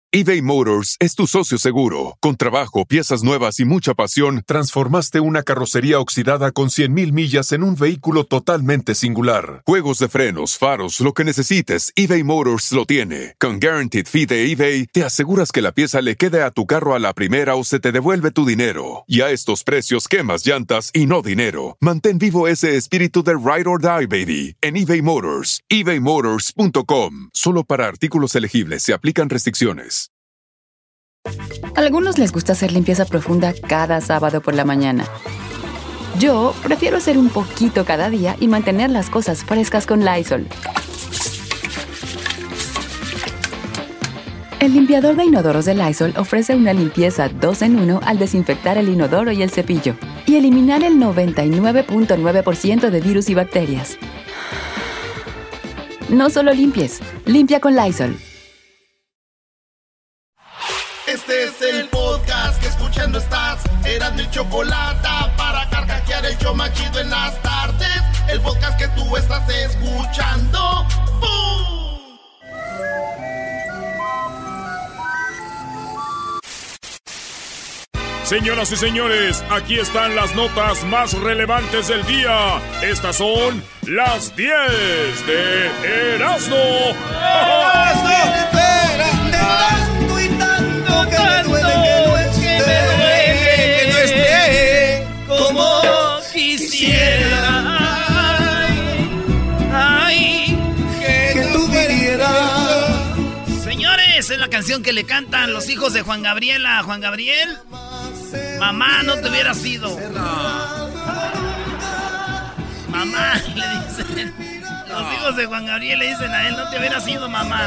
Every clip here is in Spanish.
eBay Motors es tu socio seguro. Con trabajo, piezas nuevas y mucha pasión, transformaste una carrocería oxidada con 100,000 millas en un vehículo totalmente singular. Juegos de frenos, faros, lo que necesites, eBay Motors lo tiene. Con Guaranteed Fee de eBay, te aseguras que la pieza le quede a tu carro a la primera o se te devuelve tu dinero. Y a estos precios, quemas llantas y no dinero. Mantén vivo ese espíritu de Ride or Die, baby, en eBay Motors. ebaymotors.com. Solo para artículos elegibles se aplican restricciones. A algunos les gusta hacer limpieza profunda cada sábado por la mañana. Yo prefiero hacer un poquito cada día y mantener las cosas frescas con Lysol. El limpiador de inodoros de Lysol ofrece una limpieza 2 en 1 al desinfectar el inodoro y el cepillo y eliminar el 99.9% de virus y bacterias. No solo limpies, limpia con Lysol. Este es el podcast que escuchando estás. Erasmo y Chocolata, para carcajear el show más chido en las tardes. El podcast que tú estás escuchando. ¡Bum! Señoras y señores, aquí están las notas más relevantes del día. Estas son las 10 de Erasmo. Tanto y tanto que me duele que no esté como quisiera. Ay, que tú vivieras. Señores, es la canción que le cantan los hijos de Juan Gabriel a Juan Gabriel. Mamá, no te hubiera sido. Mamá, le dicen. Los hijos de Juan Gabriel le dicen a él, no te hubiera sido, mamá.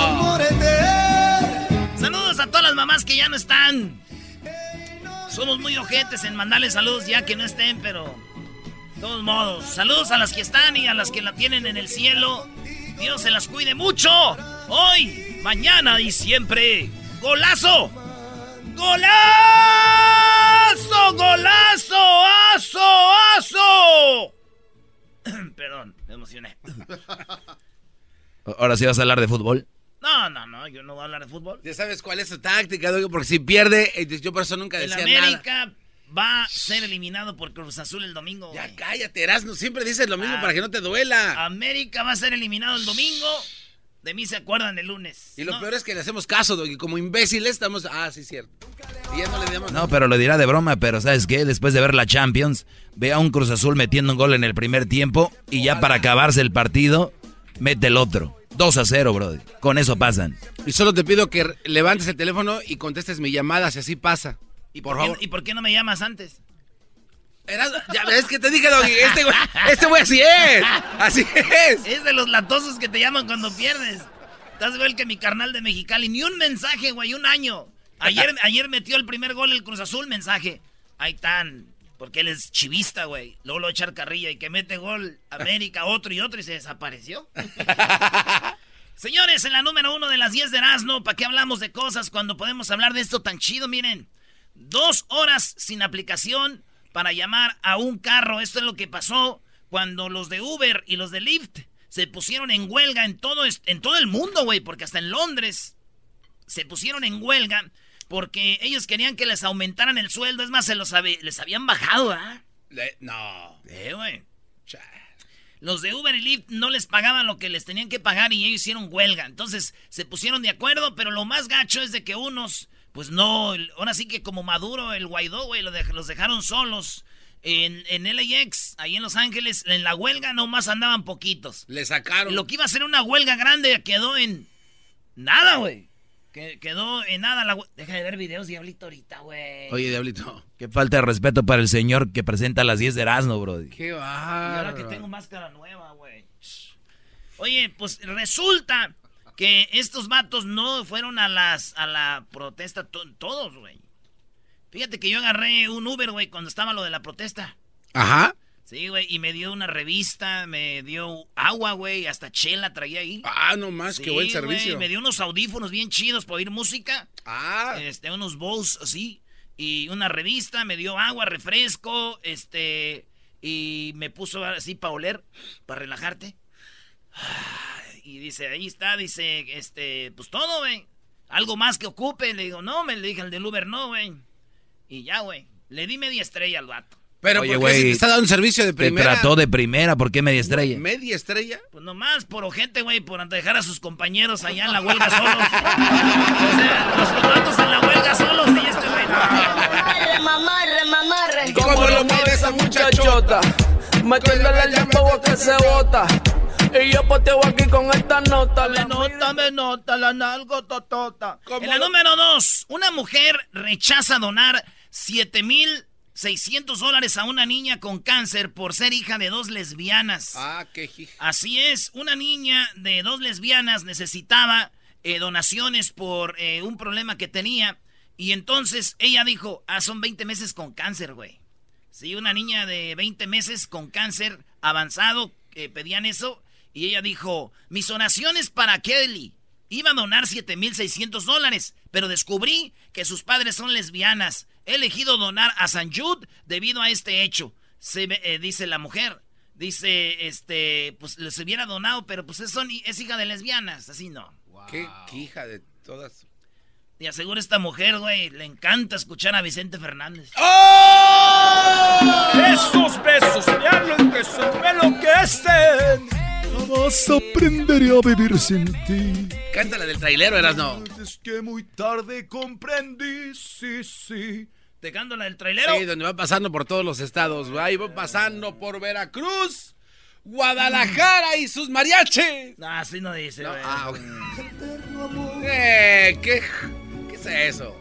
Saludos a todas las mamás que ya no están. Somos muy ojetes en mandarles saludos ya que no estén, pero de todos modos, saludos a las que están y a las que la tienen en el cielo. Dios se las cuide mucho. Hoy, mañana y siempre. ¡Golazo! ¡Golazo! ¡Golazo! ¡Aso! ¡Aso! Perdón, me emocioné. ¿Ahora sí vas a hablar de fútbol? No, yo no voy a hablar de fútbol. Ya sabes cuál es su táctica, Doggy, porque si pierde, yo por eso nunca decía nada. El América va a ser eliminado por Cruz Azul el domingo. Ya cállate, Erasmo, siempre dices lo mismo para que no te duela. América va a ser eliminado el domingo. De mí se acuerdan el lunes. Y lo peor es que le hacemos caso, Doggy, como imbéciles estamos... Ah, sí, cierto. Y ya no le damos... No, pero lo dirá de broma, pero ¿sabes qué? Después de ver la Champions, ve a un Cruz Azul metiendo un gol en el primer tiempo y ya para acabarse el partido, mete el otro. 2-0, brother. Con eso pasan. Y solo te pido que levantes el teléfono y contestes mi llamada, si así pasa. ¿Y por favor? ¿Y por qué no me llamas antes? Ya ves que te dije, Doggy, este güey así es. Así es. Es de los latosos que te llaman cuando pierdes. Estás igual que mi carnal de Mexicali. Ni un mensaje, güey, un año. Ayer metió el primer gol el Cruz Azul, mensaje. Ahí están. Porque él es chivista, güey. Luego lo va a echar carrilla y que mete gol América, otro y se desapareció. Señores, en la número 1 de las 10 de Erasmo, ¿para qué hablamos de cosas cuando podemos hablar de esto tan chido? Miren, 2 horas sin aplicación para llamar a un carro. Esto es lo que pasó cuando los de Uber y los de Lyft se pusieron en huelga en todo el mundo, güey. Porque hasta en Londres se pusieron en huelga porque ellos querían que les aumentaran el sueldo. Es más, les habían bajado, ¿ah? No. Güey. Los de Uber y Lyft no les pagaban lo que les tenían que pagar y ellos hicieron huelga. Entonces se pusieron de acuerdo, pero lo más gacho es de que unos... Pues no, ahora sí que como Maduro, el Guaidó, güey, los dejaron solos en LAX, ahí en Los Ángeles. En la huelga nomás andaban poquitos. Le sacaron. Lo que iba a ser una huelga grande quedó en nada, güey. Quedó en nada la huelga. Deja de ver videos, Diablito, ahorita, güey. Oye, Diablito. Qué falta de respeto para el señor que presenta a las 10 de Erasmo, bro. Qué bárbaro. Y ahora que tengo máscara nueva, güey. Oye, pues resulta... que estos vatos no fueron a la protesta todos, güey. Fíjate que yo agarré un Uber, güey, cuando estaba lo de la protesta. Ajá. Sí, güey, y me dio una revista, me dio agua, güey, hasta chela traía ahí. Ah, no más, sí, qué buen servicio. Güey, me dio unos audífonos bien chidos para oír música. Ah. Unos Bose, así. Y una revista, me dio agua, refresco, y me puso así para oler, para relajarte. Y dice, ahí está, dice, pues todo, güey. ¿Algo más que ocupe? Le digo, no, le dije al del Uber, no, güey. Y ya, güey. Le di media estrella al vato. Pero, oye, güey, si te está dando un servicio de primera. Te trató de primera, ¿por qué media estrella? ¿Media estrella? Pues nomás por ojete, güey, por dejar a sus compañeros allá en la huelga solos. O sea, los contratos en la huelga solos y este güey. Mamarre. ¿Y cómo lo mueve esa muchachota? Metiéndole el dembow que se bota. Y yo poteo aquí con esta nota. Me nota la nalgo totota. En la número 2, una mujer rechaza donar $7,600 a una niña con cáncer por ser hija de 2 lesbianas. Ah, qué hija. Así es, una niña de 2 lesbianas necesitaba donaciones por un problema que tenía. Y entonces ella dijo, son 20 meses con cáncer, güey. Sí, una niña de 20 meses con cáncer avanzado, pedían eso. Y ella dijo, mis donaciones para Kelly. Iba a donar $7,600, pero descubrí que sus padres son lesbianas. He elegido donar a San Jude debido a este hecho. Dice la mujer. Dice, pues les hubiera donado, pero pues es hija de lesbianas. Así no. Wow. ¿Qué hija de todas? Y aseguro esta mujer, güey, le encanta escuchar a Vicente Fernández. ¡Oh! Esos besos me enloquecen, me enloquecen. Jamás aprenderé a vivir sin ti. Cántala del trailero, Erasno. Es que muy tarde comprendí, sí. ¿Te canto la del trailero? Sí, donde va pasando por todos los estados. Ahí va pasando por Veracruz, Guadalajara y sus mariachis. No, así no dice. No, okay. ¿Qué es eso?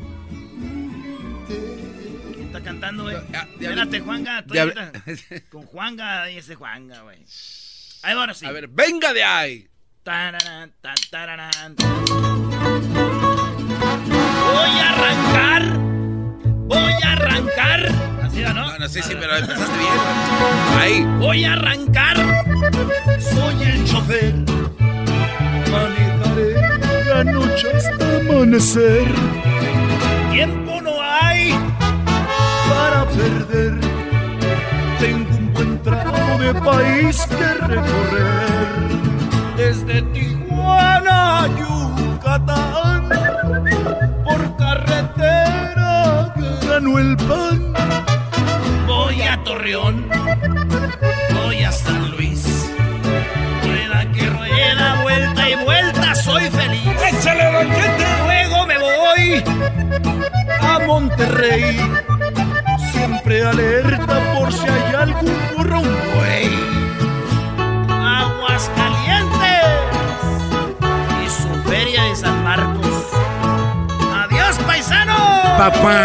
¿Quién está cantando, güey? Espérate, Juanga. Con Juanga y ese Juanga, güey. Ahí va, ahora sí. A ver, venga de ahí. Tararán. Voy a arrancar. Así era, ¿no? No, sí, pero empezaste bien. Ahí. Voy a arrancar. Soy el chofer. Manejaré la noche hasta amanecer. Tiempo no hay para perder. Tengo un buen tramo de país que recorrer. Desde Tijuana a Yucatán, por carretera ganó el pan. Voy a Torreón, voy a San Luis. Rueda que rueda, vuelta y vuelta, soy feliz. ¡Échale, banquete! Luego me voy a Monterrey. Siempre alerta por si hay algún burro, güey. Aguascalientes y su feria de San Marcos. ¡Adiós, paisano! ¡Papá!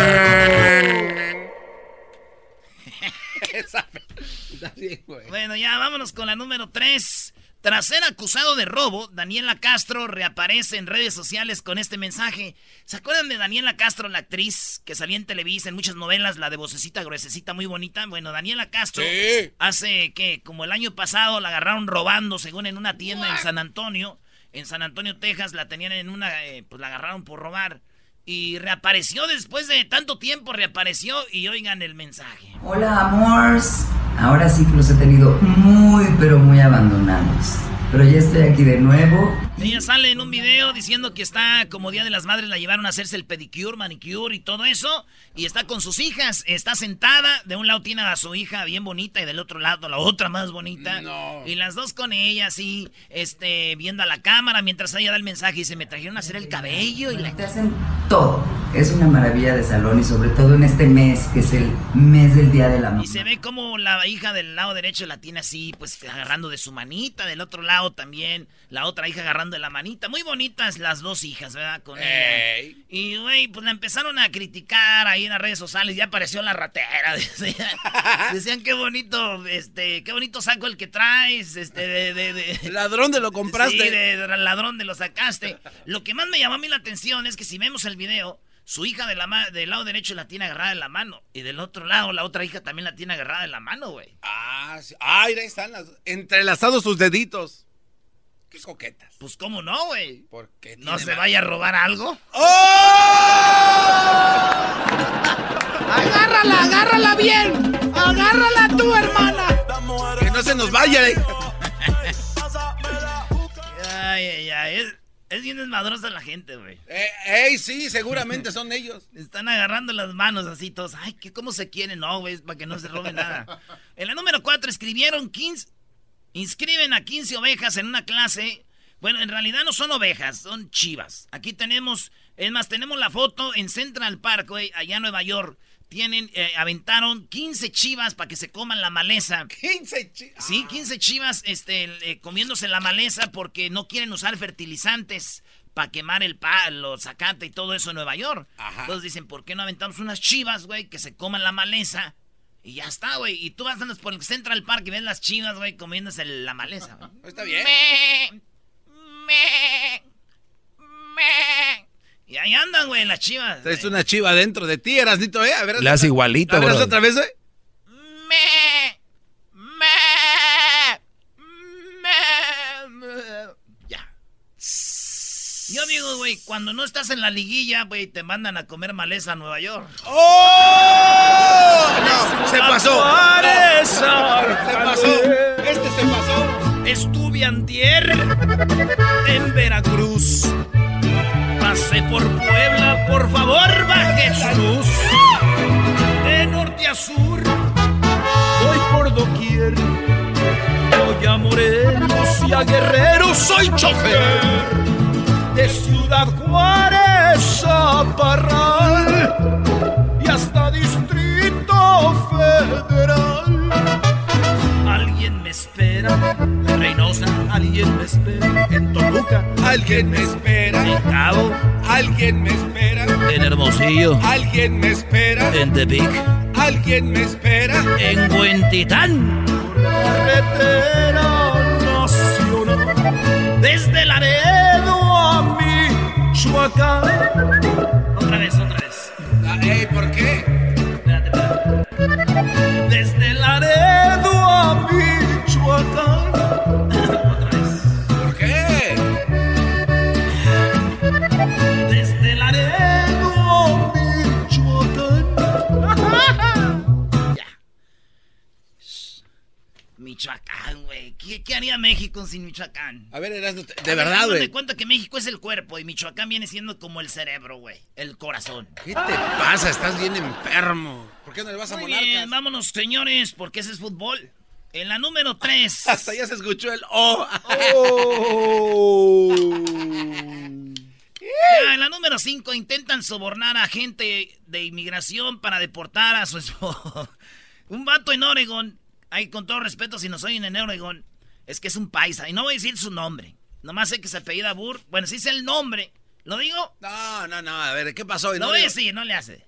Bueno, ya vámonos con la número 3. Tras ser acusado de robo, Daniela Castro reaparece en redes sociales con este mensaje. ¿Se acuerdan de Daniela Castro, la actriz que salía en Televisa en muchas novelas, la de vocecita gruesecita muy bonita? Bueno, Daniela Castro, sí. Hace que como el año pasado la agarraron robando, según en una tienda en San Antonio, Texas, la tenían en una, pues la agarraron por robar. Y reapareció después de tanto tiempo, reapareció y oigan el mensaje. Hola, amores. Ahora sí que los he tenido muy, pero muy abandonados. Pero ya estoy aquí de nuevo. Ella sale en un video diciendo que está como Día de las Madres, la llevaron a hacerse el pedicure, manicure y todo eso. Y está con sus hijas, está sentada. De un lado tiene a su hija bien bonita y del otro lado la otra más bonita. No. Y las dos con ella así, viendo a la cámara mientras ella da el mensaje y se me trajeron a hacer el cabello. Y te hacen todo. Es una maravilla de salón y sobre todo en este mes, que es el mes del Día de la Mamá. Y se ve como la hija del lado derecho la tiene así, pues agarrando de su manita, del otro lado también, la otra hija agarrando de la manita. Muy bonitas las dos hijas, ¿verdad? Con ella. Y, güey, pues la empezaron a criticar ahí en las redes sociales. Ya apareció la ratera. Decían, qué bonito saco el que traes. Ladrón de lo compraste. Sí, ladrón de lo sacaste. Lo que más me llamó a mí la atención es que si vemos el video, su hija del lado derecho la tiene agarrada en la mano. Y del otro lado, la otra hija también la tiene agarrada en la mano, güey. Sí. Ahí están entrelazados sus deditos. Qué coquetas. Pues, ¿cómo no, güey? ¿Por qué? ¿No se vaya a robar algo? ¡Oh! ¡Agárrala bien! ¡Agárrala tú, hermana! Que no se nos vaya. Ay. Es bien desmadrosa la gente, güey. Sí, seguramente son ellos. Están agarrando las manos así todos. Ay, ¿cómo se quieren? No, güey, para que no se roben nada. En la número 4 inscriben a 15 ovejas en una clase. Bueno, en realidad no son ovejas, son chivas. Aquí tenemos la foto en Central Park, güey, allá en Nueva York. Aventaron 15 chivas para que se coman la maleza. 15 chivas. Sí, 15 chivas comiéndose la maleza porque no quieren usar fertilizantes para quemar los zacate y todo eso en Nueva York. Ajá. Entonces dicen, ¿por qué no aventamos unas chivas, güey, que se coman la maleza? Y ya está, güey. Y tú vas andando por el Central Park y ves las chivas, güey, comiéndose la maleza, güey. Está bien. Y ahí andan, güey, las chivas. Es una chiva dentro de ti, Erasnito, ¿eh? A ver, le hace igualito, bro. A ver, bro. otra vez, ¿eh? Ya. Yo digo, güey, cuando no estás en la liguilla, güey, te mandan a comer maleza a Nueva York. ¡Oh! No, se pasó. Se pasó. Se pasó. Estuve antier en Veracruz. Pasé por Puebla, por favor, baje su luz. De norte a sur, voy por doquier. Voy a Morelos y a Guerrero, soy chofer. De Ciudad Juárez a Parral y hasta Distrito Federal. Alguien me espera en Reynosa, alguien me espera en Toluca, alguien me espera en Cabo, alguien me espera en Hermosillo, alguien me espera en Tepic, alguien me espera en Huentitán. Carretera nacional desde Laredo a Michoacán. Otra vez. ¿Por qué? Espérate. Desde Laredo a Michoacán. Otra vez. ¿Por qué? Desde Laredo a Michoacán. Ya. Michoacán, güey. ¿Qué haría México sin Michoacán? A ver, Erasmo, de verdad, güey. Me cuenta que México es el cuerpo y Michoacán viene siendo como el cerebro, güey. El corazón. ¿Qué te pasa? Estás bien enfermo. ¿Por qué no le vas a Monarcas? Bien, vámonos, señores, porque ese es fútbol. En la número 3. Hasta ya se escuchó el oh. Ya, en la número 5 intentan sobornar a gente de inmigración para deportar a su esposo. Un vato en Oregon. Ay, con todo respeto, si nos oyen en Oregon, es que es un paisa. Y no voy a decir su nombre. Nomás sé que se apellida Burr. Bueno, sí sé el nombre. ¿Lo digo? No. A ver, ¿qué pasó? No voy a decir, no le hace.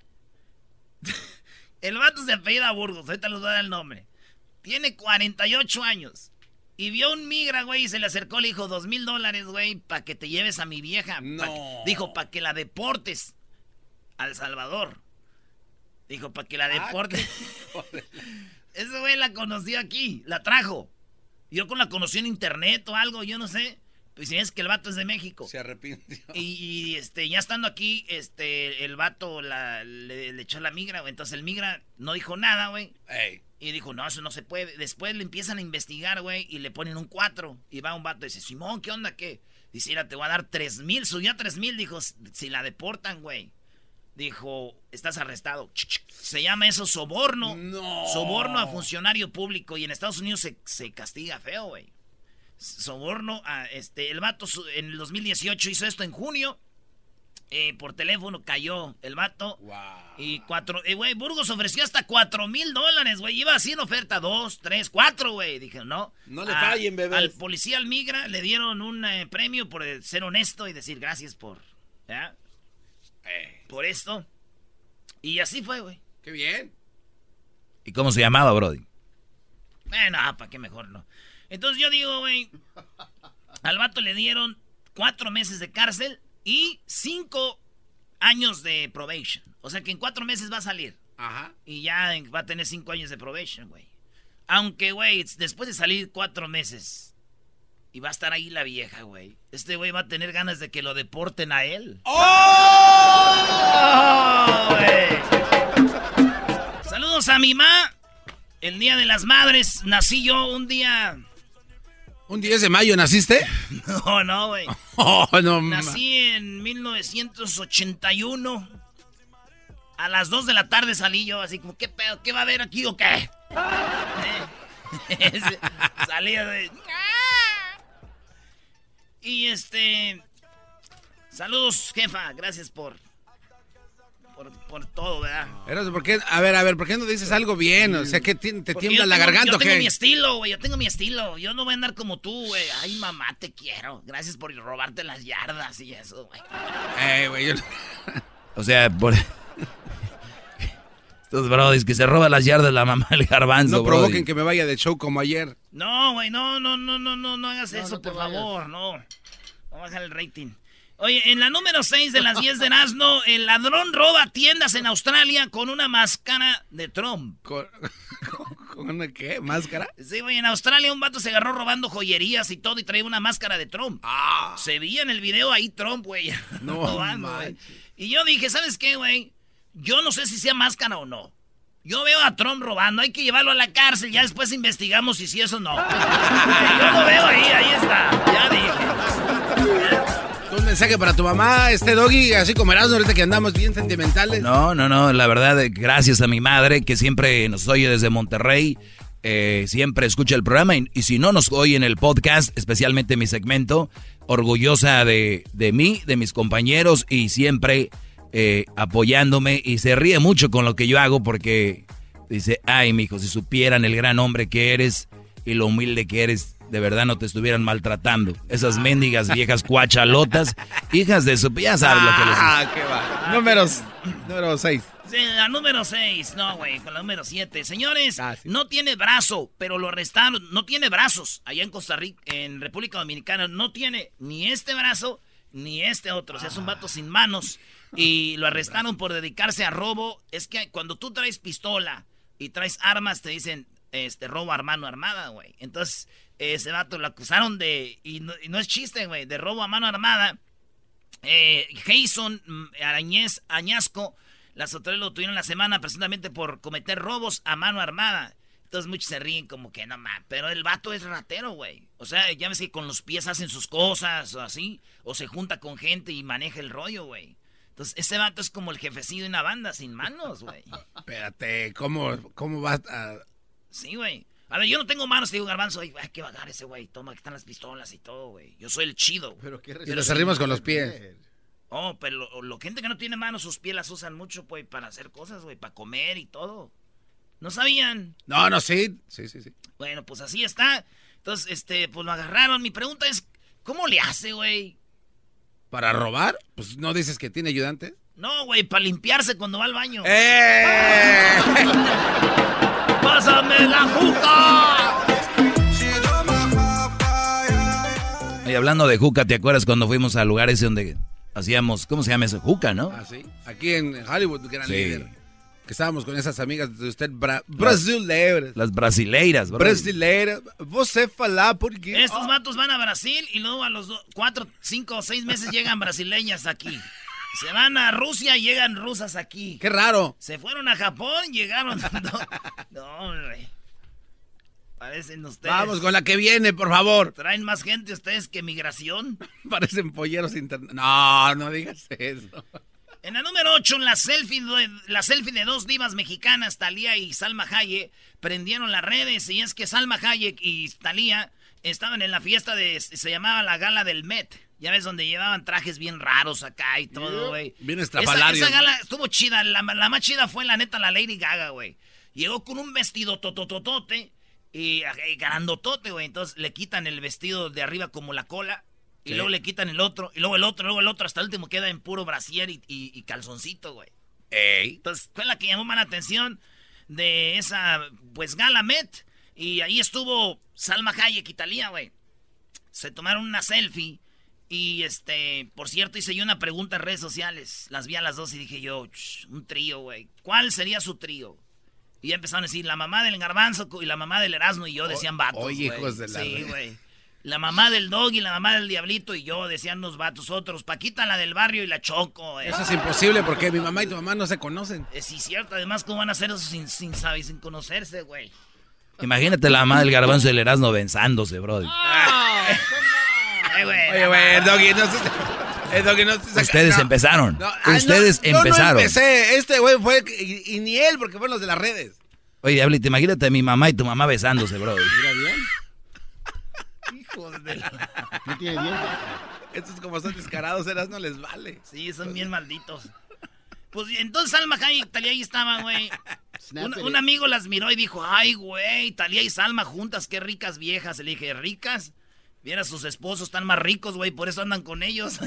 El vato se apellida Burgos. Ahorita les voy a dar el nombre. Tiene 48 años. Y vio un migra, güey, y se le acercó. Le dijo, $2,000, güey, para que te lleves a mi vieja. No. Dijo, para que la deportes a El Salvador. Dijo, para que la deportes. Ese güey la conoció aquí, la trajo. Yo la conocí en internet o algo, yo no sé. Pues si es que el vato es de México. Se arrepintió. Y ya estando aquí, el vato le echó la migra, güey. Entonces el migra no dijo nada, güey. Y dijo, no, eso no se puede. Después le empiezan a investigar, güey, y le ponen un 4. Y va un vato y dice, Simón, ¿qué onda, qué? Dice, mira, te voy a dar 3,000. Subió a 3,000, dijo, si la deportan, güey. Dijo, estás arrestado. Se llama eso soborno. No. Soborno a funcionario público. Y en Estados Unidos se castiga feo, güey. Soborno a el vato en el 2018 hizo esto en junio. Por teléfono cayó el vato. Wow. Y güey, Burgos ofreció hasta $4,000, güey. Iba así en oferta 2, 3, 4, güey. Dije, no. No le fallen, bebés. Al policía, al migra, le dieron un premio por ser honesto y decir gracias por... ¿ya? Por esto. Y así fue, güey. Qué bien. ¿Y cómo se llamaba, brody? No, ¿para qué mejor no? Entonces yo digo, güey, al vato le dieron 4 meses de cárcel y 5 años de probation. O sea que en 4 meses va a salir. Ajá. Y ya va a tener 5 años de probation, güey. Aunque, güey, después de salir 4 meses y va a estar ahí la vieja, güey. Este güey va a tener ganas de que lo deporten a él. ¡Oh! Güey. Saludos a mi mamá. El Día de las Madres nací yo un día ¿Un 10 de mayo naciste? No, güey. No, nací en 1981. A las 2 de la tarde salí yo, así como, ¿qué pedo? ¿Qué va a haber aquí o qué? Salía de... Y saludos, jefa, gracias por todo, ¿verdad? ¿Por qué? A ver, ¿por qué no dices algo bien? O sea, ¿que te tiembla la garganta o qué? Yo tengo mi estilo, güey, Yo no voy a andar como tú, güey. Ay, mamá, te quiero. Gracias por robarte las yardas y eso, güey. Güey, O sea, por... Estos brodis que se roban las yardas la mamá del Garbanzo, no provoquen que me vaya de show como ayer. No, güey, no hagas eso, por favor, no. No baja el rating. Oye, en la número 6 de las 10 de Erasmo, el ladrón roba tiendas en Australia con una máscara de Trump. ¿Con una qué? ¿Máscara? Sí, güey, en Australia un vato se agarró robando joyerías y todo y traía una máscara de Trump. Se veía en el video ahí Trump, güey. No, güey. Y yo dije, ¿sabes qué, güey? Yo no sé si sea máscara o no. Yo veo a Trump robando, hay que llevarlo a la cárcel, ya después investigamos si sí eso o no. Yo lo veo ahí está, ya dije. Un mensaje para tu mamá, Doggy, así como Erasmo, ahorita que andamos bien sentimentales. No, la verdad, gracias a mi madre que siempre nos oye desde Monterrey, siempre escucha el programa y si no nos oye en el podcast, especialmente mi segmento, orgullosa de mí, de mis compañeros y siempre apoyándome y se ríe mucho con lo que yo hago porque dice, ay, mijo, si supieran el gran hombre que eres y lo humilde que eres, de verdad no te estuvieran maltratando. Esas mendigas viejas cuachalotas, hijas de su... Ya sabes lo que les digo. Qué va. Número 6. Sí, la número 6. No, güey, con la número 7. Señores, sí. No tiene brazo, pero lo arrestaron. No tiene brazos. Allá en Costa Rica, en República Dominicana, no tiene ni este brazo ni este otro. O sea, es un vato sin manos. Y lo arrestaron por dedicarse a robo. Es que cuando tú traes pistola y traes armas, te dicen, robo a mano armada, güey. Entonces... ese vato lo acusaron de, y no es chiste, güey, de robo a mano armada. Jason Añasco, las autoridades lo tuvieron la semana presuntamente por cometer robos a mano armada. Entonces muchos se ríen como que no más, pero el vato es ratero, güey. O sea, ya ves que con los pies hacen sus cosas o así, o se junta con gente y maneja el rollo, güey. Entonces ese vato es como el jefecillo de una banda sin manos, güey. Espérate, ¿cómo vas a...? Sí, güey. A ver, yo no tengo manos, te digo, Garbanzo, hay que bajar ese güey, toma, que están las pistolas y todo, güey. Yo soy el chido. Pero los arrimas con los pies. Oh, pero lo gente que no tiene manos, sus pies las usan mucho, pues, para hacer cosas, güey, para comer y todo. ¿No sabían? No, sí. Sí. Bueno, pues así está. Entonces, pues lo agarraron. Mi pregunta es, ¿cómo le hace, güey? ¿Para robar? Pues, ¿no dices que tiene ayudante? No, güey, para limpiarse cuando va al baño. ¡Pásame la juca! Y hablando de juca, ¿te acuerdas cuando fuimos a lugares donde hacíamos, ¿cómo se llama eso? Juca, ¿no? Ah, sí. Aquí en Hollywood, gran líder. Que estábamos con esas amigas de usted, brasileiras. Las brasileiras, bro. Brasileiras. ¿Você fala por qué? Estos vatos van a Brasil y luego a los 4, 5 o 6 meses llegan brasileñas aquí. Se van a Rusia y llegan rusas aquí. ¡Qué raro! Se fueron a Japón, llegaron... No, hombre. Parecen ustedes... Vamos con la que viene, por favor. ¿Traen más gente ustedes que migración? Parecen polleros internos. No digas eso. En la número 8, la selfie de dos divas mexicanas, Thalía y Salma Hayek, prendieron las redes. Y es que Salma Hayek y Thalía estaban en la fiesta se llamaba la gala del Met. Ya ves, donde llevaban trajes bien raros acá y todo, güey. Bien estrafalario. Esa gala estuvo chida. La más chida fue, la neta, la Lady Gaga, güey. Llegó con un vestido totototote y grandotote, güey. Entonces le quitan el vestido de arriba como la cola. Y luego le quitan el otro. Y luego el otro. Hasta el último queda en puro brasier y calzoncito, güey. Entonces fue la que llamó más la atención de esa, pues, gala Met. Y ahí estuvo Salma Hayek y Thalía, güey. Se tomaron una selfie. Y por cierto, hice yo una pregunta en redes sociales. Las vi a las dos y dije yo, un trío, güey. ¿Cuál sería su trío? Y ya empezaron a decir, la mamá del Garbanzo y la mamá del Erasmo y yo decían vatos, güey. Hijos de la... Sí, güey. La mamá del Dog y la mamá del Diablito y yo decían los vatos otros. Paquita, la del barrio y la Choco, güey. Eso es imposible porque mi mamá y tu mamá no se conocen. Sí, cierto. Además, ¿cómo van a hacer eso sin conocerse, güey? Imagínate la mamá del Garbanzo y el Erasmo besándose, bro. Oye, güey, Doggy, no se Ustedes empezaron. Ustedes empezaron. Yo no empecé. Este güey fue... Y ni él, porque fueron los de las redes. Oye, Diablito, imagínate a mi mamá y tu mamá besándose, bro. Mira bien. Hijos de la... No tiene dientes. Estos como son descarados, no les vale. Sí, son bien malditos. Pues entonces Salma Hayek y Talía ahí estaban, güey. Un amigo las miró y dijo, ay, güey, Talía y Salma juntas, qué ricas viejas. Le dije, ¿ricas? Viera, sus esposos están más ricos, güey, por eso andan con ellos.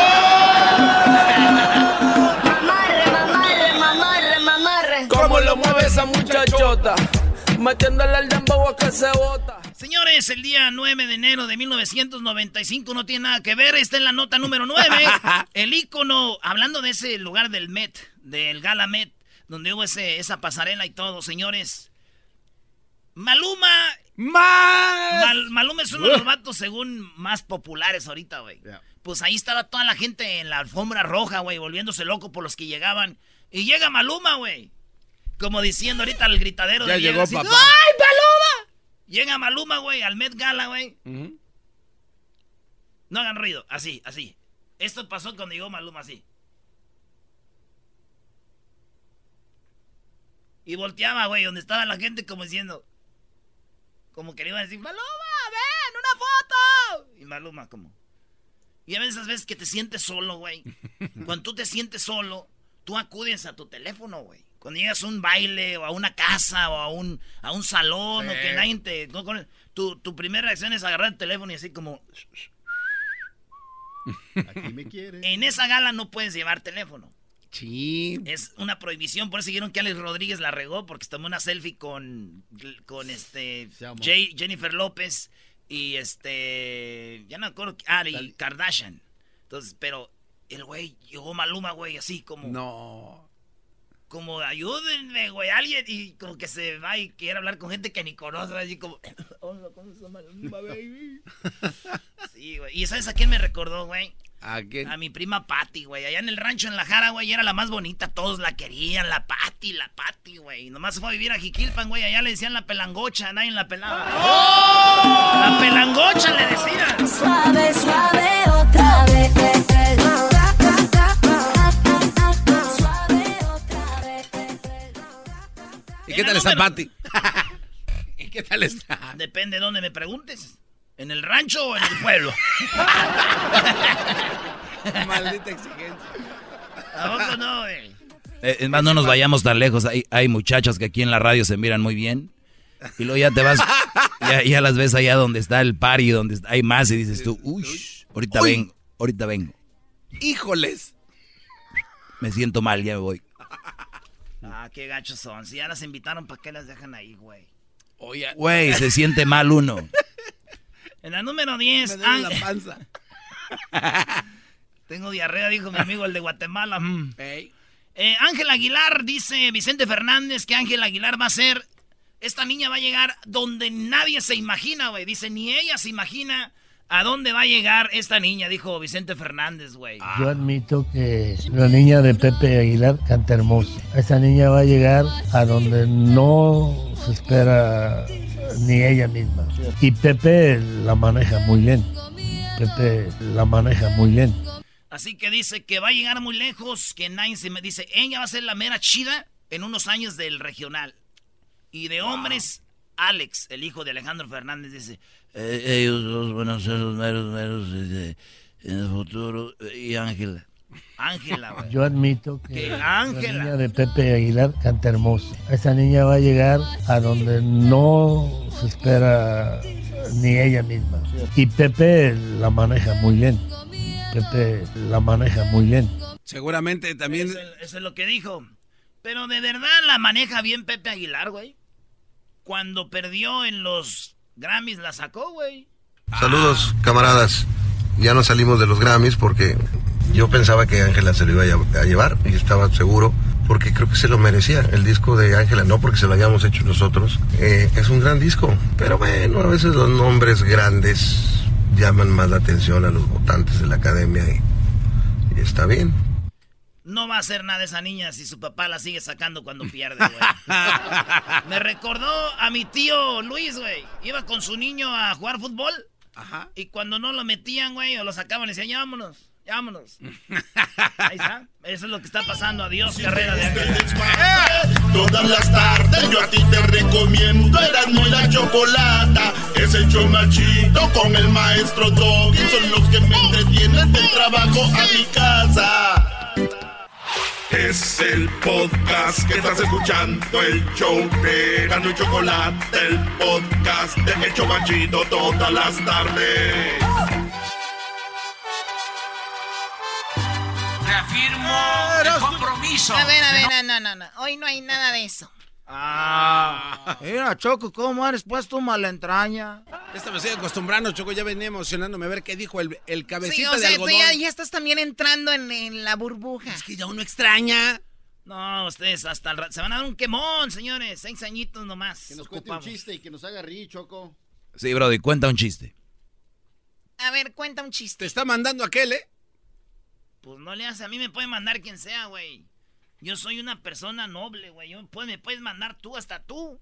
Mamarre. ¿Cómo lo mueve esa muchachota? Metiéndole al dembow a que se bota. Señores, el día 9 de enero de 1995 no tiene nada que ver. Está en la nota número 9. El ícono, hablando de ese lugar del Met, del Gala Met, donde hubo esa pasarela y todo, señores. Maluma es uno de los vatos, según, más populares ahorita, güey. Yeah. Pues ahí estaba toda la gente en la alfombra roja, güey, volviéndose loco por los que llegaban. Y llega Maluma, güey. Como diciendo ahorita el gritadero. Ya llegó, papá. ¡Ay, Maluma! Llega Maluma, güey, al Met Gala, güey. Uh-huh. No hagan ruido, así. Esto pasó cuando llegó Maluma, así. Y volteaba, güey, donde estaba la gente como diciendo... Como que le iban a decir, Maluma, ven, una foto. Y Maluma como... Y a veces que te sientes solo, güey. Cuando tú te sientes solo, tú acudes a tu teléfono, güey. Cuando llegas a un baile, o a una casa, o a un salón, sí. O que nadie te... Tu primera reacción es agarrar el teléfono y así como... Aquí me quiere. En esa gala no puedes llevar teléfono. Sí. Es una prohibición, por eso dijeron que Alex Rodríguez la regó, porque tomó una selfie con Jennifer López y ya no me acuerdo, y Kardashian. Entonces, pero el güey, llegó Maluma, güey, así como... No. Como, ayúdenme, güey, alguien, y como que se va y quiere hablar con gente que ni conoce, así como... Hola, ¿cómo se llama Maluma, baby? Sí, güey, ¿y sabes a quién me recordó, güey? ¿A quién? A mi prima Patti, güey. Allá en el rancho en La Jara, güey, era la más bonita. Todos la querían, la Patti, güey. Nomás fue a vivir a Jiquilpan, güey. Allá le decían la pelangocha, nadie la pelaba. ¡Oh! La pelangocha le decían. Suave, suave, otra vez. Suave, otra vez. ¿Y qué tal está Patti? ¿Y qué tal está? Depende de dónde me preguntes. ¿En el rancho o en el pueblo? Maldita exigencia. ¿A poco no, güey? Es más, no nos vayamos tan lejos. Hay muchachas que aquí en la radio se miran muy bien. Y luego ya te vas, ya las ves allá donde está el party, donde hay más, y dices tú, ahorita vengo. ¡Híjoles! Me siento mal, ya me voy. Ah, qué gachos son. Si ya las invitaron, ¿para qué las dejan ahí, güey? Oye, güey, se siente mal uno. En la número 10. Me duele la panza. Tengo diarrea, dijo mi amigo el de Guatemala. Hey. Ángel Aguilar, dice Vicente Fernández, que Ángel Aguilar va a ser... Esta niña va a llegar donde nadie se imagina, güey. Dice, ni ella se imagina a dónde va a llegar esta niña, dijo Vicente Fernández, güey. Yo admito que la niña de Pepe Aguilar canta hermoso. Esta niña va a llegar a donde no se espera ni ella misma. Y Pepe la maneja muy bien. Así que dice que va a llegar muy lejos, que nadie se me dice, ella va a ser la mera chida en unos años del regional. Y de hombres, Alex, el hijo de Alejandro Fernández, dice, ellos dos van a ser los meros en el futuro. Y Ángela, güey. Yo admito que la niña de Pepe Aguilar canta hermoso. Esa niña va a llegar a donde no se espera ni ella misma. Y Pepe la maneja muy bien. Seguramente también... Eso es lo que dijo. Pero de verdad la maneja bien Pepe Aguilar, güey. Cuando perdió en los Grammys la sacó, güey. Saludos, camaradas. Ya no salimos de los Grammys porque yo pensaba que Ángela se lo iba a llevar y estaba seguro porque creo que se lo merecía. El disco de Ángela, no porque se lo hayamos hecho nosotros, es un gran disco. Pero bueno, a veces los nombres grandes llaman más la atención a los votantes de la academia y está bien. No va a hacer nada esa niña si su papá la sigue sacando cuando pierde, güey. Me recordó a mi tío Luis, güey. Iba con su niño a jugar fútbol Ajá. Y cuando no lo metían, güey, o lo sacaban, le decían, ya vámonos. Ahí está. Eso es lo que está pasando. Adiós, carrera de Ángel. Todas las tardes yo a ti te recomiendo Erasmo y la Chocolata. Es el show más chido con el maestro Doggy. Son los que me entretienen del trabajo a mi casa. Es el podcast que estás escuchando, el show de Erasmo y Chocolata, el podcast de El Show más chido todas las tardes. Reafirmo el compromiso. A ver, no. Hoy no hay nada de eso. Mira, Choco, ¿cómo eres puesto mala entraña? Esta me estoy acostumbrando, Choco, ya venía emocionándome a ver qué dijo el cabecita sí, o sea, de algodón. tú ya estás también entrando en la burbuja. Es que ya uno extraña. No, ustedes hasta el rato se van a dar un quemón, señores. 6 añitos nomás. Que nos cuente un chiste y que nos haga reír, Choco. Sí, brody, cuenta un chiste. A ver, cuenta un chiste. Te está mandando aquel, ¿eh? Pues no le hace, a mí me puede mandar quien sea, güey. Yo soy una persona noble, güey. Me puedes mandar tú, hasta tú.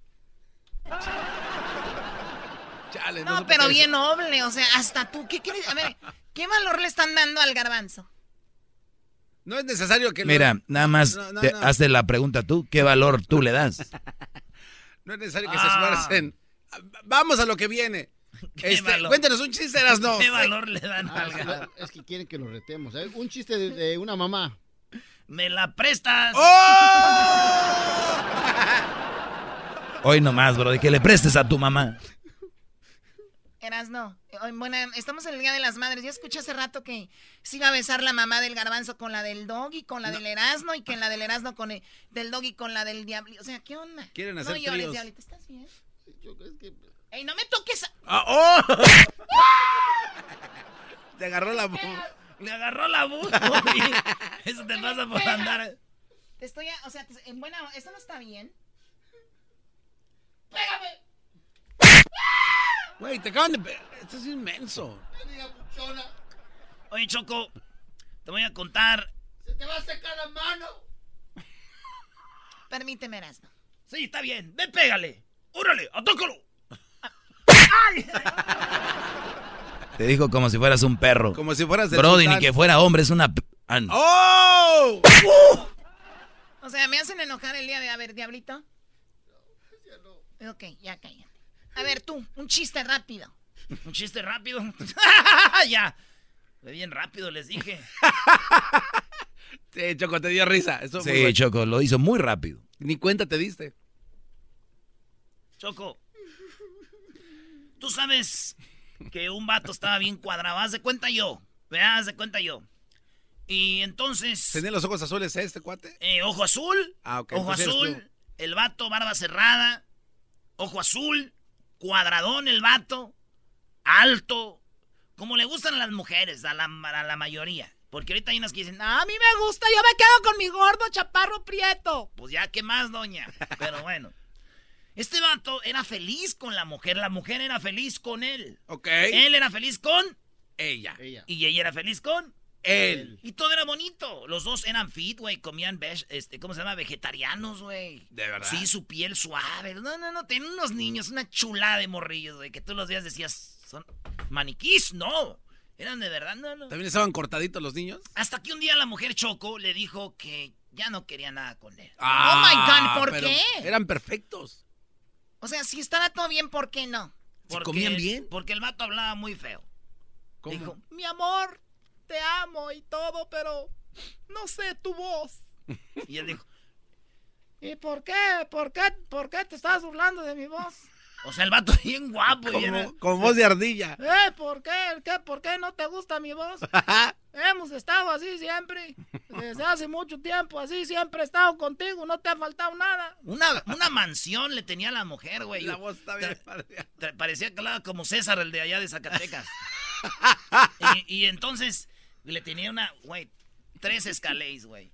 Chale, no, pero bien noble, o sea, hasta tú. ¿Qué quieres? A ver, ¿qué valor le están dando al garbanzo? No es necesario que... Mira, nada más, hazte la pregunta tú. ¿Qué valor tú le das? No es necesario que se esfuercen. Vamos a lo que viene. Cuéntanos un chiste, Erasmo. ¿Qué valor le dan al garbanzo? Es que quieren que lo retemos. Un chiste de una mamá. ¿Me la prestas? ¡Oh! Hoy nomás, bro, de que le prestes a tu mamá. Erasno, bueno, estamos en el Día de las Madres. Yo escuché hace rato que se iba a besar la mamá del garbanzo con la del Doggy, con la del Erasno, y que en la del Erasno con del Doggy con la del Diablito. O sea, ¿qué onda? Quieren hacer tríos. No llores, Diablito, ¿estás bien? ¡Ey, no me toques! Te agarró la voz. Le agarró la voz. Eso te pasa por andar. Te estoy, o sea, en buena, esto no está bien. ¡Pégame! Güey, te acaban de... Esto es inmenso. Oye, Choco, te voy a contar. ¡Se te va a secar la mano! Permíteme, Erasno. Sí, está bien. Ven, pégale. ¡Órale, atócalo! ¡Ay! Te dijo como si fueras un perro. Como si fueras Brody, ni que fuera hombre, es una... ¡Oh! O sea, me hacen enojar el día de... A ver, Diablito. No. Ok, ya cállate. A ver, tú, un chiste rápido. ¿Un chiste rápido? Ya. Bien rápido, les dije. Sí, Choco, te dio risa. Eso sí, bueno. Choco, lo hizo muy rápido. Ni cuenta te diste. Choco, tú sabes que un vato estaba bien cuadrado. Haz de cuenta yo. Haz de cuenta yo. Y entonces... ¿Tenía los ojos azules este cuate? Ojo azul. Ah, ok. Ojo azul. El vato, barba cerrada. Ojo azul. Cuadradón el vato. Alto. Como le gustan a las mujeres, a la mayoría. Porque ahorita hay unas que dicen, a mí me gusta, yo me quedo con mi gordo chaparro prieto. Pues ya, ¿qué más, doña? Pero bueno. Este vato era feliz con la mujer era feliz con él. Ok. Él era feliz con ella. Y ella era feliz con él. Y todo era bonito. Los dos eran fit, güey, comían, ¿cómo se llama? Vegetarianos, güey. ¿De verdad? Sí, su piel suave. No, tenían unos niños, una chulada de morrillos, güey, que tú los días decías, son maniquís, no. Eran de verdad, no. ¿También estaban cortaditos los niños? Hasta que un día la mujer Choco le dijo que ya no quería nada con él. Oh my God, ¿por qué? Eran perfectos. O sea, si estaba todo bien, ¿por qué no? Porque comían bien. Porque el vato hablaba muy feo. ¿Cómo? Dijo, mi amor, te amo y todo, pero no sé tu voz. Y él dijo, ¿y por qué? ¿Por qué te estás burlando de mi voz? O sea, el vato bien guapo. Con voz de ardilla. ¿Por qué? ¿Por qué no te gusta mi voz? Hemos estado así siempre. Desde hace mucho tiempo, así siempre he estado contigo. No te ha faltado nada. Una mansión le tenía a la mujer, güey. La voz está bien. Parecía que hablaba como César, el de allá de Zacatecas. y entonces le tenía 3 Escalades, güey.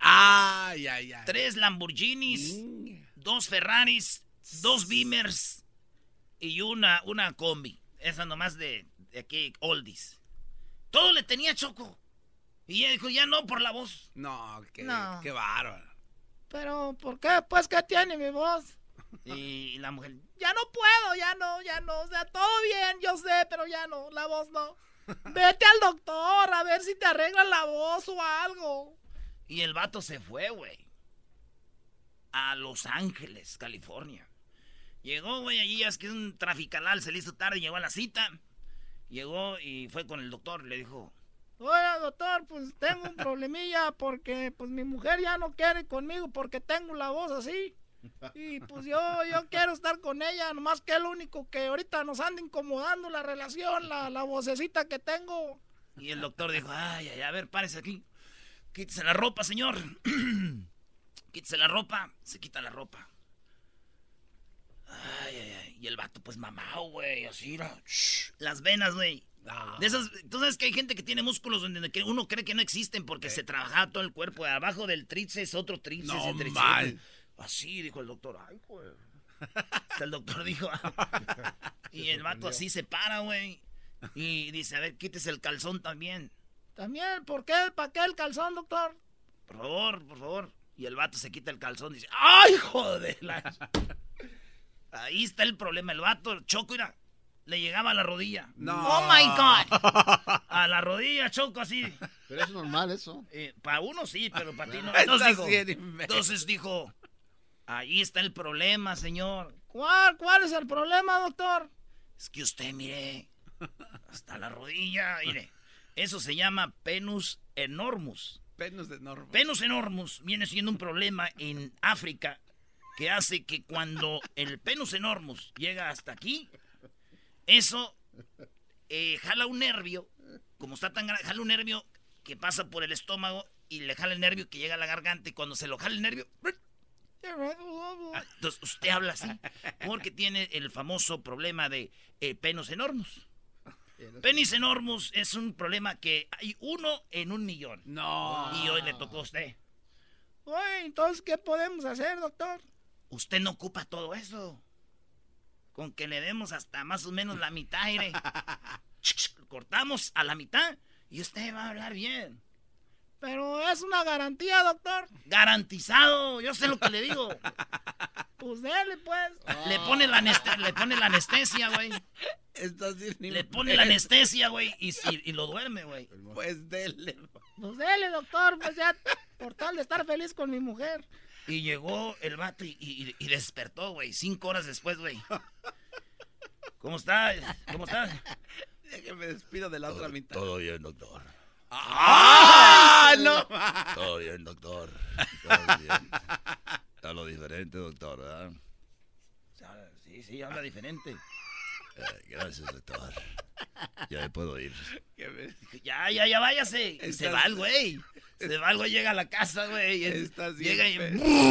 3 Lamborghinis, 2 Ferraris, 2 Beamers y una combi. Esa nomás de aquí, oldies. Todo le tenía Choco. Y ella dijo, ya no, por la voz. No, qué bárbaro. Pero, ¿por qué? Pues, ¿qué tiene mi voz? Y la mujer, Ya no puedo, ya no. O sea, todo bien, yo sé, pero ya no, la voz no. Vete al doctor a ver si te arreglan la voz o algo. y el vato se fue, güey. A Los Ángeles, California. Llegó, güey, allí es que un traficalal se le hizo tarde, llegó a la cita. Llegó y fue con el doctor, le dijo... Oiga, doctor, pues tengo un problemilla porque pues mi mujer ya no quiere conmigo porque tengo la voz así. Y pues yo quiero estar con ella, nomás que es lo único que ahorita nos anda incomodando la relación, la vocecita que tengo. Y el doctor dijo, ay, a ver, párese aquí. Quítese la ropa, señor. Quítese la ropa. Se quita la ropa. Ay. Y el vato, pues, mamao, güey, así, las venas, güey. De esas, tú sabes que hay gente que tiene músculos donde uno cree que no existen porque se trabajaba todo el cuerpo. Abajo del tríceps, otro tríceps. No, el tríceps. mal. Así, dijo el doctor. Ay, güey. El doctor dijo. Y el vato así se para, güey. Y dice, a ver, quítese el calzón también. ¿También? ¿Por qué? ¿Para qué el calzón, doctor? Por favor. Y el vato se quita el calzón y dice, ¡ay, joder! Ahí está el problema. El vato, Choco, mira, le llegaba a la rodilla. No. ¡Oh, my God! A la rodilla, Choco, así. Pero es normal eso. Para uno sí, pero para ti no. Entonces dijo, ahí está el problema, señor. ¿Cuál es el problema, doctor? Es que usted, mire, hasta la rodilla, mire. Eso se llama penus enormus. Penus enormus viene siendo un problema en África que hace que cuando el penus enormus llega hasta aquí, eso jala un nervio, como está tan grande, jala un nervio que pasa por el estómago y le jala el nervio que llega a la garganta y cuando se lo jala el nervio... Entonces usted habla así porque tiene el famoso problema de penus enormus. Penis enormus es un problema que hay 1 en 1,000,000. No. Y hoy le tocó a usted. Oye, entonces, ¿qué podemos hacer, doctor? Usted no ocupa todo eso. Con que le demos hasta más o menos la mitad, aire. Cortamos a la mitad y usted va a hablar bien. Pero es una garantía, doctor. Garantizado, yo sé lo que le digo. Pues dele, pues. Le pone la anestesia, güey. Le pone la anestesia, güey, y lo duerme, güey. Pues dele. Pues dele, doctor, pues ya, por tal de estar feliz con mi mujer. Y llegó el vato y despertó, güey, 5 horas después, güey. ¿Cómo está? Déjeme despido de la otra mitad. Todo bien, doctor. ¡Ah! ¡No! Todo bien, doctor. Todo bien. Está lo diferente, doctor, ¿verdad? Sí, habla diferente. Gracias, doctor. Ya me puedo ir. Ya, váyase. Y se va el güey. Llega a la casa, güey. Llega y...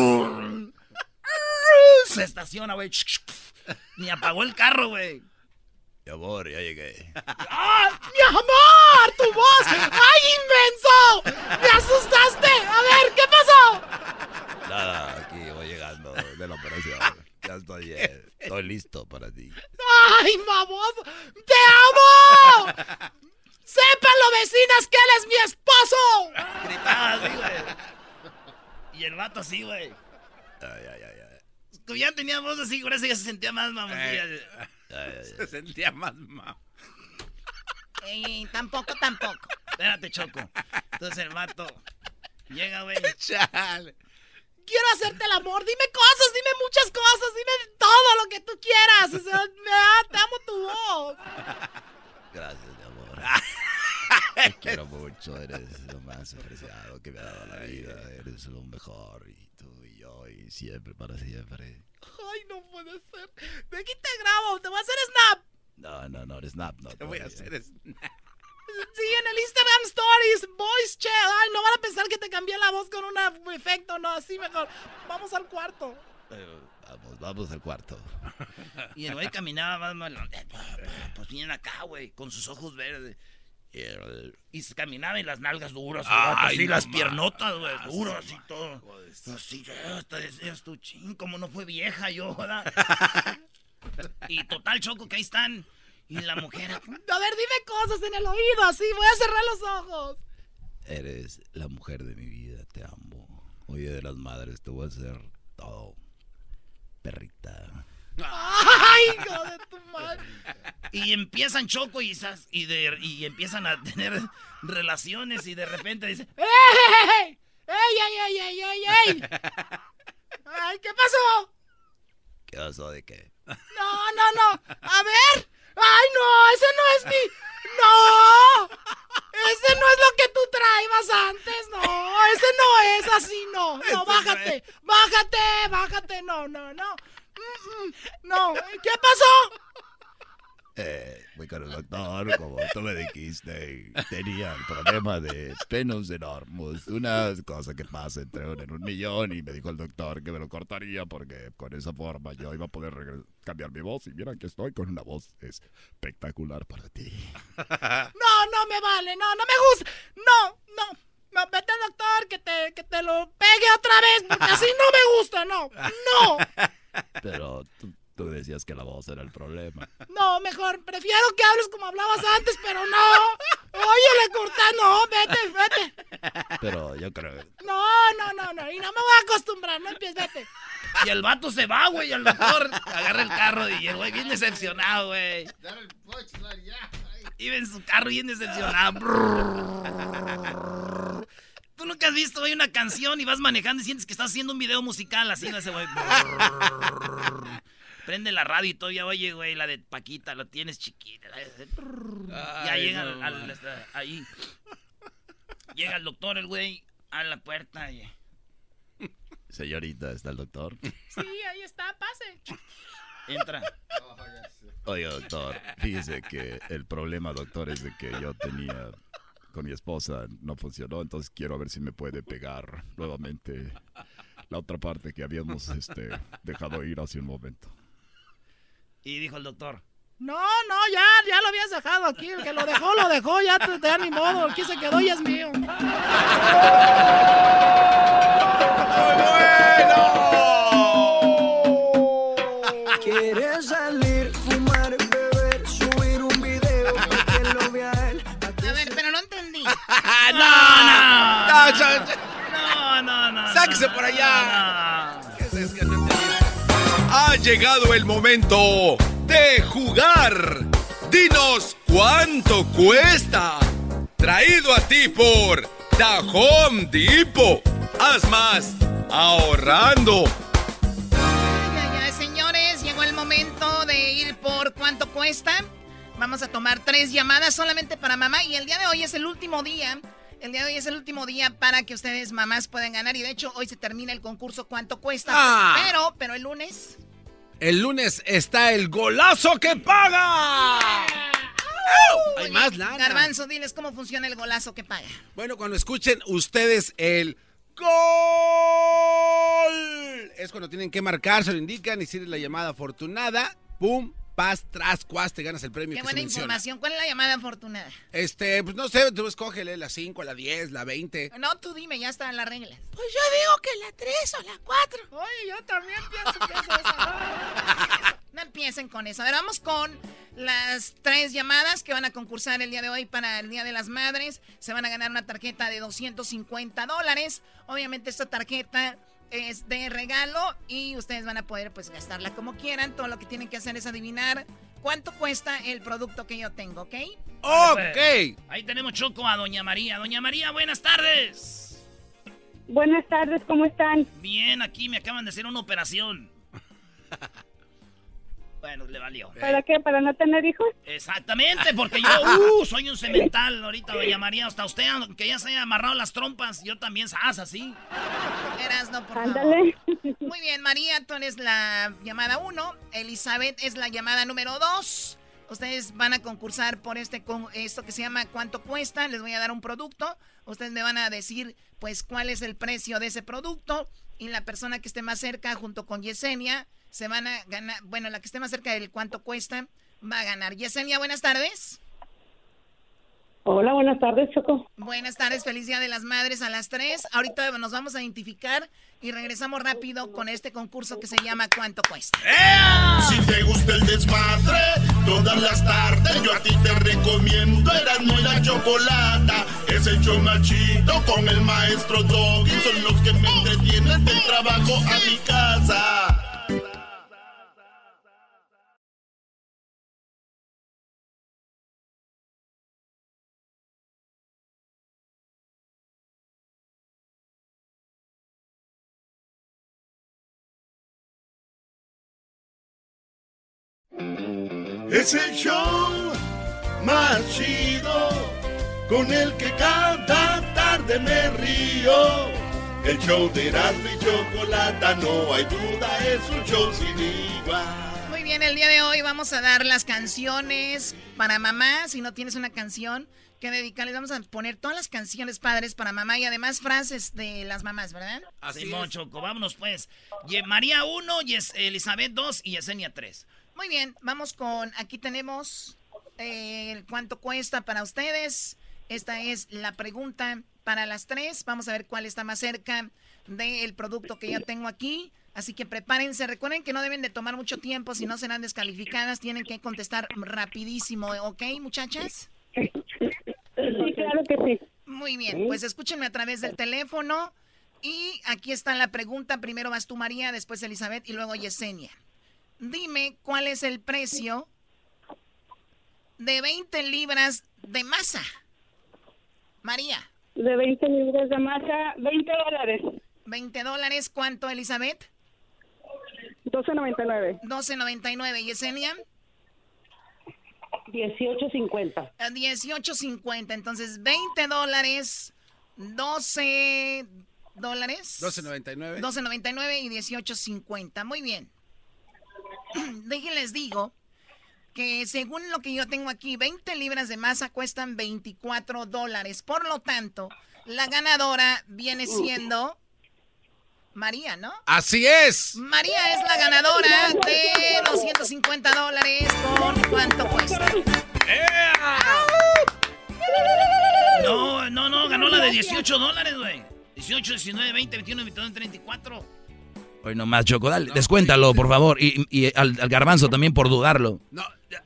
Se estaciona, güey. Ni apagó el carro, güey. Mi amor, ya llegué. ¡Ah! ¡Mi amor! ¡Tu voz! ¡Ay, inmenso! ¡Me asustaste! A ver, ¿qué pasó? Nada, aquí voy llegando de la operación. Ya estoy listo para ti. ¡Ay, baboso! ¡Te amo! ¡Sépanlo, vecinas, que él es mi esposo! Gritaba así, güey. Y el vato así, güey. Como ya tenía voz así, por eso ya se sentía más mamoncilla. Se sentía más mamá. Tampoco. Espérate, Choco. Entonces el vato llega, güey. Chale. Quiero hacerte el amor. Dime cosas, dime muchas cosas. Dime todo lo que tú quieras. O sea, te amo tu voz. Gracias, mi amor. Te quiero mucho. Eres lo más apreciado que me ha dado la vida. Eres lo mejor. Y tú y yo. Y siempre, para siempre. Ay, no puede ser. De aquí te grabo. Te voy a hacer snap. No, snap no. Te voy a hacer snap. Sí, en el Instagram Stories, Voice Chat. Ay, no van a pensar que te cambié la voz con un efecto, no, así mejor. Vamos al cuarto. Vamos al cuarto. Y el güey caminaba más pues vienen acá, güey, con sus ojos verdes. Y se caminaba y las nalgas duras, así, las piernotas, güey, duras y todo. Así, hasta decías tú, ching, como no fue vieja yo, ¿verdad? Y total, Choco, que ahí están. Y la mujer... A ver, dime cosas en el oído, así, voy a cerrar los ojos. Eres la mujer de mi vida, te amo. Hoy de las madres te voy a hacer todo. perrita. ¡Ay, hijo de tu madre! Y empiezan Choco y empiezan a tener relaciones y de repente dice... ¡Ey! ¡Ey! ¡Ay, qué pasó! ¿Qué pasó de qué? No. A ver. ¡Ay, no! Ese no es mi... ¡No! Ese no es lo que tú traías antes, no. Ese no es así, no. No, bájate. No. No. ¿Qué pasó? Fui con el doctor, como tú me dijiste, tenía el problema de penos enormes, una cosa que pasa entre 1 en 1,000,000, y me dijo el doctor que me lo cortaría porque con esa forma yo iba a poder cambiar mi voz, y mira que estoy con una voz espectacular para ti. No me vale, no me gusta, no, vete al doctor que te lo pegue otra vez, porque así no me gusta, no. Pero tú decías que la voz era el problema. No, mejor, prefiero que hables como hablabas antes, pero no. Oye, le corté, no, vete. Pero yo creo... No, y no me voy a acostumbrar, no empieces, vete. Y el vato se va, güey, el doctor agarra el carro y el güey bien decepcionado, güey. Iba en su carro bien decepcionado. Tú nunca has visto, güey, una canción y vas manejando y sientes que estás haciendo un video musical así, no ese güey. Prende la radio y todavía oye, güey, la de Paquita, lo tienes chiquita. Ya llega ahí. Llega el doctor, el güey, a la puerta. Señorita, ¿está el doctor? Sí, ahí está, pase. Entra. Oiga, doctor, fíjese que el problema, doctor, es de que yo tenía con mi esposa, no funcionó, entonces quiero ver si me puede pegar nuevamente la otra parte que habíamos dejado ir hace un momento. Y dijo el doctor: No, ya lo habías dejado aquí. El que lo dejó, ya ni modo. El que se quedó ya es mío. ¡Muy bueno! ¿Quieres salir, fumar, beber, subir un video para que lo vea él? A ver, pero no entendí. No. ¡Sáquese por allá! ¿Qué es eso que no entendiste? Ha llegado el momento de jugar. Dinos cuánto cuesta. Traído a ti por The Home Depot. Haz más ahorrando. Ya, señores, llegó el momento de ir por cuánto cuesta. Vamos a tomar 3 llamadas solamente para mamá. Y el día de hoy es el último día. El día de hoy es el último día para que ustedes, mamás, puedan ganar. Y de hecho, hoy se termina el concurso ¿Cuánto cuesta? Pero el lunes... El lunes está el golazo que paga. Hay más lana. Garbanzo, diles cómo funciona el golazo que paga. Bueno, cuando escuchen ustedes el gol, es cuando tienen que marcar, se lo indican y sirve la llamada afortunada. Pum, pas, tras, cuas, te ganas el premio. Qué que buena se menciona. información. ¿Cuál es la llamada afortunada? Pues no sé, tú escógele la 5, la 10, la 20. No, tú dime, ya están las reglas. Pues yo digo que la 3 o la 4. Oye, yo también pienso que es esa. No empiecen con eso. A ver, vamos con las 3 llamadas que van a concursar el día de hoy para el Día de las Madres. Se van a ganar una tarjeta de $250. Obviamente esta tarjeta es de regalo y ustedes van a poder pues gastarla como quieran. Todo lo que tienen que hacer es adivinar cuánto cuesta el producto que yo tengo, ¿ok? Ok. Ahí tenemos, Choco, a Doña María. Doña María, buenas tardes. Buenas tardes, ¿cómo están? Bien, aquí me acaban de hacer una operación. Bueno, le valió. ¿Para qué? ¿Para no tener hijos? Exactamente, porque yo soy un cemental ahorita, Doña María. Hasta usted, aunque ya se haya amarrado las trompas, yo también así. Erasno, por Ándale. favor. Muy bien, María, tú eres la llamada 1. Elizabeth es la llamada número 2. Ustedes van a concursar por esto que se llama ¿Cuánto cuesta? Les voy a dar un producto. Ustedes me van a decir, pues, cuál es el precio de ese producto. Y la persona que esté más cerca, junto con Yesenia, se van a ganar. Bueno, la que esté más cerca del cuánto cuesta, va a ganar. Yesenia, buenas tardes. Hola, buenas tardes, Choco. Buenas tardes, feliz Día de las Madres a las 3. Ahorita nos vamos a identificar y regresamos rápido con este concurso que se llama ¿Cuánto cuesta? Si te gusta el desmadre, todas las tardes yo a ti te recomiendo Erasmo y la Chocolata. Es el show más chido con el maestro Doggy. Son los que me entretienen del trabajo a mi casa. Es el show más chido, con el que cada tarde me río. El show de Erasmo y Chocolata, no hay duda, es un show sin igual. Muy bien, el día de hoy vamos a dar las canciones para mamá. Si no tienes una canción que dedicarles, vamos a poner todas las canciones padres para mamá y además frases de las mamás, ¿verdad? Así es. Choco, vámonos pues. María 1, Elizabeth 2 y Yesenia 3. Muy bien, vamos con, aquí tenemos cuánto cuesta para ustedes. Esta es la pregunta para las 3. Vamos a ver cuál está más cerca del producto que ya tengo aquí. Así que prepárense. Recuerden que no deben de tomar mucho tiempo, si no serán descalificadas. Tienen que contestar rapidísimo, ¿ok, muchachas? Sí, claro que sí. Muy bien, pues escúchenme a través del teléfono. Y aquí está la pregunta. Primero vas tú, María, después Elizabeth y luego Yesenia. Dime cuál es el precio de 20 libras de masa. María. De 20 libras de masa, $20. $20, ¿cuánto, Elizabeth? $12.99. $12.99. ¿Yesenia? $18.50. $18.50. Entonces, $20, $12... $12.99. $12.99 y $18.50. Muy bien. Déjenles digo que según lo que yo tengo aquí, 20 libras de masa cuestan $24. Por lo tanto, la ganadora viene siendo María, ¿no? ¡Así es! María es la ganadora de los $150. ¿Con cuánto cuesta? No, ganó la de $18, güey. 18, 19, 20, 21, 22, 34. Hoy nomás, Choco, dale, descuéntalo, por favor. Y al Garbanzo también por dudarlo. No, ya.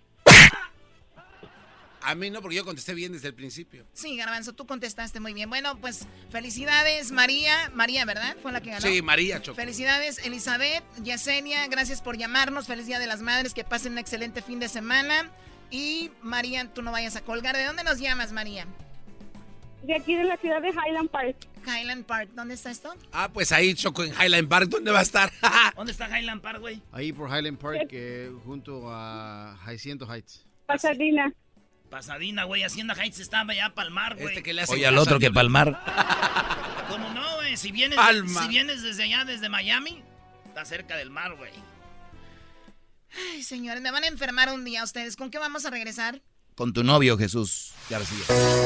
A mí no, porque yo contesté bien desde el principio. Sí, Garbanzo, tú contestaste muy bien. Bueno, pues felicidades, María. María, ¿verdad? Fue la que ganó. Sí, María, Choco. Felicidades, Elizabeth, Yesenia, gracias por llamarnos. Feliz Día de las Madres, que pasen un excelente fin de semana. Y María, tú no vayas a colgar. ¿De dónde nos llamas, María? De aquí de la ciudad de Highland Park. Highland Park, ¿dónde está esto? Ah, pues ahí, Choco, en Highland Park, ¿dónde va a estar? ¿Dónde está Highland Park, güey? Ahí por Highland Park, junto a Hacienda Heights. Pasadena. Pasadena, güey, Hacienda Heights está allá a Palmar, güey. Oye, al otro que Palmar. ¿Cómo no, güey? Si vienes desde allá, desde Miami, está cerca del mar, güey. Ay, señores, me van a enfermar un día ustedes. ¿Con qué vamos a regresar? Con tu novio, Jesús García.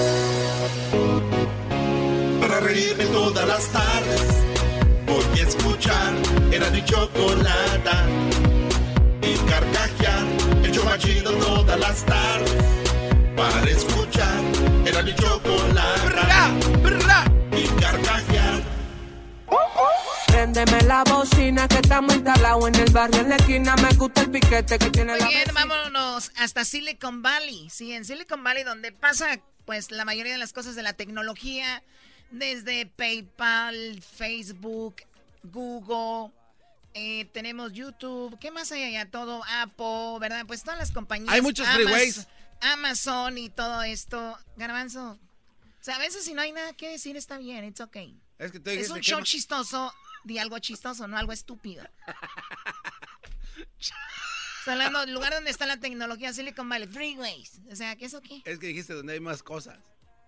Para reírme todas las tardes, voy a escuchar Erasmo y Chocolata y carcajear, el show más chido todas las tardes. Para escuchar Erasmo y Chocolata y carcajear. Préndeme la bocina que estamos instalados en el barrio, en la esquina. Me gusta el piquete que tiene la... Muy bien, vámonos hasta Silicon Valley. Sí, en Silicon Valley, donde pasa pues la mayoría de las cosas de la tecnología, desde PayPal, Facebook, Google, tenemos YouTube. ¿Qué más hay allá? Todo Apple, ¿verdad? Pues todas las compañías. Hay muchos freeways. Amazon y todo esto. Garbanzo, o sea, a veces si no hay nada que decir está bien, it's okay. Es un show chistoso, di algo chistoso, no algo estúpido. Hablando del lugar donde está la tecnología, Silicon Valley, freeways. O sea, ¿qué es qué? Es que dijiste donde hay más cosas.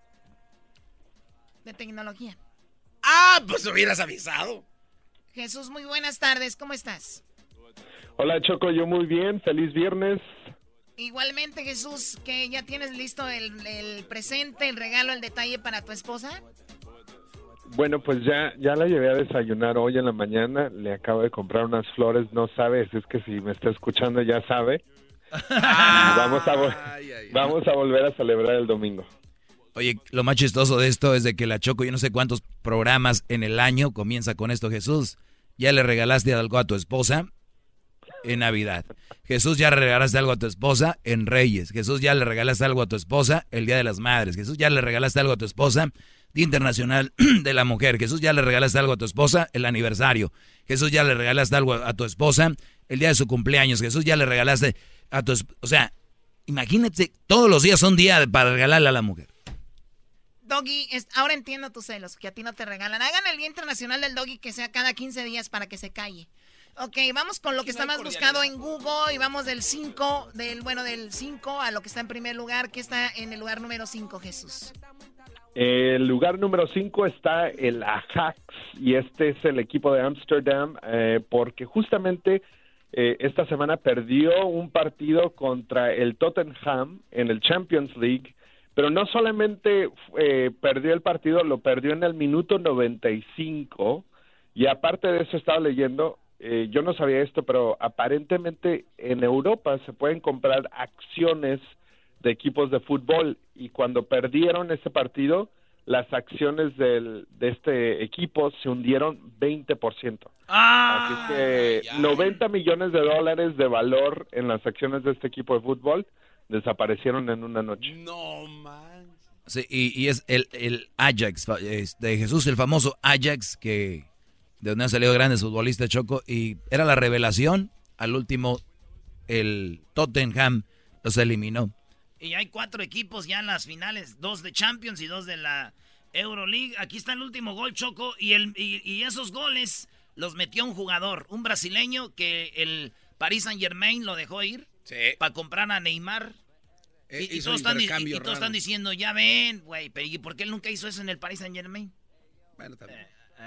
De tecnología. ¡Ah! Pues hubieras avisado. Jesús, muy buenas tardes, ¿cómo estás? Hola, Choco, yo muy bien, feliz viernes. Igualmente, Jesús, que ya tienes listo el presente, el regalo, el detalle para tu esposa. Bueno, pues ya la llevé a desayunar hoy en la mañana, le acabo de comprar unas flores, no sabes, es que si me está escuchando ya sabe. Vamos a volver a celebrar el domingo. Oye, lo más chistoso de esto es de que la Choco, yo no sé cuántos programas en el año comienza con esto, Jesús. Ya le regalaste algo a tu esposa en Navidad. Jesús, ya le regalaste algo a tu esposa en Reyes. Jesús, ya le regalaste algo a tu esposa el Día de las Madres. Jesús, ya le regalaste algo a tu esposa Día Internacional de la Mujer. Jesús, ya le regalaste algo a tu esposa el aniversario. Jesús, ya le regalaste algo a tu esposa el día de su cumpleaños. Jesús, ya le regalaste a tu esposa. O sea, imagínate, todos los días son días para regalarle a la mujer. Doggy, ahora entiendo tus celos, que a ti no te regalan. Hagan el Día Internacional del Doggy que sea cada 15 días para que se calle. Ok, vamos con lo que está más buscado en Google y vamos del 5 a lo que está en primer lugar. ¿Qué está en el lugar número 5, Jesús? El lugar número 5 está el Ajax y este es el equipo de Ámsterdam porque justamente esta semana perdió un partido contra el Tottenham en el Champions League, pero no solamente perdió el partido, lo perdió en el minuto 95 y aparte de eso estaba leyendo, yo no sabía esto, pero aparentemente en Europa se pueden comprar acciones de equipos de fútbol y cuando perdieron ese partido las acciones de este equipo se hundieron 20%. Así que 90 millones de dólares de valor en las acciones de este equipo de fútbol desaparecieron en una noche. No man. Sí, y es el Ajax de Jesús, el famoso Ajax que de donde han salido grandes futbolistas, Choco, y era la revelación. Al último el Tottenham los eliminó. Y hay 4 equipos ya en las finales, 2 de Champions y 2 de la Euroleague. Aquí está el último gol, Choco, y esos goles los metió un jugador, un brasileño que el Paris Saint-Germain lo dejó ir para comprar a Neymar. Y todos están diciendo, ya ven, güey, pero ¿y por qué él nunca hizo eso en el Paris Saint-Germain? Bueno, también.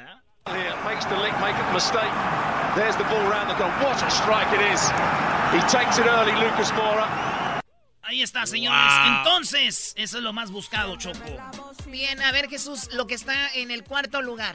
Makes the link, make a mistake. There's the ball round the goal. What a strike it is. He takes it early, Lucas Moura. Ahí está, señores. Wow. Entonces, eso es lo más buscado, Choco. Bien, a ver, Jesús, lo que está en el cuarto lugar.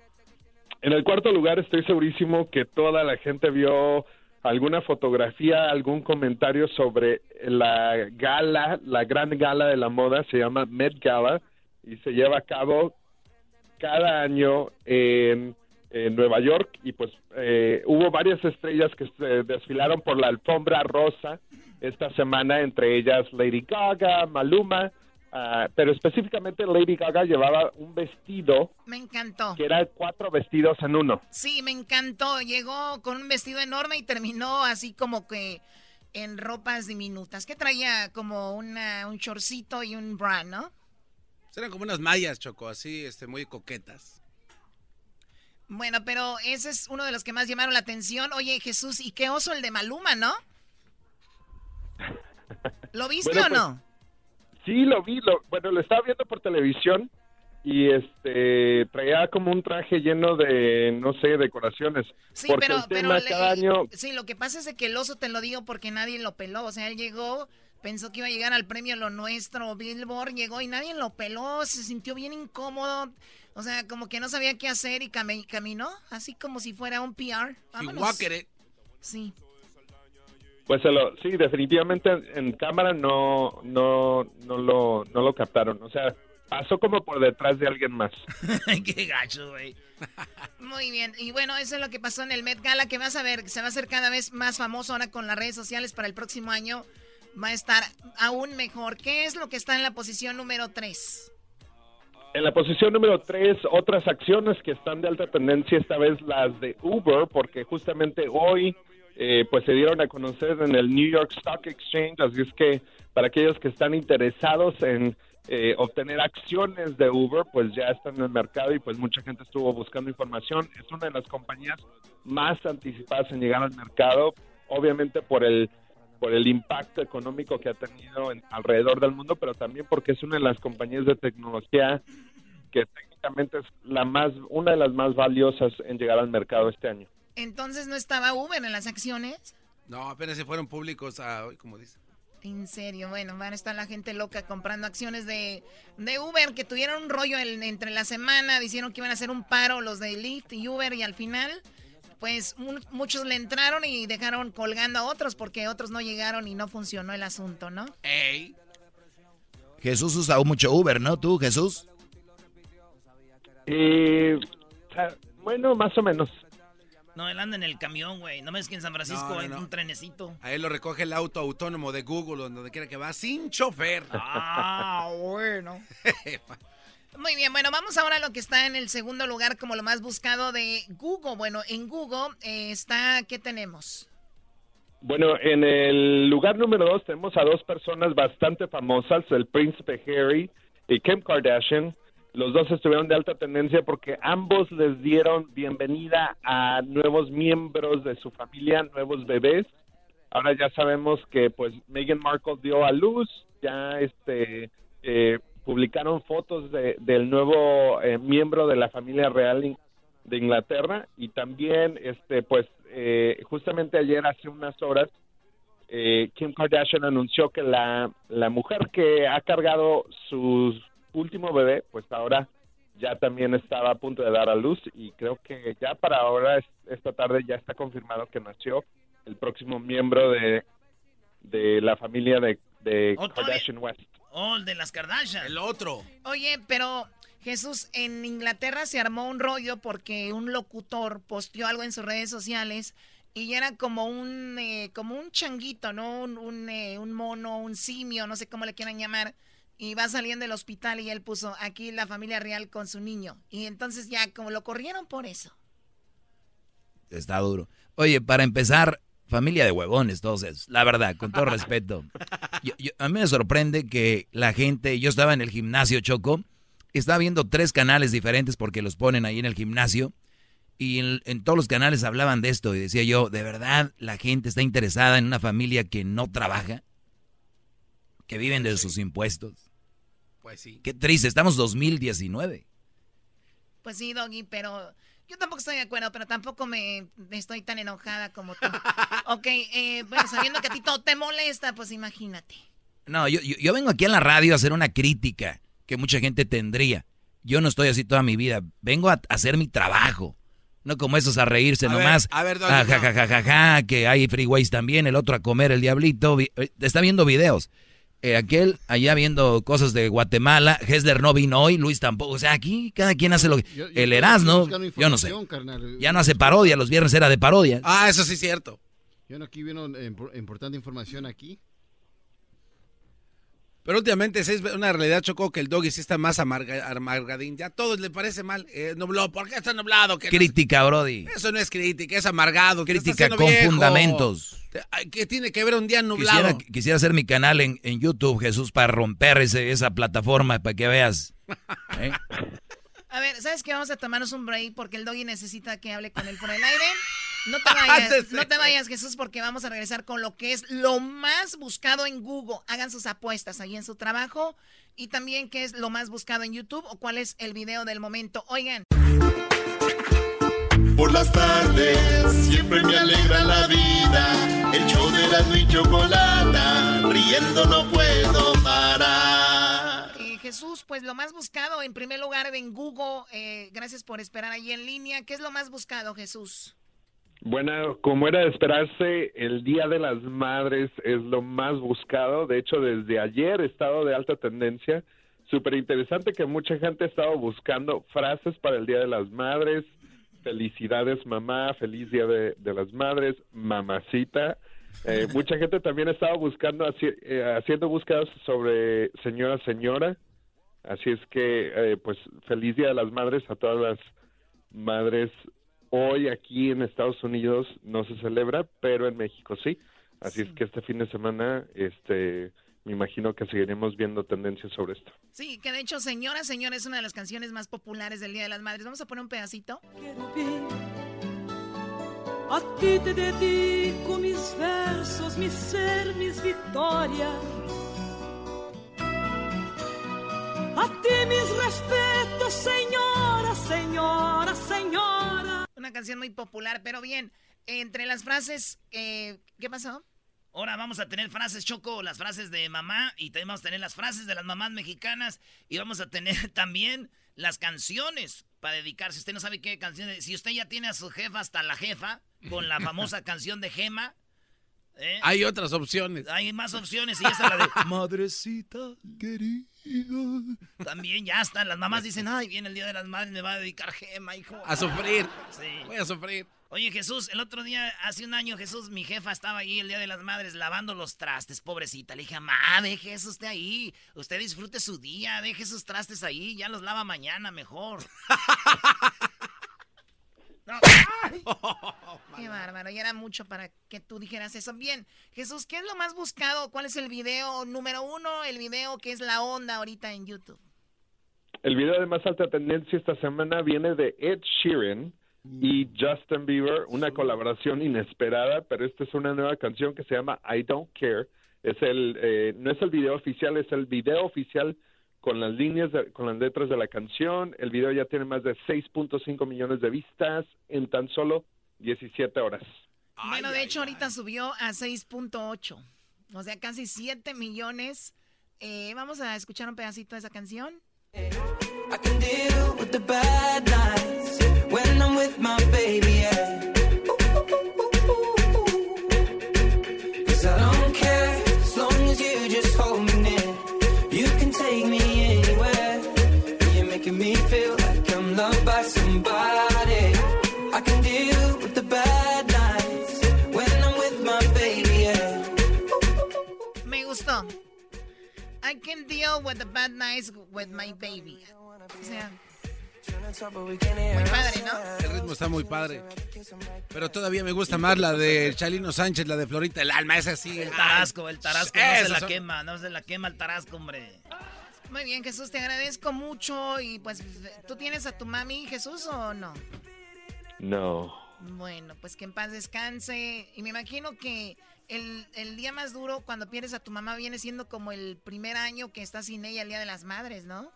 En el cuarto lugar estoy segurísimo que toda la gente vio alguna fotografía, algún comentario sobre la gala, la gran gala de la moda, se llama Met Gala, y se lleva a cabo cada año en Nueva York, y pues hubo varias estrellas que se desfilaron por la alfombra rosa esta semana, entre ellas Lady Gaga, Maluma, pero específicamente Lady Gaga llevaba un vestido. Me encantó. Que era 4 vestidos en uno. Sí, me encantó. Llegó con un vestido enorme y terminó así como que en ropas diminutas. Que traía como un shortcito y un bra, ¿no? Eran como unas mallas, Choco, así, muy coquetas. Bueno, pero ese es uno de los que más llamaron la atención. Oye, Jesús, ¿y qué oso el de Maluma, no? ¿Lo viste o no? Sí, lo vi. Lo estaba viendo por televisión y traía como un traje lleno de, no sé, decoraciones. Sí, porque cada año... Sí, lo que pasa es que el oso, te lo digo porque nadie lo peló. O sea, él llegó... Pensó que iba a llegar al premio Lo Nuestro, Billboard, llegó y nadie lo peló, se sintió bien incómodo, o sea, como que no sabía qué hacer y caminó, así como si fuera un PR. Vámonos. Sí. Pues sí, definitivamente en cámara no lo captaron, o sea, pasó como por detrás de alguien más. Qué gacho, güey. Muy bien, y bueno, eso es lo que pasó en el Met Gala, que vas a ver, se va a hacer cada vez más famoso ahora con las redes sociales para el próximo año. Va a estar aún mejor. ¿Qué es lo que está en la posición número 3? En la posición número 3, otras acciones que están de alta tendencia, esta vez las de Uber, porque justamente hoy pues se dieron a conocer en el New York Stock Exchange, así es que para aquellos que están interesados en obtener acciones de Uber, pues ya están en el mercado y pues mucha gente estuvo buscando información. Es una de las compañías más anticipadas en llegar al mercado, obviamente por el impacto económico que ha tenido alrededor del mundo, pero también porque es una de las compañías de tecnología que técnicamente es una de las más valiosas en llegar al mercado este año. ¿Entonces no estaba Uber en las acciones? No, apenas se fueron públicos hoy, como dicen. En serio, bueno, van a estar la gente loca comprando acciones de Uber, que tuvieron un rollo entre la semana, dijeron que iban a hacer un paro los de Lyft y Uber, y al final... Pues muchos le entraron y dejaron colgando a otros porque otros no llegaron y no funcionó el asunto, ¿no? ¡Ey! Jesús usa mucho Uber, ¿no? ¿Tú, Jesús? Bueno, más o menos. No, él anda en el camión, güey. No ves que en San Francisco hay un trenecito. A él lo recoge el auto autónomo de Google, donde quiera que va, sin chofer. Ah, bueno. Muy bien, bueno, vamos ahora a lo que está en el segundo lugar como lo más buscado de Google. Bueno, en Google ¿qué tenemos? Bueno, en el lugar número 2 tenemos a 2 personas bastante famosas, el príncipe Harry y Kim Kardashian. los dos estuvieron de alta tendencia porque ambos les dieron bienvenida a nuevos miembros de su familia, nuevos bebés. Ahora ya sabemos que pues Meghan Markle dio a luz, ya publicaron fotos del nuevo miembro de la familia real de Inglaterra, y también justamente ayer, hace unas horas, Kim Kardashian anunció que la mujer que ha cargado su último bebé, pues ahora ya también estaba a punto de dar a luz, y creo que ya para ahora, esta tarde, ya está confirmado que nació el próximo miembro de la familia de Kardashian West. Oh, el de las Kardashian. El otro. Oye, pero Jesús, en Inglaterra se armó un rollo porque un locutor posteó algo en sus redes sociales y era como un changuito, ¿no? Un mono, un simio, no sé cómo le quieran llamar, y va saliendo del hospital y él puso aquí la familia real con su niño. Y entonces ya como lo corrieron por eso. Está duro. Oye, para empezar, familia de huevones, todos esos. La verdad, con todo respeto. A mí me sorprende que la gente... Yo estaba en el gimnasio, Choco, estaba viendo 3 canales diferentes porque los ponen ahí en el gimnasio, y en todos los canales hablaban de esto, y decía yo, ¿de verdad la gente está interesada en una familia que no trabaja? ¿Que viven de sus impuestos? Pues sí. Qué triste, estamos 2019. Pues sí, Doggy, pero... Yo tampoco estoy de acuerdo, pero tampoco me estoy tan enojada como tú. Ok, bueno, sabiendo que a ti todo te molesta, pues imagínate. No, yo vengo aquí a la radio a hacer una crítica que mucha gente tendría. Yo no estoy así toda mi vida. Vengo a hacer mi trabajo. No como esos a reírse nomás. A ver, ja, que hay freeways también. El otro a comer el diablito. Está viendo videos. Aquel allá viendo cosas de Guatemala. Hessler no vino hoy, Luis tampoco. O sea, aquí cada quien hace lo que... El Erasmo, yo no sé. Carnal. Ya no hace parodia, los viernes era de parodia. Ah, eso sí es cierto. Yo aquí vino importante información aquí. Pero últimamente es una realidad, Choco, que el Doggy sí está más amargadín. Ya a todos le parece mal. Nublado, ¿por qué está nublado? Crítica, Brody. Eso no es crítica, es amargado. Crítica con fundamentos. ¿Qué tiene que ver un día nublado? Quisiera hacer mi canal en YouTube, Jesús, para romper esa plataforma, para que veas. ¿Eh? A ver, ¿sabes qué? Vamos a tomarnos un break porque el Doggy necesita que hable con él por el aire. No te vayas, Jesús, porque vamos a regresar con lo que es lo más buscado en Google. Hagan sus apuestas ahí en su trabajo. Y también qué es lo más buscado en YouTube o cuál es el video del momento. Oigan. Por las tardes siempre me alegra la vida. El show de Erasmo y Chocolata, riendo no puedo parar. Jesús, pues lo más buscado en primer lugar en Google. Gracias por esperar ahí en línea. ¿Qué es lo más buscado, Jesús? Bueno, como era de esperarse, el Día de las Madres es lo más buscado. De hecho, desde ayer he estado de alta tendencia. Súper interesante que mucha gente ha estado buscando frases para el Día de las Madres. Felicidades, mamá. Feliz Día de las Madres. Mamacita. Mucha gente también ha estado buscando, haciendo búsquedas sobre señora. Así es que, pues, feliz Día de las Madres a todas las madres. Hoy aquí en Estados Unidos no se celebra, pero en México sí. Así es que este fin de semana, me imagino que seguiremos viendo tendencias sobre esto. Sí, que de hecho, Señora es una de las canciones más populares del Día de las Madres. Vamos a poner un pedacito. A ti te dedico mis versos, mi ser, mis victorias. A ti mis respetos, señora. Una canción muy popular, pero bien, entre las frases, ¿qué pasó? Ahora vamos a tener frases, Choco, las frases de mamá, y también vamos a tener las frases de las mamás mexicanas, y vamos a tener también las canciones para dedicarse. Usted no sabe qué canciones, si usted ya tiene a su jefa hasta la jefa, con la famosa canción de Gema. Hay otras opciones. Hay más opciones, y esa es la de Madrecita querida. También ya está, las mamás dicen, ay, viene el Día de las Madres, me va a dedicar Gema, hijo. A sufrir. Sí. Voy a sufrir. Oye, Jesús, el otro día, hace un año, Jesús, mi jefa estaba ahí el Día de las Madres lavando los trastes, pobrecita. Le dije, mamá, deje eso usted ahí. Usted disfrute su día, deje esos trastes ahí, ya los lava mañana mejor. No. Qué bárbaro, y era mucho para que tú dijeras eso. Bien, Jesús, ¿qué es lo más buscado? ¿Cuál es el video número 1? El video que es la onda ahorita en YouTube. El video de más alta tendencia esta semana viene de Ed Sheeran y Justin Bieber, una colaboración inesperada, pero esta es una nueva canción que se llama I Don't Care. No es el video oficial, es el video oficial con las con las letras de la canción. El video ya tiene más de 6.5 millones de vistas en tan solo 17 horas. Bueno, de hecho ahorita subió a 6.8, o sea, casi 7 millones. Vamos a escuchar un pedacito de esa canción. I can deal with the bad nights when I'm with my baby, yeah. 'Cause I don't care as long as you just hold me near. You can take me anywhere. You're making me feel like I'm loved by somebody. I can deal with the bad nights when I'm with my baby, yeah. Me gustó. I can deal with the bad nights with my baby. O sea, muy padre, ¿no? El ritmo está muy padre. Pero todavía me gusta más la de Chalino Sánchez, la de Florita el Alma, esa sí. El Tarasco, no se la quema el Tarasco, hombre. Muy bien, Jesús, te agradezco mucho. Y pues, ¿tú tienes a tu mami, Jesús, o no? No. Bueno, pues que en paz descanse. Y me imagino que el día más duro cuando pierdes a tu mamá viene siendo como el primer año que estás sin ella, el Día de las Madres, ¿no?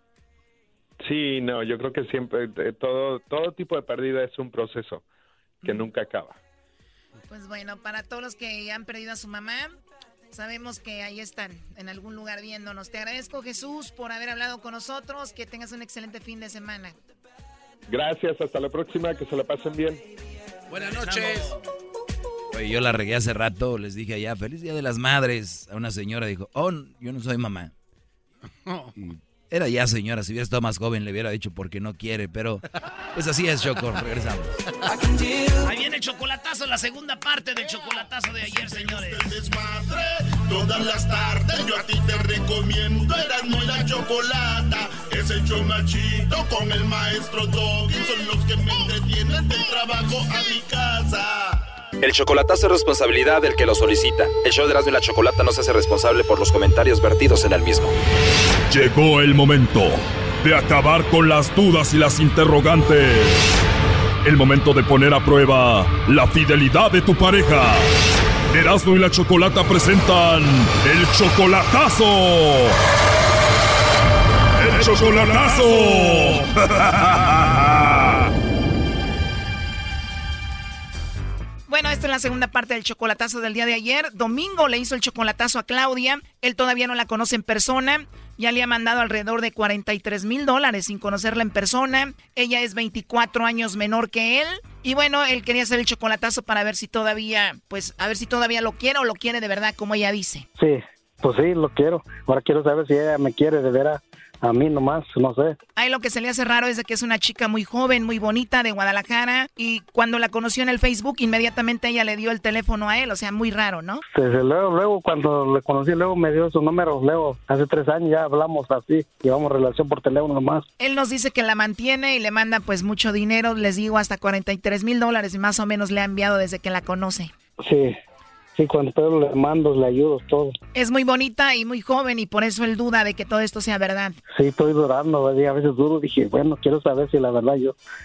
Sí, no, yo creo que siempre, todo tipo de pérdida es un proceso que nunca acaba. Pues bueno, para todos los que han perdido a su mamá, sabemos que ahí están, en algún lugar viéndonos. Te agradezco, Jesús, por haber hablado con nosotros. Que tengas un excelente fin de semana. Gracias, hasta la próxima, que se la pasen bien. Buenas noches. Oye, yo la regué hace rato, les dije allá, feliz Día de las Madres. A una señora dijo, yo no soy mamá. Y era ya señora, si hubiera estado más joven le hubiera dicho porque no quiere, pero pues así es, Choco, regresamos. Ahí viene el chocolatazo, la segunda parte del chocolatazo de ayer, señores. Todas las tardes yo a ti te recomiendo Erasmo y la Chocolata. Es el show más chido con el maestro Doggy. Son los que me entretienen del trabajo a mi casa. El chocolatazo es responsabilidad del que lo solicita. El show de Erasmo y la Chocolata no se hace responsable por los comentarios vertidos en el mismo. Llegó el momento de acabar con las dudas y las interrogantes. El momento de poner a prueba la fidelidad de tu pareja. Erasmo y la Chocolata presentan el chocolatazo. ¡El chocolatazo! Bueno, esta es la segunda parte del chocolatazo del día de ayer. Domingo le hizo el chocolatazo a Claudia. Él todavía no la conoce en persona. Ya le ha mandado alrededor de $43,000 sin conocerla en persona. Ella es 24 años menor que él. Y bueno, él quería hacer el chocolatazo para ver si todavía, lo quiere o lo quiere de verdad, como ella dice. Sí, pues sí, lo quiero. Ahora quiero saber si ella me quiere de veras. A mí nomás, no sé. Ahí lo que se le hace raro es de que es una chica muy joven, muy bonita, de Guadalajara. Y cuando la conoció en el Facebook, inmediatamente ella le dio el teléfono a él. O sea, muy raro, ¿no? Desde luego, cuando le conocí, luego me dio su número. Luego, hace 3 años ya hablamos así. Llevamos relación por teléfono nomás. Él nos dice que la mantiene y le manda pues mucho dinero. Les digo, hasta $43,000 y más o menos le ha enviado desde que la conoce. Sí. Sí, cuando puedo le mando, le ayudo, todo. Es muy bonita y muy joven y por eso él duda de que todo esto sea verdad. Sí, estoy dudando, a veces duro. Dije, bueno, quiero saber si la verdad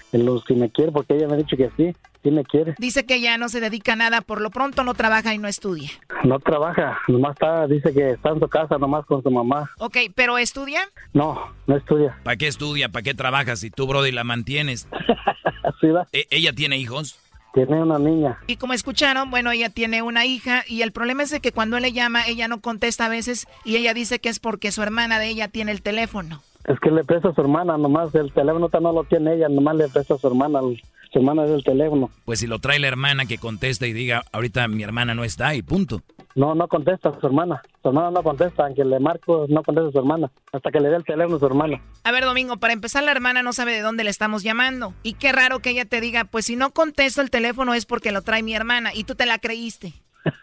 si me quiere, porque ella me ha dicho que sí me quiere. Dice que ella no se dedica a nada, por lo pronto no trabaja y no estudia. No trabaja, nomás dice que está en su casa nomás con su mamá. Ok, ¿pero estudia? No estudia. ¿Para qué estudia? ¿Para qué trabajas si tú, brody, la mantienes? ¿Sí, va? ¿Ella tiene hijos? Tiene una niña. Y como escucharon, bueno, ella tiene una hija y el problema es de que cuando él le llama, ella no contesta a veces y ella dice que es porque su hermana de ella tiene el teléfono. Es que le presta a su hermana, nomás el teléfono no lo tiene ella, nomás le presta a su hermana es el teléfono. Pues si lo trae la hermana que contesta y diga, ahorita mi hermana no está y punto. No contesta a su hermana no contesta, aunque le marco, no contesta a su hermana, hasta que le dé el teléfono a su hermana. A ver, Domingo, para empezar la hermana no sabe de dónde le estamos llamando, y qué raro que ella te diga, pues si no contesto el teléfono es porque lo trae mi hermana, y tú te la creíste.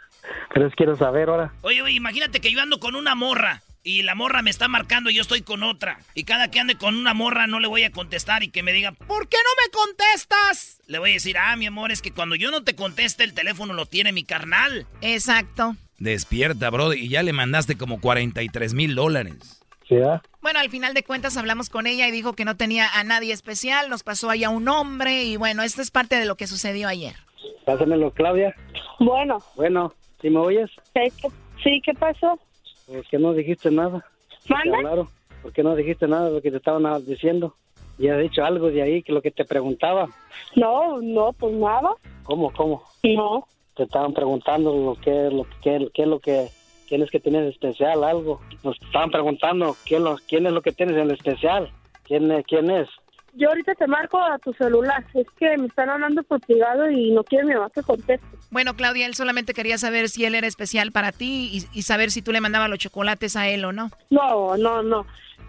Pero quiero saber ahora. Oye, imagínate que yo ando con una morra, y la morra me está marcando y yo estoy con otra, y cada que ande con una morra no le voy a contestar y que me diga, ¿por qué no me contestas? Le voy a decir, mi amor, es que cuando yo no te conteste el teléfono lo tiene mi carnal. Exacto. Despierta, bro, y ya le mandaste como $43,000. Sí, ¿verdad? Bueno, al final de cuentas hablamos con ella y dijo que no tenía a nadie especial, nos pasó ahí a un hombre y bueno, esto es parte de lo que sucedió ayer. Pásamelo, Claudia. Bueno. Bueno, ¿sí me oyes? Sí, ¿qué pasó? ¿Por qué no dijiste nada? ¿Manda? Claro, ¿por qué no dijiste nada de lo que te estaban diciendo? ¿Y has dicho algo de ahí que lo que te preguntaba? No, pues nada. ¿Cómo? No. Te estaban preguntando qué es lo que tienes que tener especial, algo. Nos estaban preguntando quién es lo que tienes en especial. ¿Quién es? Yo ahorita te marco a tu celular. Es que me están hablando por privado y no quiero mi mamá que conteste. Bueno, Claudia, él solamente quería saber si él era especial para ti y saber si tú le mandabas los chocolates a él o no. No. No.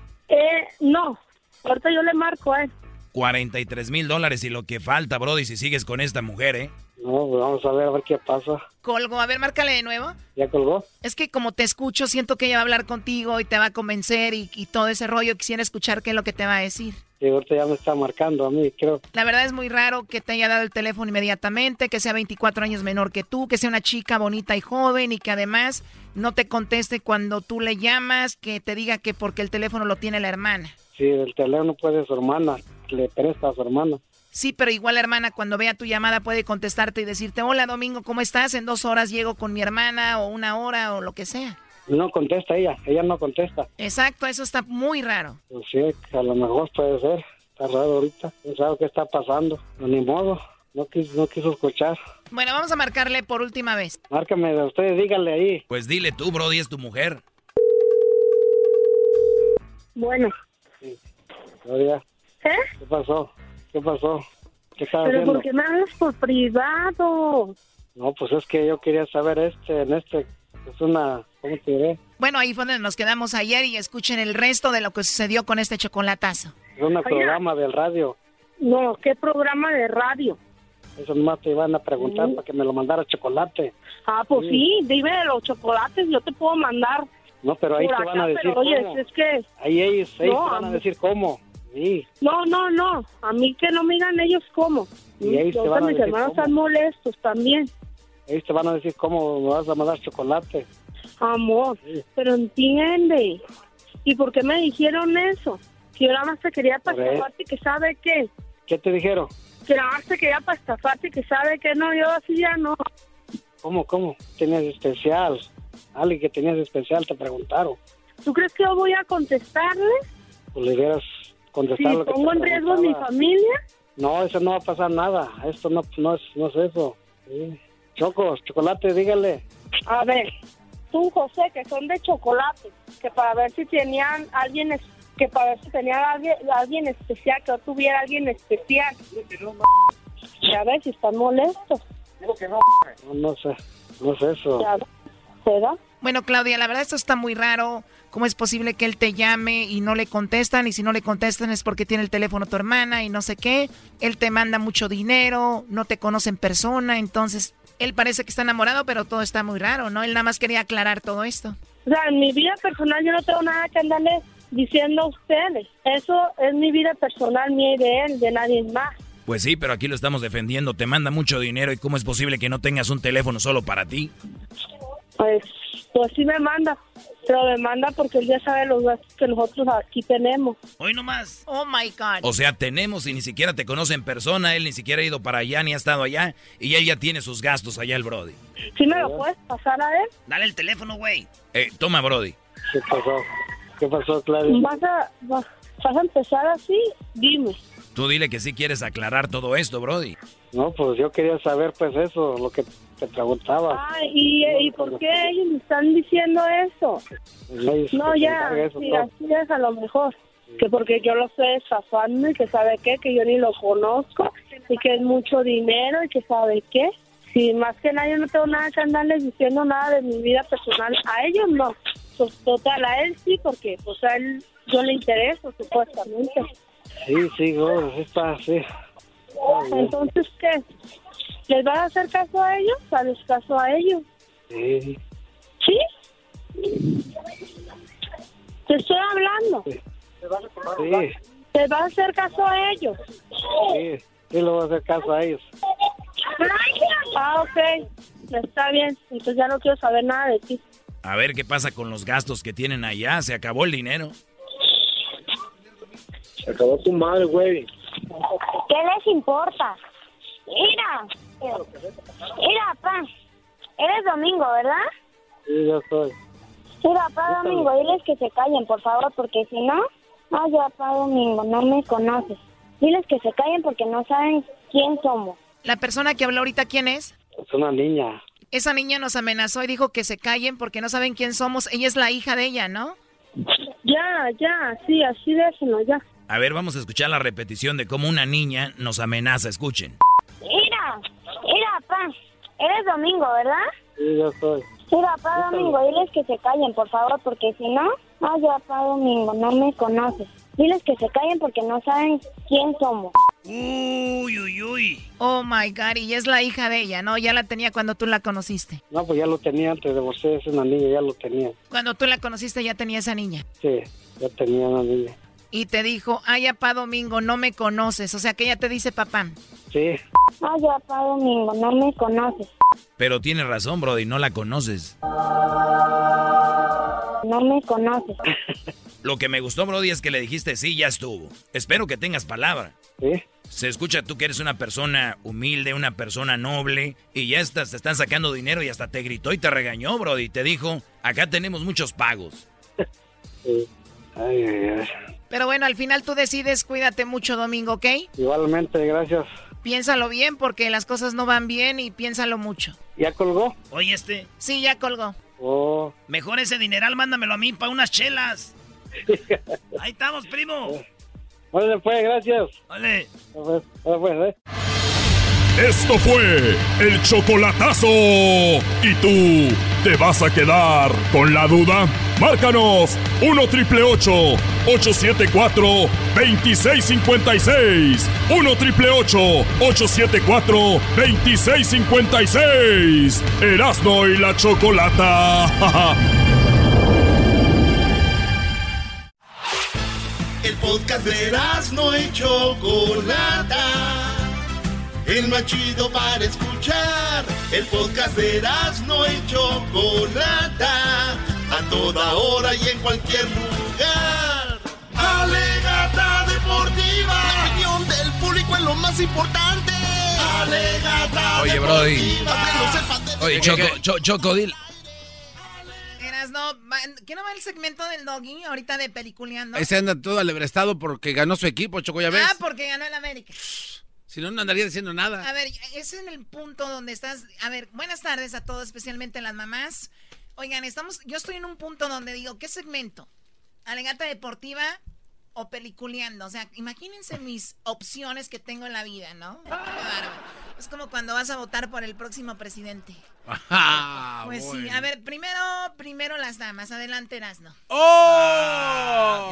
Ahorita yo le marco a él. $43,000 y lo que falta, Brody, si sigues con esta mujer, ¿eh? No, pues vamos a ver qué pasa. Colgó, a ver, márcale de nuevo. ¿Ya colgó? Es que como te escucho, siento que ella va a hablar contigo y te va a convencer y todo ese rollo. Quisiera escuchar qué es lo que te va a decir. Sí, ahorita ya me está marcando a mí, creo. La verdad es muy raro que te haya dado el teléfono inmediatamente, que sea 24 años menor que tú, que sea una chica bonita y joven y que además no te conteste cuando tú le llamas, que te diga que porque el teléfono lo tiene la hermana. Sí, el teléfono puede su hermana, le presta a su hermana. Sí, pero igual la hermana cuando vea tu llamada puede contestarte y decirte, hola Domingo, ¿cómo estás? En 2 horas llego con mi hermana o 1 hora o lo que sea. No contesta ella no contesta. Exacto, eso está muy raro. Pues sí, a lo mejor puede ser, está raro ahorita, no sabe qué está pasando, no, ni modo, no quiso escuchar. Bueno, vamos a marcarle por última vez. Márcame de ustedes, díganle ahí. Pues dile tú, Brody, es tu mujer. Bueno. Sí. Claudia. ¿Qué pasó? ¿Qué estás haciendo? ¿Pero por qué me hablas por privado? No, pues es que yo quería saber es una, ¿cómo te diré? Bueno, ahí fue donde nos quedamos ayer y escuchen el resto de lo que sucedió con este chocolatazo. Es un programa del radio. No, ¿qué programa de radio? Eso nomás te iban a preguntar para que me lo mandara chocolate. Ah, pues sí, dime de los chocolates, yo te puedo mandar. No, pero ahí te van a decir cómo. Oye, es que... Ahí ellos te van a decir cómo. Sí. No, a mí que no me digan ellos cómo. Y ahí te van a mis decir hermanos cómo. están molestos también. Ellos te van a decir cómo me vas a mandar chocolate. Amor, sí. Pero entiende. ¿Y por qué me dijeron eso? Que yo nada más te quería para estafarte y que sabe qué. ¿Qué te dijeron? Que nada más te quería para estafarte y que sabe que no, yo así ya no. ¿Cómo? Tenías especial. Alguien que tenías especial te preguntaron. ¿Tú crees que yo voy a contestarle? Pues le dieras contestar lo que te pongo en riesgo mi familia. No, eso no va a pasar nada. Esto no es eso. Sí. Chocolate, dígale. A ver, tú, José, que son de chocolate, que para ver si tenían alguien especial, que no tuviera alguien especial. Ya ves, si están molestos. Digo que no. No sé eso. ¿Verdad? Bueno, Claudia, la verdad esto está muy raro. ¿Cómo es posible que él te llame y no le contestan? Y si no le contestan es porque tiene el teléfono tu hermana y no sé qué. Él te manda mucho dinero, no te conoce en persona, entonces él parece que está enamorado, pero todo está muy raro, ¿no? Él nada más quería aclarar todo esto. O sea, en mi vida personal yo no tengo nada que andarle diciendo a ustedes. Eso es mi vida personal, mía y de él, de nadie más. Pues sí, pero aquí lo estamos defendiendo. Te manda mucho dinero y ¿cómo es posible que no tengas un teléfono solo para ti? Pues sí me manda, pero me manda porque él ya sabe los gastos que nosotros aquí tenemos. Hoy nomás. Oh my God. O sea, tenemos y ni siquiera te conoce en persona, él ni siquiera ha ido para allá ni ha estado allá y él ya tiene sus gastos allá el Brody. ¿Sí me lo puedes pasar a él? Dale el teléfono, güey. Toma, Brody. ¿Qué pasó, Claudia? ¿Vas a empezar así? Dime. Tú dile que sí quieres aclarar todo esto, Brody. No, pues yo quería saber pues eso, lo que te preguntaba. ¿Y por qué ellos me están diciendo eso? No, ya, sí, así es a lo mejor. Que porque yo lo estoy estafando y que sabe qué, que yo ni lo conozco y que es mucho dinero y que sabe qué. Si más que nada yo no tengo nada que andarles diciendo nada de mi vida personal. A ellos no. Pues total, a él sí, porque pues a él yo le intereso supuestamente. Sí, gordo, está así. Entonces, ¿qué? ¿Les vas a hacer caso a ellos? ¿Haces caso a ellos? Sí. ¿Sí? Te estoy hablando. Sí. ¿Les vas a hacer caso a ellos? Sí, le voy a hacer caso a ellos. Ok. Está bien. Entonces ya no quiero saber nada de ti. A ver qué pasa con los gastos que tienen allá. ¿Se acabó el dinero? Se acabó tu madre, güey. ¿Qué les importa? Mira, papá. Eres Domingo, ¿verdad? Sí, yo soy. Mira, papá Domingo, diles que se callen, por favor, porque si no... No, ya, papá Domingo, no me conoces. Diles que se callen porque no saben quién somos. ¿La persona que habló ahorita quién es? Es una niña. Esa niña nos amenazó y dijo que se callen porque no saben quién somos. Ella es la hija de ella, ¿no? Ya, sí, así déjenlo, ya. A ver, vamos a escuchar la repetición de cómo una niña nos amenaza. Escuchen. Mira, papá. Eres Domingo, ¿verdad? Sí, yo soy. Mira, papá Domingo, diles que se callen, por favor, porque si no... No, ya, papá Domingo, no me conoces. Diles que se callen porque no saben quién somos. Uy. Oh, my God, y es la hija de ella, ¿no? Ya la tenía cuando tú la conociste. No, pues ya lo tenía antes de usted, es una niña, ya lo tenía. Cuando tú la conociste ya tenía esa niña. Sí, ya tenía una niña. Y te dijo, ay, papá Domingo, no me conoces. O sea, que ella te dice papá. Sí. No, ya, papá Domingo, no me conoces. Pero tienes razón, Brody, no la conoces. No me conoces. Lo que me gustó, Brody, es que le dijiste sí, ya estuvo. Espero que tengas palabra. ¿Sí? Se escucha tú que eres una persona humilde, una persona noble, y ya te están sacando dinero y hasta te gritó y te regañó, Brody. Y te dijo, acá tenemos muchos pagos. Sí. Ay. Pero bueno, al final tú decides, cuídate mucho, Domingo, ¿ok? Igualmente, gracias. Piénsalo bien porque las cosas no van bien y piénsalo mucho. ¿Ya colgó? Oye, Sí, ya colgó. Oh. Mejor ese dineral, mándamelo a mí para unas chelas. Ahí estamos, primo. Vale, pues, gracias. Vale. Pues, Esto fue el chocolatazo. ¿Y tú te vas a quedar con la duda? Márcanos 1-888-874-2656. 1-888-874-2656. Erasno y la Chocolata. El podcast de Erasno y Chocolata, el más chido para escuchar. El podcast de Erasno y Chocolata, a toda hora y en cualquier lugar. Alegata deportiva, la opinión del público es lo más importante. Alegata Oye, Brody. Oye, Choco, dile. No, ¿qué no va el segmento del Doggy ahorita de peliculeando? Ese anda todo alebrestado porque ganó su equipo, Choco, ya ves. Ah, porque ganó el América. Si no, no andaría diciendo nada. A ver, es en el punto donde estás. A ver, buenas tardes a todos, especialmente a las mamás. Oigan, yo estoy en un punto donde digo, ¿qué segmento? ¿Alegata deportiva o peliculeando? O sea, imagínense mis opciones que tengo en la vida, ¿no? Claro. Es como cuando vas a votar por el próximo presidente. Pues bueno. Sí, a ver, primero las damas. Adelante, Erasno. ¡Oh!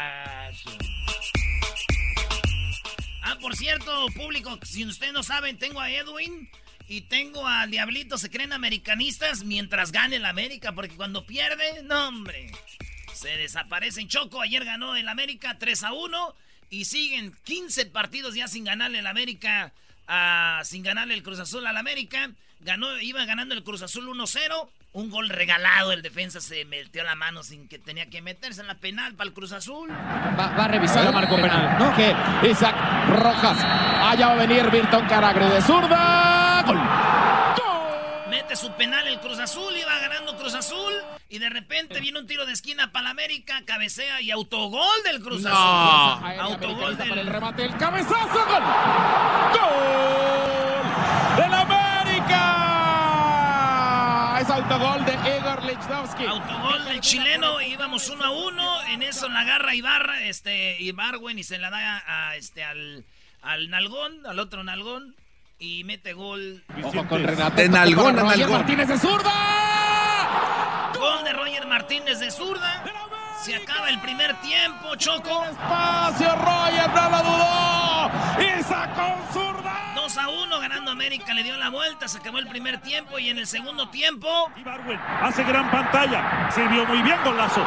Por cierto, público, si ustedes no saben, tengo a Edwin y tengo al Diablito. Se creen americanistas mientras gane el América, porque cuando pierde, no, hombre, se desaparecen. Choco, ayer ganó el América 3-1 y siguen 15 partidos ya sin ganarle el América, sin ganarle el Cruz Azul al América. Iba ganando el Cruz Azul 1-0. Un gol regalado, el defensa se metió la mano sin que tenía que meterse en la penal para el Cruz Azul. Va a revisar la marco penal, ¿no? Que Isaac Rojas. Allá va a venir Milton Caragre de zurda. ¡Gol! Mete su penal el Cruz Azul, iba ganando Cruz Azul y de repente viene un tiro de esquina para la América, cabecea y autogol del Cruz Azul. Autogol del... Para el remate, el cabezazo, gol. ¡Gol! ¡Del América! Es autogol de Igor Lichnowsky. Autogol del chileno, íbamos 1-1, en eso la agarra Ibarra, Ibargüen, y se la da al nalgón, al otro nalgón. Y mete gol. Ojo con Renato. De nalgón a nalgón. Martínez de zurda. Gol de Roger Martínez de zurda. Se acaba el primer tiempo, Choco. Espacio, Roger no lo dudó. Y sacó zurda. 2-1 ganando América, le dio la vuelta, se acabó el primer tiempo y en el segundo tiempo. Ibargüen hace gran pantalla. Sirvió muy bien, golazo.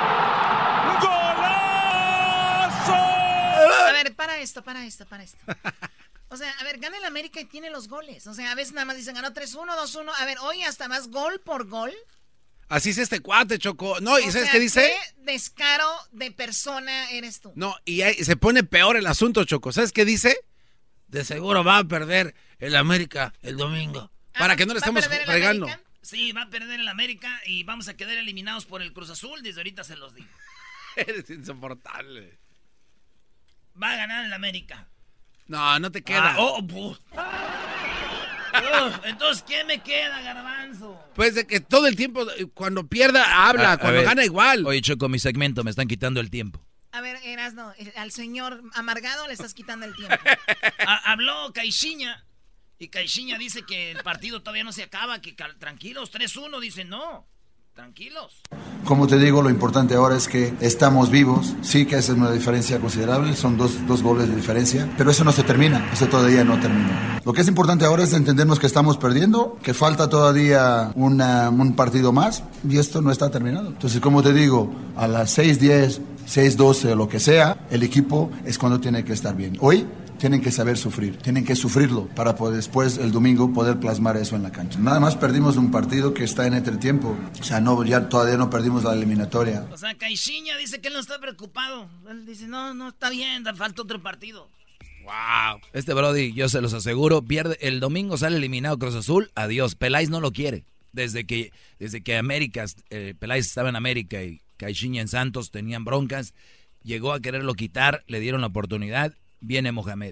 ¡Golazo! A ver, para esto. O sea, a ver, gana el América y tiene los goles. O sea, a veces nada más dicen ganó 3-1, 2-1. A ver, hoy hasta más gol por gol. Así es este cuate, Choco. No, ¿y sabes qué dice? ¿Qué descaro de persona eres tú? No, y ahí se pone peor el asunto, Choco. ¿Sabes qué dice? De seguro va a perder el América el domingo. Para que no le estemos fregando. Sí, va a perder el América y vamos a quedar eliminados por el Cruz Azul. Desde ahorita se los digo. Eres insoportable. Va a ganar el América. No te queda. Entonces, ¿qué me queda, Garbanzo? Pues de que todo el tiempo, cuando pierda, habla. Cuando gana, igual. Oye, Choco, mi segmento, me están quitando el tiempo. A ver, Erasno, al señor amargado le estás quitando el tiempo. Habló Caixinha. Y Caixinha dice que el partido todavía no se acaba, que tranquilos, 3-1. Dice, no, tranquilos. Como te digo, lo importante ahora es que estamos vivos. Sí que esa es una diferencia considerable, son dos goles de diferencia, pero eso no se termina, eso todavía no termina. Lo que es importante ahora es entendernos que estamos perdiendo, que falta todavía un partido más y esto no está terminado. Entonces, como te digo, a las 6:10, 6:12 o lo que sea, el equipo es cuando tiene que estar bien. Hoy tienen que saber sufrir, tienen que sufrirlo para poder después el domingo poder plasmar eso en la cancha. Nada más perdimos un partido que está en entretiempo, o sea, todavía no perdimos la eliminatoria. O sea, Caixinha dice que él no está preocupado, él dice, no, está bien, falta otro partido. Wow. Este Brody, yo se los aseguro, pierde, el domingo sale eliminado Cruz Azul, adiós, Peláez no lo quiere. Desde que América, Peláez estaba en América y Caixinha en Santos tenían llegó a quererlo quitar, le dieron la oportunidad. Viene Mohamed.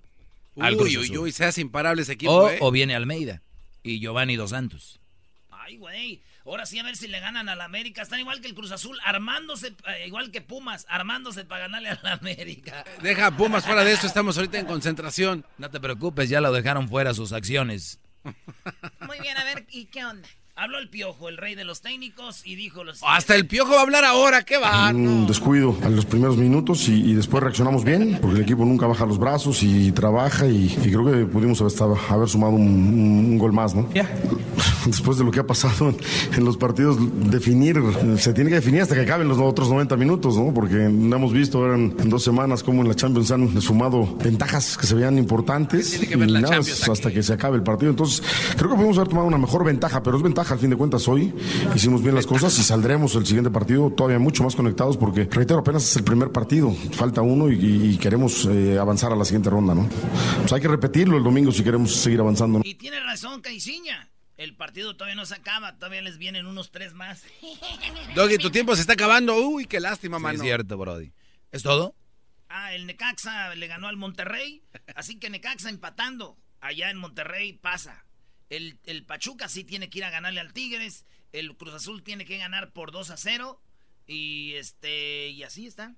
Uy, seas imparable ese equipo, o viene Almeida y Giovanni Dos Santos. Ay, güey. Ahora sí a ver si le ganan al América. Están igual que el Cruz Azul, armándose, igual que Pumas, armándose para ganarle al América. Deja a Pumas fuera de esto, estamos ahorita en concentración. No te preocupes, ya lo dejaron fuera sus acciones. Muy bien, a ver, ¿y qué onda? Habló el Piojo, el rey de los técnicos, y dijo los... Hasta el Piojo va a hablar ahora, ¿qué va? Un descuido en los primeros minutos y después reaccionamos bien, porque el equipo nunca baja los brazos y trabaja y creo que pudimos haber sumado un gol más, ¿no? Después de lo que ha pasado en los partidos, se tiene que definir hasta que acaben los otros 90 minutos, ¿no? Porque no hemos visto en 2 semanas cómo en la Champions han sumado ventajas que se veían importantes y nada, hasta que se acabe el partido. Entonces, creo que podemos haber tomado una mejor ventaja, pero es ventaja al fin de cuentas hoy. Hicimos bien las cosas y saldremos el siguiente partido todavía mucho más conectados porque, reitero, apenas es el primer partido, falta uno y queremos avanzar a la siguiente ronda, ¿no? Pues hay que repetirlo el domingo si queremos seguir avanzando, ¿no? Y tiene razón Caixinha. El partido todavía no se acaba, todavía les vienen unos 3 más. Doggy, tu tiempo se está acabando. Uy, qué lástima, mano. Es cierto, Brody. ¿Es todo? El Necaxa le ganó al Monterrey, así que Necaxa empatando allá en Monterrey pasa. El Pachuca sí tiene que ir a ganarle al Tigres, el Cruz Azul tiene que ganar por 2-0 y así está.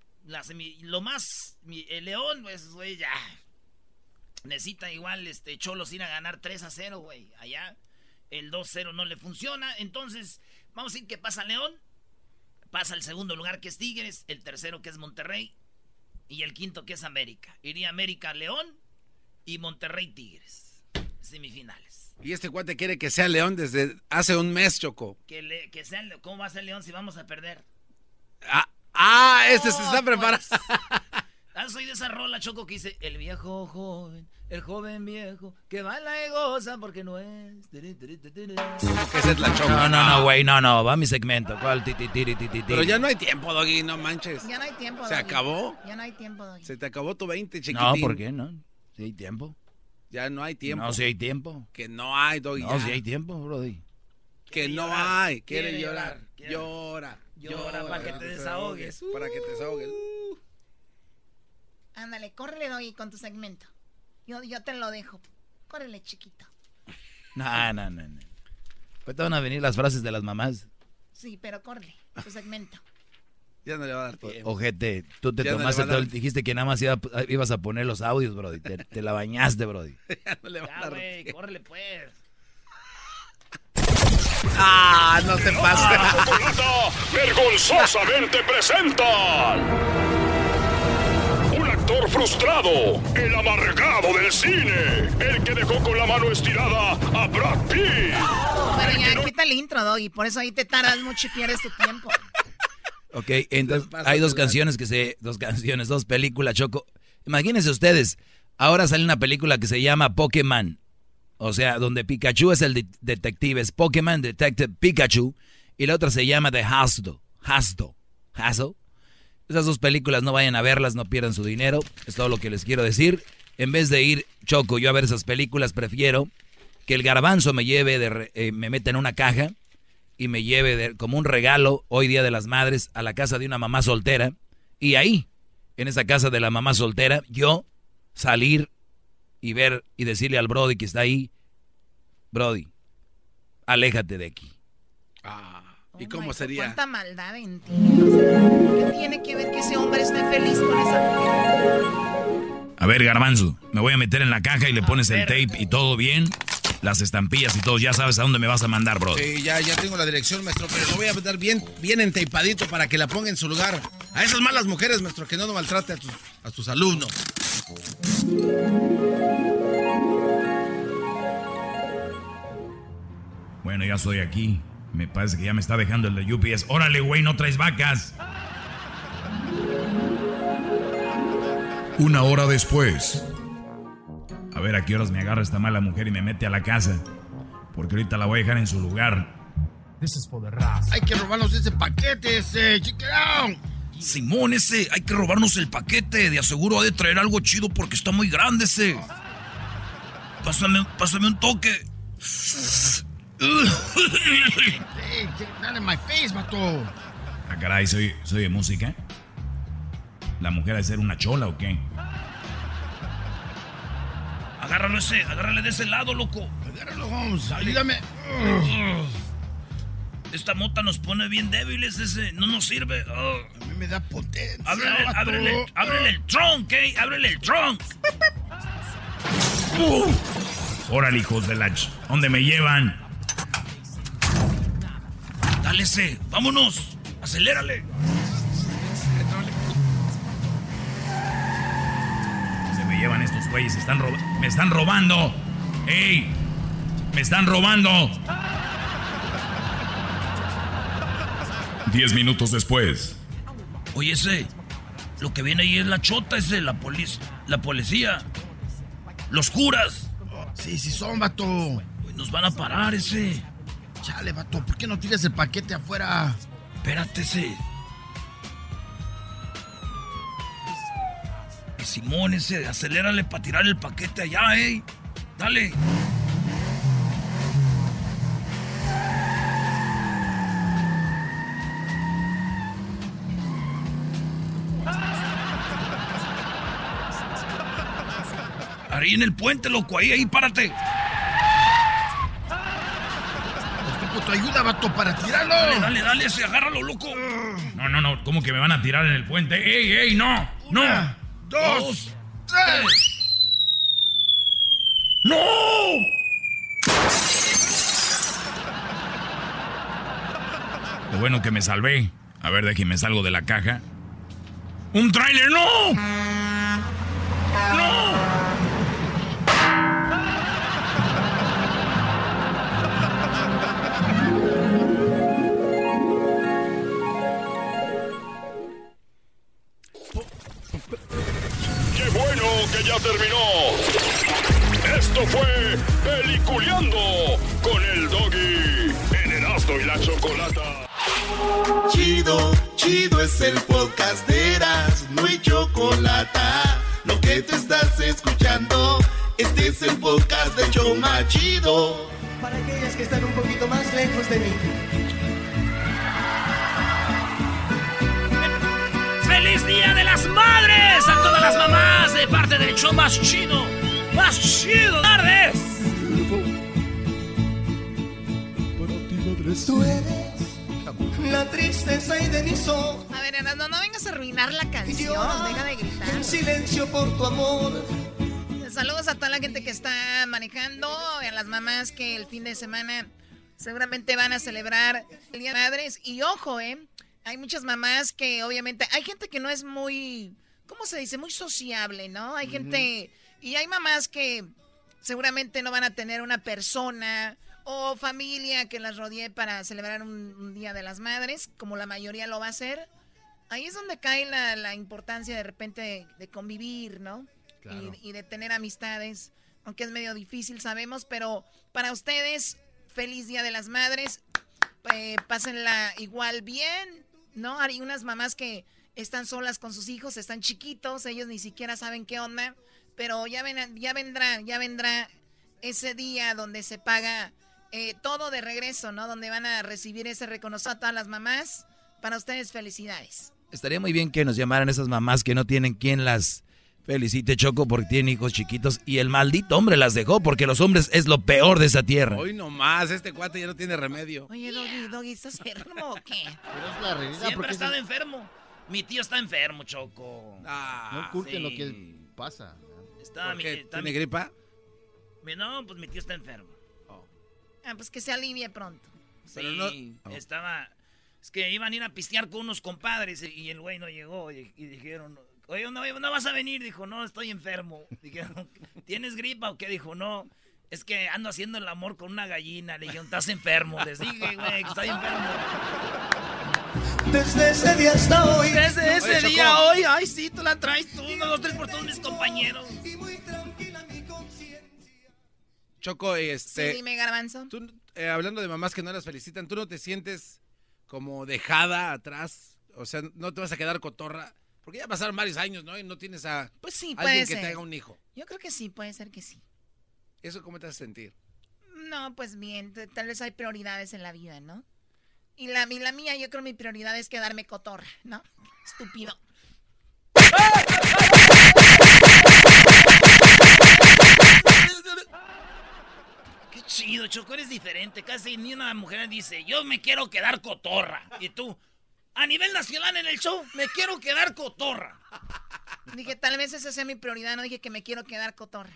El León, pues, güey, ya necesita igual Cholos ir a ganar 3-0, güey, allá. El 2-0 no le funciona, entonces vamos a decir que pasa León, pasa el segundo lugar que es Tigres, el tercero que es Monterrey y el quinto que es América. Iría América León y Monterrey Tigres, semifinales. Y este cuate quiere que sea León desde hace un mes, Choco. Que sea, ¿cómo va a ser León si vamos a perder? Se está preparando. Soy de esa rola, Choco, que dice, el viejo joven, el joven viejo, que baila y goza porque no es... Que es la Choco. No, güey, no, va mi segmento. ¿Cuál? Pero ya no hay tiempo, Doggy, no manches. Ya no hay tiempo, Doggy. ¿Se acabó? Ya no hay tiempo, Doggy. Se te acabó tu 20, chiquitín. No, ¿por qué no? Sí hay tiempo. Ya no hay tiempo. No, sí hay tiempo. Que no hay, Doggy. No, sí hay tiempo, Brody. Que no hay. Quiere llorar. Llora para que te desahogues. Para que te desahogues. Ándale, córrele, Doggy, con tu segmento. Yo te lo dejo. Córrele, chiquito. No. Pues te van a venir las frases de las mamás. Sí, pero córrele, tu segmento. Ya no le va a dar tiempo. Ojete, tú te tomaste todo, dijiste que nada más ibas a poner los audios, Brody. Te la bañaste, Brody. Ya no le va a dar tiempo. Córrele, pues. No te pases. Vergonzosamente presenta un actor frustrado, el amargado del cine, el que dejó con la mano estirada a Brad Pitt. Bueno, ya quita el intro, Doggy, por eso ahí te tardas mucho y pierdes tu tiempo. Ok, entonces hay dos películas, Choco. Imagínense ustedes, ahora sale una película que se llama Pokémon. O sea, donde Pikachu es el detective, es Pokémon Detective Pikachu. Y la otra se llama The Hustle. Esas dos películas no vayan a verlas, no pierdan su dinero. Es todo lo que les quiero decir. En vez de ir, Choco, yo a ver esas películas, prefiero que el Garbanzo me lleve, me meta en una caja y me lleve como un regalo hoy Día de las Madres a la casa de una mamá soltera. Y ahí, en esa casa de la mamá soltera, yo salir y ver y decirle al Brody que está ahí, Brody, aléjate de aquí. ¿Y cómo sería? Cuánta maldad en ti. ¿Qué tiene que ver que ese hombre esté feliz con esa mujer? A ver, Garbanzo, me voy a meter en la caja y le pones el tape y todo bien, las estampillas y todo, ya sabes a dónde me vas a mandar, bro. Sí, ya tengo la dirección, maestro, pero lo voy a meter bien enteipadito para que la ponga en su lugar. A esas malas mujeres, maestro, que no maltrate a sus alumnos. Bueno, ya estoy aquí. Me parece que ya me está dejando el de UPS. ¡Órale, güey, no traes vacas! 1 hora después. A ver a qué horas me agarra esta mala mujer y me mete a la casa. Porque ahorita la voy a dejar en su lugar. Hay que robarnos ese paquete, chiquerón. Simón, hay que robarnos el paquete. De aseguro ha de traer algo chido porque está muy grande ese. Pásame un toque. Hey, dale my face, vato. Ah, caray, ¿soy de música? ¿La mujer ha de ser una chola o qué? Agárrale de ese lado, loco. Agárralo, Holmes, ayúdame. Esta mota nos pone bien débiles, no nos sirve. A mí me da potencia. Ábrele el trunk, ábrele el trunk. Órale, hijos de la ¿dónde me llevan? Dale vámonos, acelérale. Se me llevan estos güeyes, me están robando. ¡Ey! ¡Me están robando! 10 minutos después. Oye, lo que viene ahí es la chota, la policía. Los curas. Sí, son, vato. Nos van a parar, Chale, vato, ¿por qué no tiras el paquete afuera? Espérate, Simón, acelérale para tirar el paquete allá, Dale. Ahí en el puente, loco, ahí, párate. Tu ayuda, vato, para tirarlo. Dale, agárralo, loco. No, ¿cómo que me van a tirar en el puente? ¡Ey, no! Una, dos, tres. ¡No! Lo bueno que me salvé. A ver, déjame salgo de la caja. ¡Un tráiler! ¡No! ¡No! ¡Qué bueno que ya terminó! Esto fue Peliculeando con el Doggy en Erasmo y la Chocolata. Chido es el podcast de Erasmo y Chocolata. Lo que te estás escuchando, este es el podcast de Choma Chido. Para aquellas que están un poquito más lejos de mí. ¡Feliz Día de las Madres! A todas las mamás de parte del show más chido. ¡Más chido! ¡Tardes! Tú eres la tristeza y de mis ojos. A ver, no vengas a arruinar la canción. Deja de gritar. En silencio por tu amor. Saludos a toda la gente que está manejando, a las mamás que el fin de semana seguramente van a celebrar el Día de Madres. Y ojo, hay muchas mamás que obviamente, hay gente que no es muy, ¿cómo se dice? Muy sociable, ¿no? Hay gente, y hay mamás que seguramente no van a tener una persona o familia que las rodee para celebrar un Día de las Madres, como la mayoría lo va a hacer. Ahí es donde cae la importancia de repente de convivir, ¿no? Claro. Y de tener amistades, aunque es medio difícil, sabemos, pero para ustedes, feliz Día de las Madres. pásenla igual bien, ¿no? Hay unas mamás que están solas con sus hijos, están chiquitos, ellos ni siquiera saben qué onda, pero ya vendrá ese día donde se paga todo de regreso, ¿no? Donde van a recibir ese reconocimiento a todas las mamás. Para ustedes, felicidades. Estaría muy bien que nos llamaran esas mamás que no tienen quien las felicite, Choco, porque tienen hijos chiquitos y el maldito hombre las dejó, porque los hombres es lo peor de esa tierra. Hoy nomás, este cuate ya no tiene remedio. Oye, Doggy, ¿estás enfermo o qué? Pero es la realidad. Siempre ha estado enfermo. Mi tío está enfermo, Choco. No oculten lo que pasa. ¿Tiene gripa? No, pues mi tío está enfermo. Pues que se alivie pronto. Sí, estaba... Es que iban a ir a pistear con unos compadres y el güey no llegó y dijeron, oye, no vas a venir. Dijo, no, estoy enfermo. Dijeron, ¿tienes gripa o qué? Dijo, no, es que ando haciendo el amor con una gallina. Le dijeron, estás enfermo. Les dije, güey, que estoy enfermo. Desde ese día hasta hoy. Desde ese día hoy. Ay, sí, tú la traes tú. 1, 2, 3 por todos mis compañeros. Choco, Sí, dime, Garbanzo. Tú, hablando de mamás que no las felicitan, ¿tú no te sientes como dejada atrás? O sea, ¿no te vas a quedar cotorra? Porque ya pasaron varios años, ¿no? Y no tienes a pues sí, alguien que te haga un hijo. Yo creo que sí, puede ser que sí. ¿Eso cómo te hace sentir? No, pues bien, tal vez hay prioridades en la vida, ¿no? Y la mía, yo creo mi prioridad es quedarme cotorra, ¿no? Estúpido. Qué chido, Choco, eres diferente. Casi ni una mujer dice, yo me quiero quedar cotorra. Y tú, a nivel nacional en el show, me quiero quedar cotorra. Dije, tal vez esa sea mi prioridad, no dije que me quiero quedar cotorra.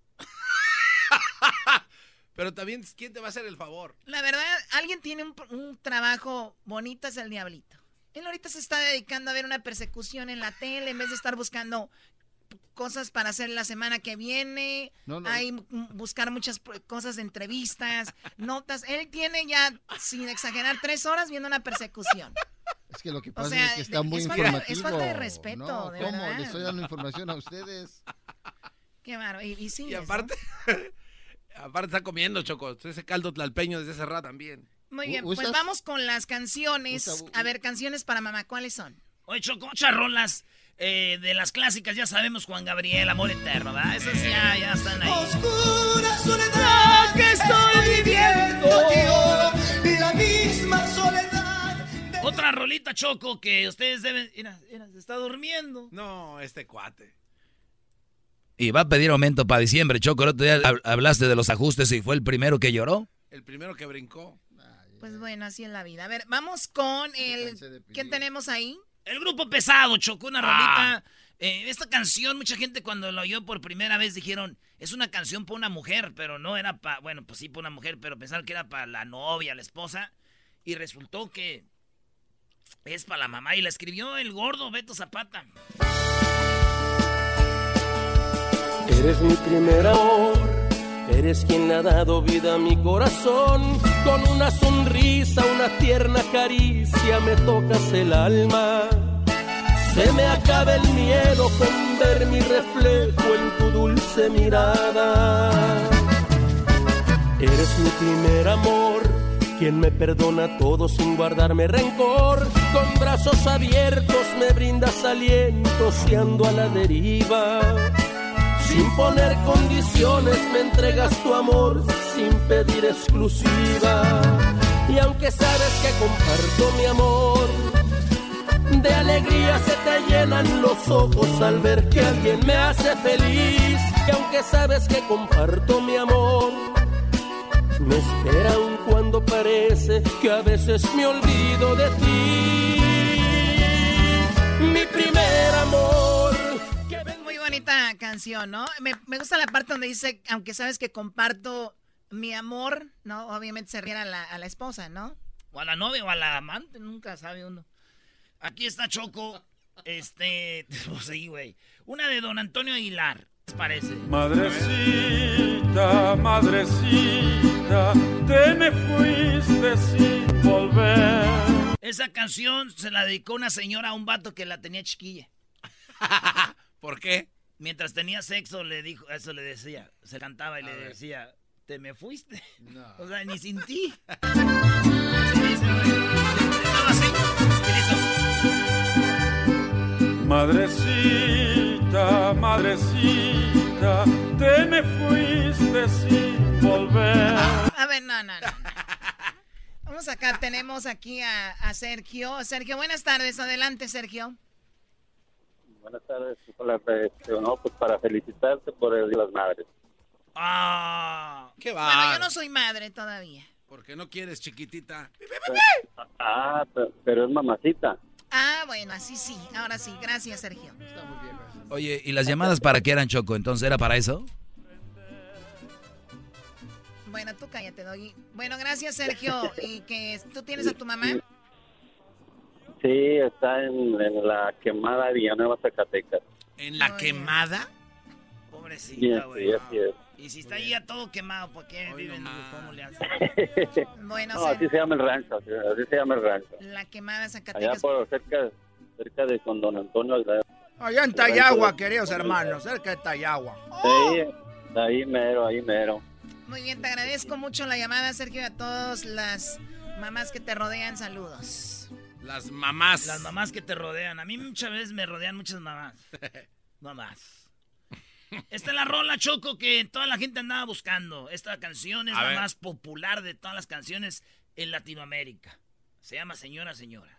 Pero también, ¿quién te va a hacer el favor? La verdad, alguien tiene un trabajo bonito, es el Diablito. Él ahorita se está dedicando a ver una persecución en la tele en vez de estar buscando cosas para hacer la semana que viene. Hay buscar muchas cosas de entrevistas, notas. Él tiene ya, sin exagerar, 3 horas viendo una persecución. Es que lo que pasa es que está muy informativo. Es falta de respeto, no, de ¿cómo? verdad. Le estoy dando información a ustedes. Qué bárbaro. Y sí, y aparte, aparte está comiendo, Choco. Ese caldo tlalpeño desde hace rato también. Muy bien, pues vamos con las canciones. A ver, canciones para mamá, ¿cuáles son? Oye, Choco, charrolas de las clásicas, ya sabemos, Juan Gabriel, Amor Eterno, ¿verdad? Esas ya están ahí. Oscura soledad que estoy viviendo yo, la misma soledad. Otra rolita, Choco, que ustedes deben... Mira, se está durmiendo. No, este cuate. Y va a pedir aumento para diciembre, Choco. El otro día hablaste de los ajustes y fue el primero que lloró. El primero que brincó. Pues bueno, así es la vida. A ver, vamos con ¿quién tenemos ahí? El Grupo Pesado, Choco, una rolita. Esta canción, mucha gente cuando la oyó por primera vez dijeron, es una canción para una mujer, pero no era para, bueno, pues sí para una mujer, pero pensaron que era para la novia, la esposa. Y resultó que es para la mamá y la escribió el gordo Beto Zapata. Eres mi primer amor, eres quien ha dado vida a mi corazón. Con una sonrisa, una tierna caricia me tocas el alma. Se me acaba el miedo con ver mi reflejo en tu dulce mirada. Eres mi primer amor, quien me perdona todo sin guardarme rencor. Con brazos abiertos me brindas aliento si ando a la deriva. Sin poner condiciones me entregas tu amor sin pedir exclusiva. Y aunque sabes que comparto mi amor, de alegría se te llenan los ojos al ver que alguien me hace feliz. Y aunque sabes que comparto mi amor, me espera aun cuando parece que a veces me olvido de ti. Mi primer amor. Muy bonita canción, ¿no? Me gusta la parte donde dice, aunque sabes que comparto mi amor, ¿no? Obviamente se refiere a la esposa, ¿no? O a la novia o a la amante, nunca sabe uno. Aquí está Choco, pues sí, güey. Una de Don Antonio Aguilar, ¿les parece? Madrecita, madrecita, te me fuiste sin volver. Esa canción se la dedicó una señora a un vato que la tenía chiquilla. ¿Por qué? Mientras tenía sexo le dijo, eso le decía, se cantaba y le decía, te me fuiste. No. O sea, ni sin ti. Así dice Madrecita, madrecita, te me fuiste sin volver. A ver, no. Vamos acá, tenemos aquí a Sergio. Sergio, buenas tardes. Adelante, Sergio. Buenas tardes. No, pues para felicitarte por el Día de las Madres. ¿Qué va? Bueno, yo no soy madre todavía. ¿Por qué no quieres, chiquitita? Pero es mamacita. Bueno, así sí. Ahora sí. Gracias, Sergio. Está muy bien. Oye, ¿y las llamadas para qué eran, Choco? ¿Entonces era para eso? Bueno, tú cállate, Doggy. Bueno, gracias, Sergio. ¿Y que tú tienes a tu mamá? Sí, está en la quemada de Villanueva, Zacatecas. ¿En la quemada? Pobrecita, güey. Sí, es. Y si está ahí ya todo quemado, ¿por qué viven? ¿Cómo le hacen? Bueno, no, así se llama el rancho, La quemada Zacatecas. Allá por cerca de con Don Antonio. Allá en Tayagua, queridos hermanos, cerca de Tayagua. Sí, ahí mero. Muy bien, te agradezco mucho la llamada, Sergio, a todas las mamás que te rodean, saludos. Las mamás. Las mamás que te rodean. A mí muchas veces me rodean muchas mamás. Mamás. Esta es la rola, Choco, que toda la gente andaba buscando. Esta canción es la más popular de todas las canciones en Latinoamérica. Se llama Señora, Señora.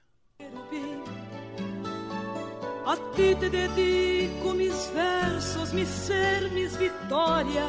A ti te dedico mis versos, mi ser, mis victorias.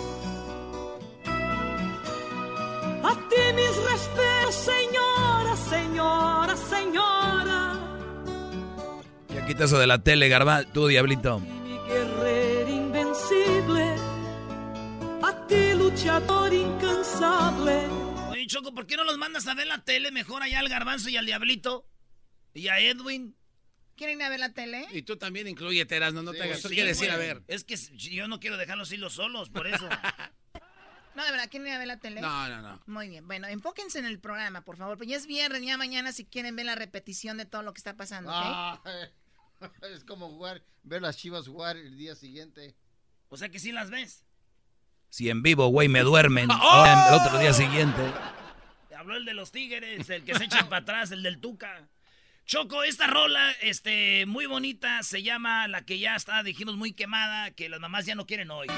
A ti mis respetos, señora, señora, señora. Ya quita eso de la tele, Garba, tú, Diablito. Mi guerrero invencible, a ti luchador incansable. Oye, Choco, ¿por qué no los mandas a ver la tele mejor allá al Garbanzo y al Diablito? Y a Edwin. ¿Quieren ir a ver la tele? Y tú también incluyete, no te hagas. Tú quieres ir a ver. Es que yo no quiero dejarlos hilos solos, por eso. No, de verdad, ¿quieren ir a ver la tele? No. Muy bien, bueno, enfóquense en el programa, por favor. Pues ya es viernes, ya mañana si quieren ver la repetición de todo lo que está pasando, ¿ok? Es como ver las Chivas jugar el día siguiente. O sea que sí las ves. Si en vivo, güey, me duermen. El otro día siguiente. Habló el de los Tigres, el que se echa para atrás, el del Tuca. Choco, esta rola, muy bonita, se llama la que ya está, dijimos, muy quemada, que las mamás ya no quieren hoy.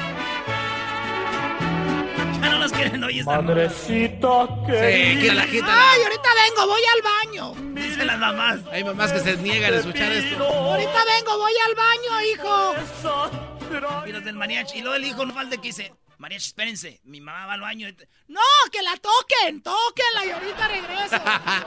Ya no las quieren hoy esta Madrecita querida. Sí, ¡Ay, ahorita vengo, voy al baño! Dicen las mamás. Hay mamás que se niegan a escuchar esto. Ahorita vengo, voy al baño, hijo. Y los del mariachi. Y luego el hijo no falta que dice, mariachi, espérense, mi mamá va al baño. No, que la tóquenla y ahorita regreso.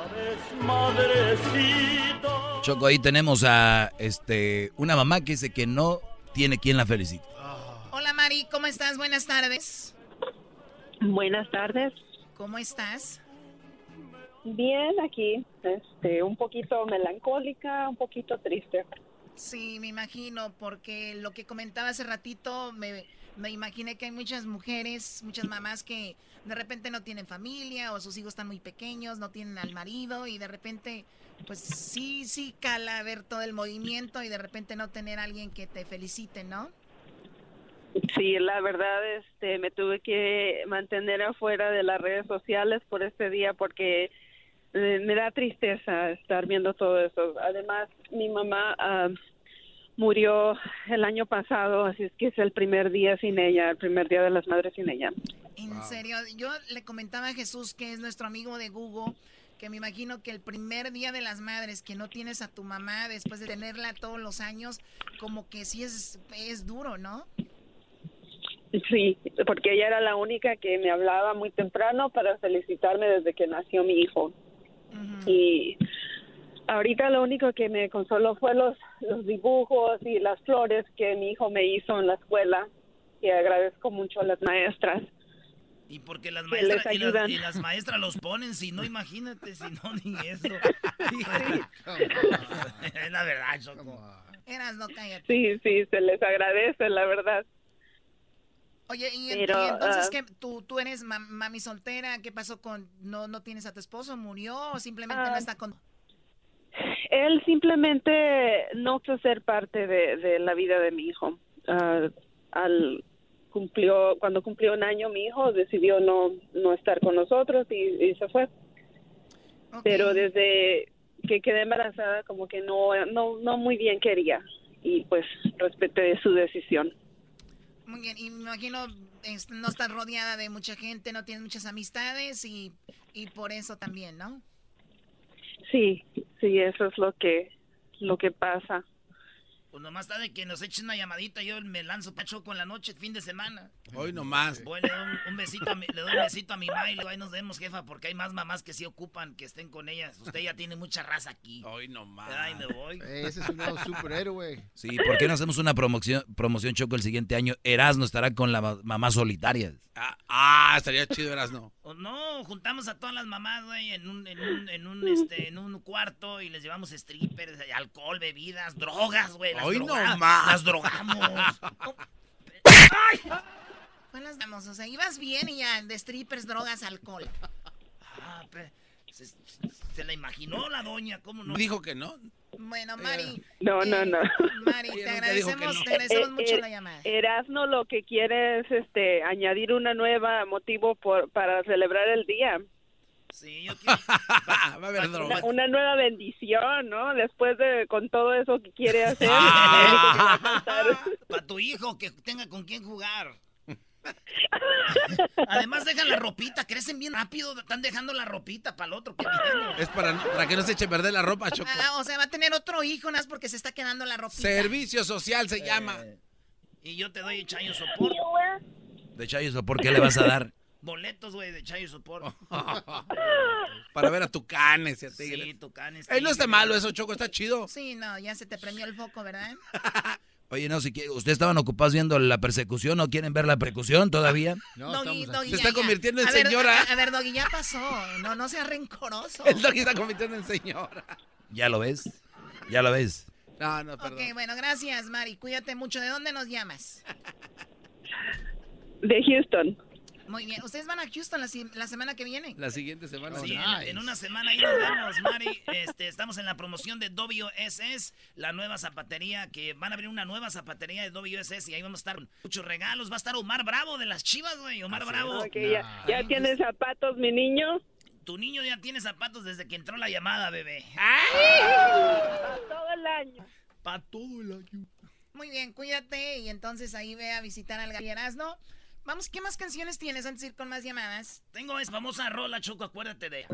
Madrecita. Choco, ahí tenemos a una mamá que dice que no tiene quien la felicite. Hola, Mari, ¿cómo estás? Buenas tardes. Buenas tardes. ¿Cómo estás? Bien, aquí, un poquito melancólica, un poquito triste. Sí, me imagino, porque lo que comentaba hace ratito, me imaginé que hay muchas mujeres, muchas mamás que de repente no tienen familia o sus hijos están muy pequeños, no tienen al marido y de repente, pues sí cala ver todo el movimiento y de repente no tener a alguien que te felicite, ¿no? Sí, la verdad, me tuve que mantener afuera de las redes sociales por este día porque me da tristeza estar viendo todo eso. Además, mi mamá murió el año pasado, así es que es el primer día sin ella, el primer día de las madres sin ella. En serio, yo le comentaba a Jesús, que es nuestro amigo de Google, que me imagino que el primer día de las madres que no tienes a tu mamá después de tenerla todos los años, como que sí es duro, ¿no? Sí, porque ella era la única que me hablaba muy temprano para felicitarme desde que nació mi hijo. Uh-huh. Y ahorita lo único que me consoló fue los dibujos y las flores que mi hijo me hizo en la escuela, y agradezco mucho a las maestras. Y porque las maestras y las maestras los ponen, si no, imagínate, si no, ni eso. Es la verdad, Choco. Eras, no, cállate. Sí, se les agradece, la verdad. Oye, y entonces, ¿qué? ¿Tú eres mami soltera? ¿Qué pasó con, no tienes a tu esposo? ¿Murió o simplemente no está con...? Él simplemente no quiso ser parte de la vida de mi hijo. Cuando cumplió un año, mi hijo decidió no estar con nosotros y se fue. Okay. Pero desde que quedé embarazada, como que no muy bien quería. Y pues respeté su decisión. Muy bien, y me imagino no estás rodeada de mucha gente, no tienes muchas amistades y por eso también, ¿no? Sí, eso es lo que pasa. Pues nomás está de que nos echen una llamadita, yo me lanzo pa' Choco en la noche, fin de semana. Hoy nomás. Voy, le doy un besito a mi mamá y le digo, ahí nos vemos, jefa, porque hay más mamás que sí ocupan que estén con ellas. Usted ya tiene mucha raza aquí. Hoy nomás. Ay, me voy. Ese es un nuevo superhéroe. Sí, ¿por qué no hacemos una promoción, Choco, el siguiente año? Erasmo estará con las mamás solitarias. Estaría chido Erasmo. No, juntamos a todas las mamás, güey, en un cuarto y les llevamos strippers, alcohol, bebidas, drogas, güey. Hoy nomás. Las drogamos. ¡Ay! ¿Cuál las damos? O sea, ibas bien y ya, de strippers, drogas, alcohol. Se la imaginó la doña, ¿cómo no? Dijo que no. Bueno, Mari. No. Mari, te agradecemos mucho la llamada. Erasmo lo que quiere es añadir una nueva motivo para celebrar el día. Sí, yo quiero. Va a haber drogas. Una nueva bendición, ¿no? Después de con todo eso que quiere hacer. Para tu hijo, que tenga con quién jugar. Además dejan la ropita, crecen bien rápido, están dejando la ropita para el otro que viene. Es para que no se eche a perder la ropa, Choco. O sea, va a tener otro hijo, nada más porque se está quedando la ropita. Servicio social se llama. Y yo te doy Chayo Sopor. ¿De Chayo Sopor qué le vas a dar? Boletos, güey, de Chayo Sopor. Para ver a Tucanes y a Tigres. Sí, Tucanes. No está malo eso, Choco, está chido. Sí, no, ya se te prendió el foco, ¿verdad? Oye, no, si ustedes estaban ocupados viendo la persecución, ¿no quieren ver la persecución todavía? No, Doggy, se está convirtiendo en señora. A ver, Doggy, ya pasó. No seas rencoroso. El Doggy está convirtiendo en señora. ¿Ya lo ves? No, perdón. Ok, bueno, gracias, Mari. Cuídate mucho. ¿De dónde nos llamas? De Houston. Muy bien. ¿Ustedes van a Houston la semana que viene? La siguiente semana. Sí, en una semana ahí nos vemos, Mari. Estamos en la promoción de WSS, la nueva zapatería, que van a abrir una nueva zapatería de WSS y ahí vamos a estar con muchos regalos. Va a estar Omar Bravo de las Chivas, güey. Omar Bravo. Okay, ¿Ya tiene zapatos, mi niño? Tu niño ya tiene zapatos desde que entró la llamada, bebé. Para todo el año. Para todo el año. Muy bien, cuídate y entonces ahí ve a visitar al Gallerazno. Vamos, ¿qué más canciones tienes antes de ir con más llamadas? Tengo esa famosa rola, Choco, acuérdate de ella.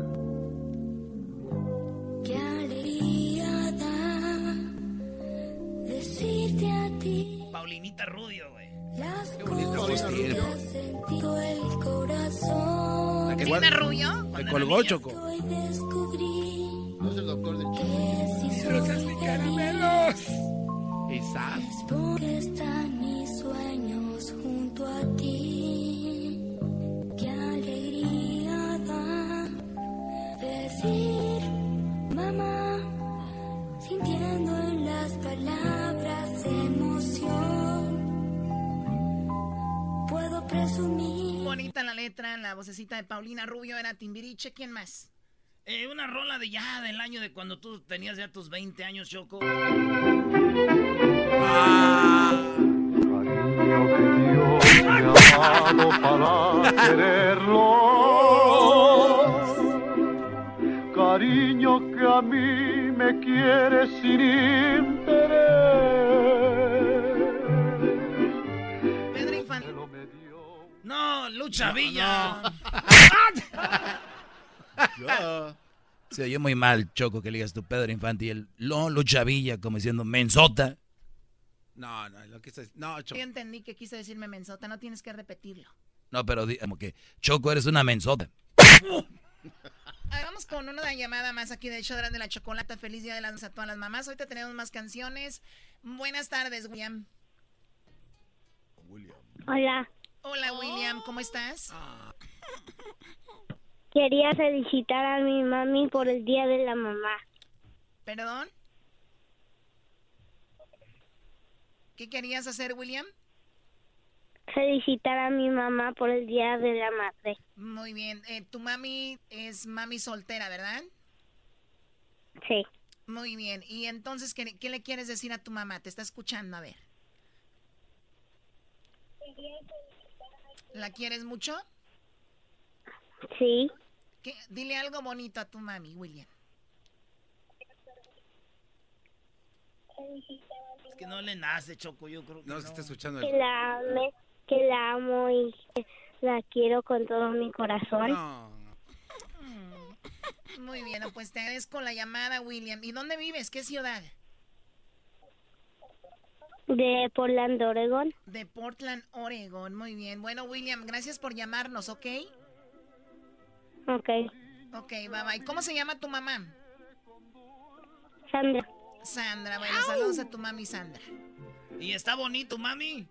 Qué alegría da decirte a ti. Paulinita Rubio, güey. Las cosas que ha sentido el corazón. ¿Paulinita Rubio? Me colgó, Choco. Hoy descubrí. No es el doctor del Choco. Que si Rosas y caramelos. es porque están mis sueños junto a ti. Qué alegría da decir mamá, sintiendo en las palabras emoción. Puedo presumir. Bonita la letra, la vocecita de Paulina Rubio, era Timbiriche. ¿Quién más? Una rola de ya del año de cuando tú tenías ya tus 20 años, Choco. Cariño que Dios me ha dado para quererlo. Cariño que a mí me quiere sin interés. Pedro Infante. No, Lucha Villa. Se oyó muy mal, Choco, que le digas tu Pedro Infante y el Lucha Villa, como diciendo mensota. No, lo que no, Choco. Yo entendí que quise decirme mensota, no tienes que repetirlo. No, pero como que, Choco, eres una mensota. A ver, vamos con una llamada más aquí de Chodrán de la Chocolata. Feliz Día de las Madres a todas las mamás. Ahorita tenemos más canciones. Buenas tardes, William. Hola. Hola, William, ¿cómo estás? Quería felicitar a mi mami por el Día de la Mamá. ¿Perdón? ¿Qué querías hacer, William? Felicitar a mi mamá por el Día de la Madre. Muy bien. Tu mami es mami soltera, ¿verdad? Sí. Muy bien. Y entonces, ¿qué le quieres decir a tu mamá? Te está escuchando, a ver. ¿La quieres mucho? Sí. Dile algo bonito a tu mami, William. Es que no le nace, Choco, yo creo que no. No, se está escuchando. Que la amo y que la quiero con todo mi corazón. No. Muy bien, pues te agradezco la llamada, William. ¿Y dónde vives? ¿Qué ciudad? De Portland, Oregon. De Portland, Oregon. Muy bien. Bueno, William, gracias por llamarnos, ¿ok? Ok. Ok, bye bye. ¿Cómo se llama tu mamá? Sandra. Sandra, bueno, saludos a tu mami Sandra. ¿Y está bonito, mami?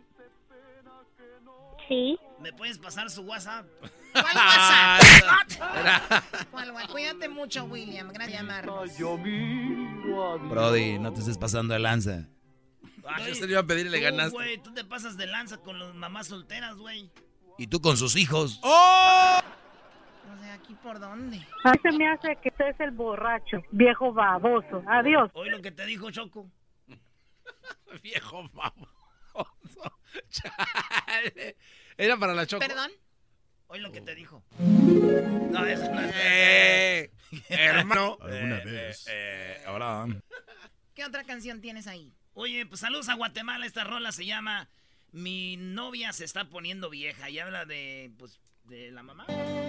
Sí. ¿Me puedes pasar su WhatsApp? ¿Cuál WhatsApp? ¿Cuál? Cuídate mucho, William. Gracias por llamarnos. Brody, no te estés pasando de lanza. Ay, usted le iba a pedir y le ganaste. Güey, tú te pasas de lanza con las mamás solteras, güey. Y tú con sus hijos. ¡Oh! O sea, ¿aquí por dónde? A se me hace que usted es el borracho, viejo baboso. Adiós. Hoy lo que te dijo Choco. Viejo baboso. Chale. Era para la Choco. ¿Perdón? Hoy lo que te dijo. No, eso no es. Hermano. Alguna vez. Ahora. ¿Qué otra canción tienes ahí? Oye, pues saludos a Guatemala. Esta rola se llama Mi novia se está poniendo vieja. Y habla de, pues, de la mamá.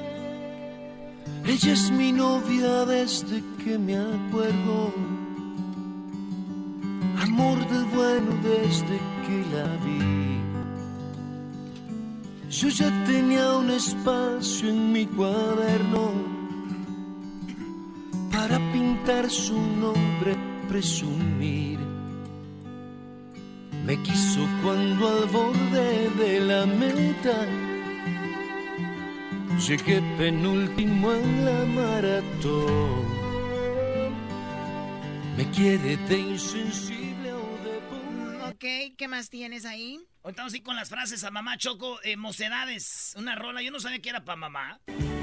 Ella es mi novia desde que me acuerdo. Amor del bueno desde que la vi. Yo ya tenía un espacio en mi cuaderno para pintar su nombre, presumir. Me quiso cuando al borde de la meta llegué penúltimo en la maratón. Me quiere de insensible o de... Ok, ¿qué más tienes ahí? Hoy estamos así con las frases a mamá Choco, mocedades. Una rola, yo no sabía que era para mamá.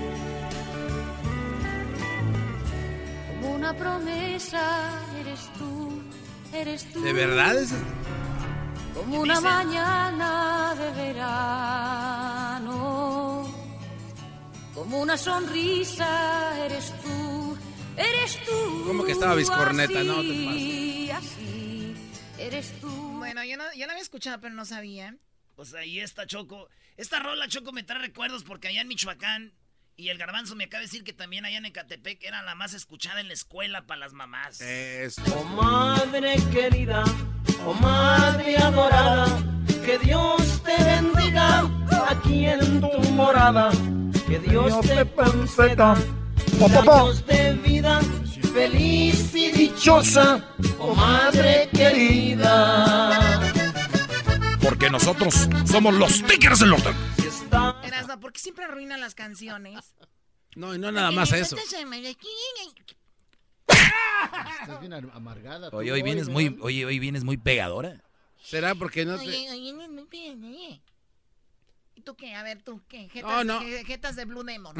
Como una promesa eres tú. ¿De verdad es? Como una mañana de verano. Como una sonrisa eres tú. ¿Cómo que estaba Viscorneta? Así, No te pases. así, eres tú. Bueno, yo la había escuchado, pero no sabía. Pues ahí está, Choco. Esta rola, Choco, me trae recuerdos porque allá en Michoacán, y el Garbanzo me acaba de decir que también allá en Ecatepec era la más escuchada en la escuela para las mamás. Oh madre querida, oh madre adorada, que Dios te bendiga aquí en tu morada. Que Dios te conceda años de vida feliz y dichosa, oh madre querida. Porque nosotros somos los Tigres del Norte. Erasmo, ¿por qué siempre arruinan las canciones? No, y no nada más eso. Estás bien amargada. Oye, hoy vienes muy pegadora. ¿Será porque no te...? Oye, ¿y tú qué? A ver, ¿tú qué? Jetas de Blue Demon,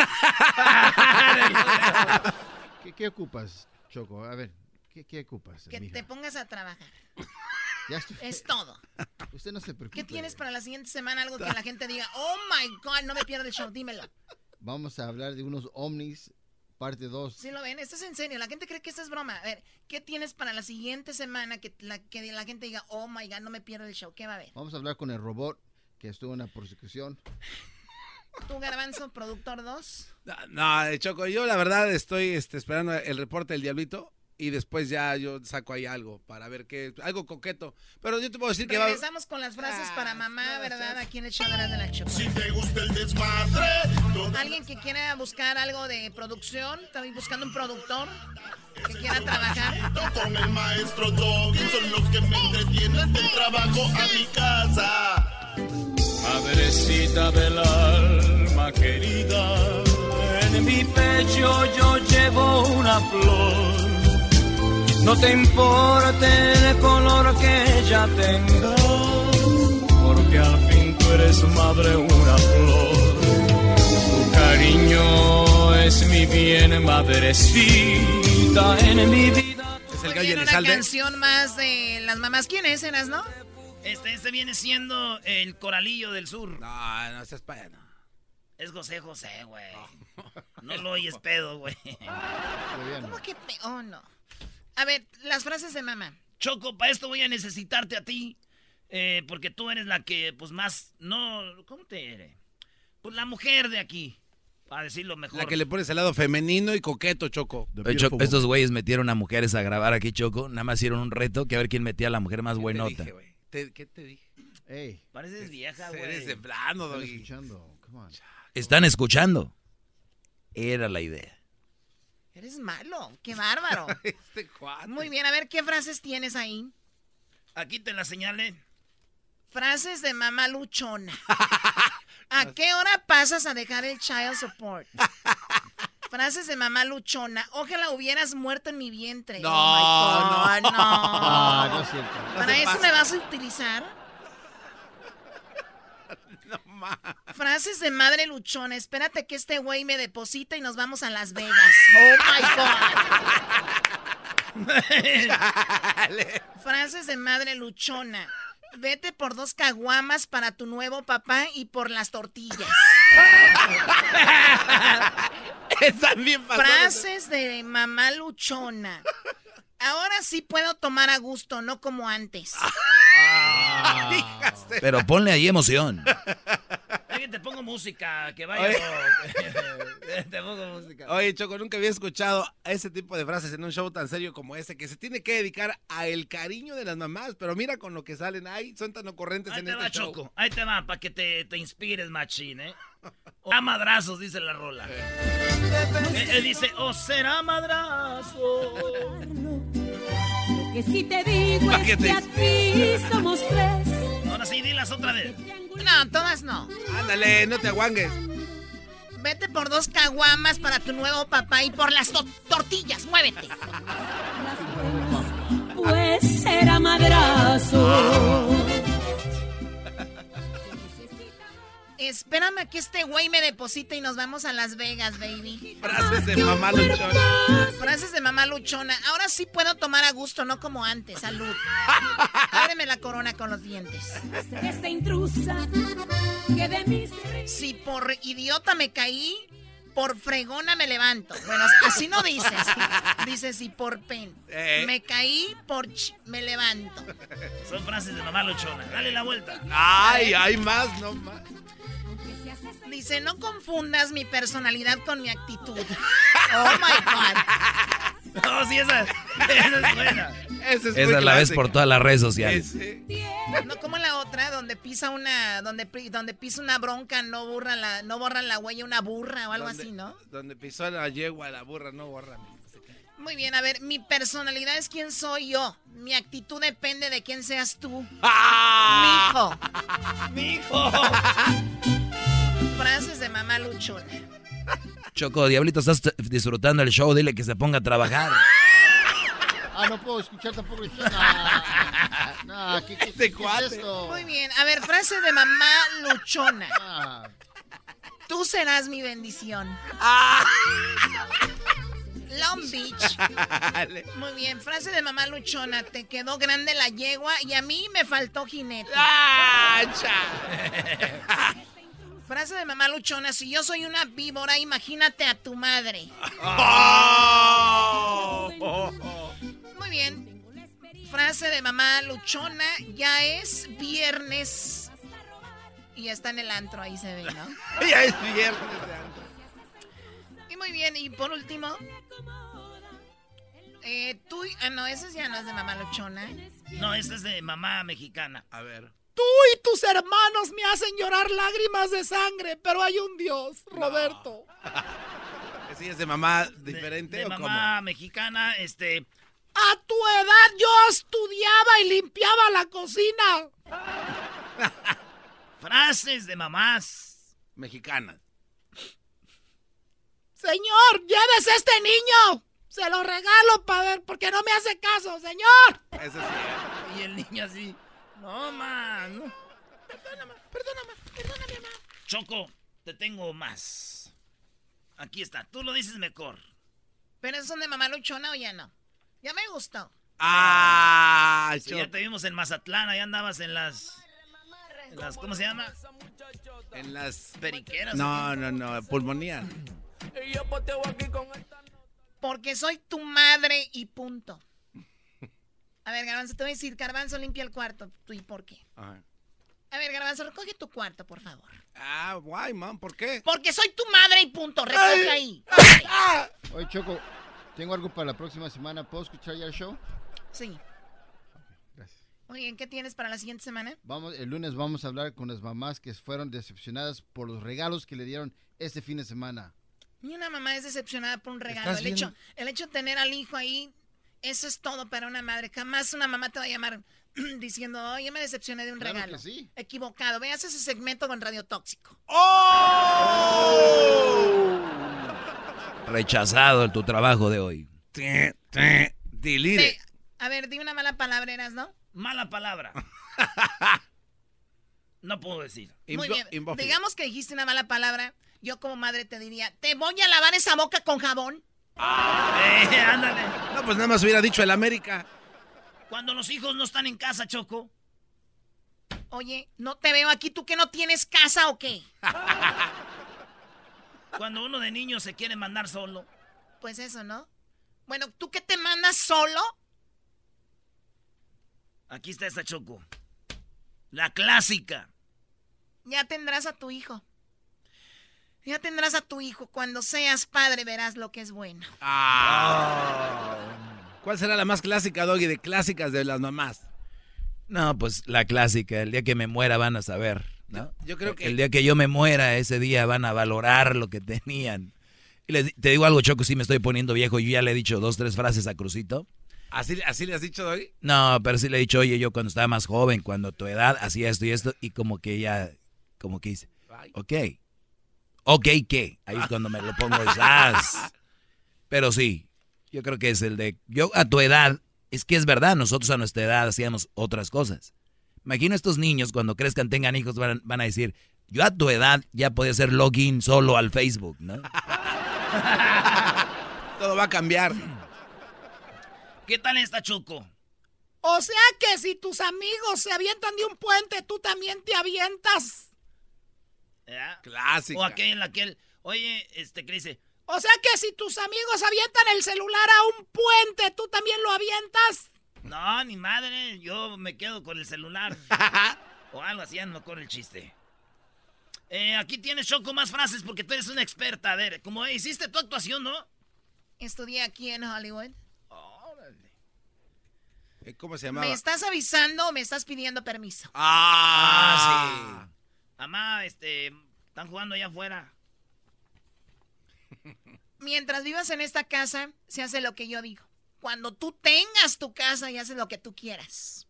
¿qué? ¿Qué ocupas, Choco? A ver, ¿qué ocupas? Que mija? te pongas a trabajar. Ya estoy... Es todo. Usted no se preocupe. ¿Qué tienes para la siguiente semana? Algo que la gente diga, oh my God, no me pierdas el show, dímelo. Vamos a hablar de unos ovnis, parte 2. Sí lo ven, esto es en serio, la gente cree que esto es broma. A ver, ¿qué tienes para la siguiente semana que la gente diga, oh my God, no me pierdas el show? ¿Qué va a haber? Vamos a hablar con el robot que estuvo en la prosecución. ¿Tú, Garbanzo, productor 2? No, Choco, yo la verdad estoy esperando el reporte del Diablito y después ya yo saco ahí algo para ver qué, algo coqueto. Pero yo te puedo decir que regresamos con las frases para mamá, ¿verdad? Aquí en el show de la Choco. Si te gusta el desmadre. Alguien que quiera buscar algo de producción, estoy buscando un productor que quiera trabajar. Con el maestro Doggy son los que me entretienen del trabajo a mi casa. Madrecita del alma querida, en mi pecho yo llevo una flor. No te importe el color que ella tenga, porque al fin tú eres madre una flor. Tu cariño es mi bien, madrecita, en mi vida. Es el gallo una canción más de las mamás. ¿Quién es, Eras, no? Este viene siendo el Coralillo del Sur. No seas paya, no. Es José José, güey. No lo oyes pedo, güey. ¿Cómo que oh, no? A ver, las frases de mamá. Choco, para esto voy a necesitarte a ti. Porque tú eres la que, pues, más... No, ¿cómo te eres? Pues la mujer de aquí. Para decirlo mejor. La que le pones el lado femenino y coqueto, Choco. Estos güeyes metieron a mujeres a grabar aquí, Choco. Nada más hicieron un reto que a ver quién metía a la mujer más buenota. ¿Qué te dije? Ey. Pareces vieja, güey. Eres de plano, Están Doggy. escuchando. Come on. Están escuchando. Era la idea. Eres malo. Qué bárbaro. Este cuate. Muy bien, a ver, ¿qué frases tienes ahí? Aquí te la señalé. Frases de mamá luchona. ¿A qué hora pasas a dejar el child support? Frases de mamá luchona. Ojalá hubieras muerto en mi vientre. No, oh my God, no. No es cierto. ¿Para eso me vas a utilizar? No más. Frases de madre luchona. Espérate que este güey me deposita y nos vamos a Las Vegas. Oh my God. Frases de madre luchona. Vete por 2 caguamas para tu nuevo papá y por las tortillas. Frases de mamá luchona. Ahora sí puedo tomar a gusto, no como antes. Pero ponle ahí emoción. Oye, te pongo música, que vaya. Te pongo música. Oye, Choco, nunca había escuchado ese tipo de frases en un show tan serio como ese, que se tiene que dedicar a el cariño de las mamás, pero mira con lo que salen ahí, son tan ocurrentes Ahí en te este va, show. Choco. Ahí te va, para que te inspires, machín, ¿eh? A madrazos, dice la rola. Él dice, será madrazo. Que si te digo Pa' que es te que a ti somos 3. Ahora sí, dilas otra vez. No, todas no. Ándale, no te aguangues. Vete por 2 caguamas para tu nuevo papá y por las tortillas. Muévete. Pues será madrazo. Espérame a que este güey me deposite y nos vamos a Las Vegas, baby. Frases de mamá luchona. Frases de mamá luchona. Ahora sí puedo tomar a gusto, no como antes. Salud. Ábreme la corona con los dientes. Esta intrusa que de mí Si por idiota me caí, por fregona me levanto. Bueno, así no dices. Dices si por pen. Me caí, me levanto. Son frases de mamá luchona. Dale la vuelta. Ay, hay más, no más. Dice, no confundas mi personalidad con mi actitud. Oh, my God. No, sí, esa es buena. Esa la ves por todas las redes sociales. No como la otra, donde pisa una bronca, no borran la huella una burra o algo así, ¿no? Donde pisó la yegua, la burra no borra. Muy bien, a ver, mi personalidad es quién soy yo. Mi actitud depende de quién seas tú. ¡Ah! Mijo. Frases de mamá luchona. Choco, diablito, estás disfrutando el show, dile que se ponga a trabajar. No puedo escuchar tampoco. ¿Qué es esto? Muy bien, a ver, frase de mamá luchona. Tú serás mi bendición. Long Beach. Muy bien, frase de mamá luchona. Te quedó grande la yegua y a mí me faltó jinete. Frase de mamá luchona. Si yo soy una víbora, imagínate a tu madre. Muy bien. Frase de mamá luchona. Ya es viernes. Y ya está en el antro, ahí se ve, ¿no? Ya es viernes de antro. Y muy bien, y por último, no, ese ya no es de mamá luchona. No, ese es de mamá mexicana. A ver. Tú y tus hermanos me hacen llorar lágrimas de sangre, pero hay un Dios, Roberto. ¿Sí es de mamá diferente de o mamá cómo? mexicana, A tu edad yo estudiaba y limpiaba la cocina. Frases de mamás mexicanas. Señor, llévese a este niño. Se lo regalo para ver, porque no me hace caso, señor. Eso sí. Y el niño así. No, man. Perdóname, mamá. Choco, te tengo más. Aquí está, tú lo dices mejor. ¿Pero esos son de mamá luchona o ya no? Ya me gustó. Sí, ya te vimos en Mazatlán, ahí andabas en las ¿cómo se llama? En las periqueras. No, pulmonía. Porque soy tu madre y punto. A ver, Garbanzo, te voy a decir, Garbanzo, limpia el cuarto. ¿Tú y por qué? Ajá. A ver, Garbanzo, recoge tu cuarto, por favor. Guay, man, ¿por qué? Porque soy tu madre y punto, recoge ahí. Oye, Choco, tengo algo para la próxima semana. ¿Puedo escuchar ya el show? Sí. Gracias. Oye, ¿qué tienes para la siguiente semana? El lunes vamos a hablar con las mamás que fueron decepcionadas por los regalos que le dieron este fin de semana. Ni una mamá es decepcionada por un regalo. El hecho de tener al hijo ahí, eso es todo para una madre. Jamás una mamá te va a llamar diciendo, oye, me decepcioné de un regalo. Que sí. Equivocado. Veas ese segmento con Radio Tóxico. ¡Oh! Rechazado tu trabajo de hoy. Delete. A ver, di una mala palabra, Eras, ¿no? Mala palabra. No puedo decir. Muy bien. Digamos que dijiste una mala palabra. Yo como madre te diría, ¿te voy a lavar esa boca con jabón? Ándale. No, pues nada más hubiera dicho el América. Cuando los hijos no están en casa, Choco. Oye, no te veo aquí, ¿tú que no tienes casa o qué? Cuando uno de niño se quiere mandar solo. Pues eso, ¿no? Bueno, ¿tú qué te mandas solo? Aquí está esta, Choco. La clásica. Ya tendrás a tu hijo. Ya tendrás a tu hijo. Cuando seas padre verás lo que es bueno. ¿Cuál será la más clásica, Doggy, de clásicas de las mamás? No, pues la clásica. El día que me muera van a saber, ¿no? Yo creo que... El día que yo me muera, ese día van a valorar lo que tenían. Y te digo algo, Choco, sí me estoy poniendo viejo. Yo ya le he dicho 2, 3 frases a Crucito. ¿Así le has dicho, Doggy? No, pero sí le he dicho, oye, yo cuando estaba más joven, cuando tu edad hacía esto y esto, y como que ella, como que dice, ok, ¿qué? Ahí es cuando me lo pongo esas. Pero sí, yo creo que es el de, yo a tu edad, es que es verdad, nosotros a nuestra edad hacíamos otras cosas. Imagino estos niños cuando crezcan, tengan hijos, van a decir, yo a tu edad ya podía hacer login solo al Facebook, ¿no? Todo va a cambiar. ¿Qué tal esta, Choco? O sea que si tus amigos se avientan de un puente, tú también te avientas. ¿Ya? Clásica. O aquel, oye, ¿qué dice? O sea que si tus amigos avientan el celular a un puente, ¿tú también lo avientas? No, ni madre, yo me quedo con el celular. O algo así, no con el chiste. Aquí tienes, Choco, más frases porque tú eres una experta. A ver, como hiciste tu actuación, ¿no? Estudié aquí en Hollywood. ¿Cómo se llamaba? ¿Me estás avisando o me estás pidiendo permiso? Sí. Mamá, están jugando allá afuera. Mientras vivas en esta casa, se hace lo que yo digo. Cuando tú tengas tu casa y haces lo que tú quieras.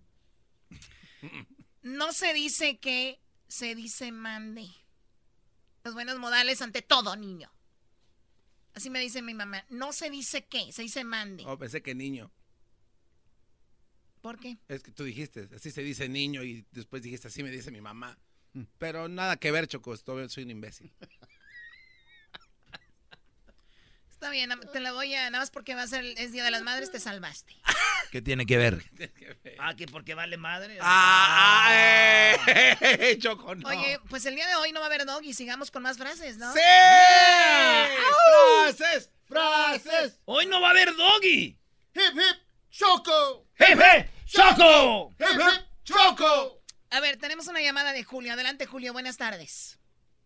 No se dice que, se dice mande. Los buenos modales ante todo, niño. Así me dice mi mamá. No se dice que, se dice mande. Oh, pensé que niño. ¿Por qué? Es que tú dijiste, así se dice niño y después dijiste, así me dice mi mamá. Pero nada que ver, Choco, soy un imbécil. Está bien, te la voy a... Nada más porque es Día de las Madres, te salvaste. ¿Qué tiene que ver? Que porque vale madre. Choco, no. Oye, pues el día de hoy no va a haber Doggy, sigamos con más frases, ¿no? ¡Sí! ¡Frases! ¡Hoy no va a haber Doggy! ¡Hip, hip, Choco! ¡Hip, hip, Choco! ¡Hip, hip, Choco! A ver, tenemos una llamada de Julio. Adelante, Julio, buenas tardes.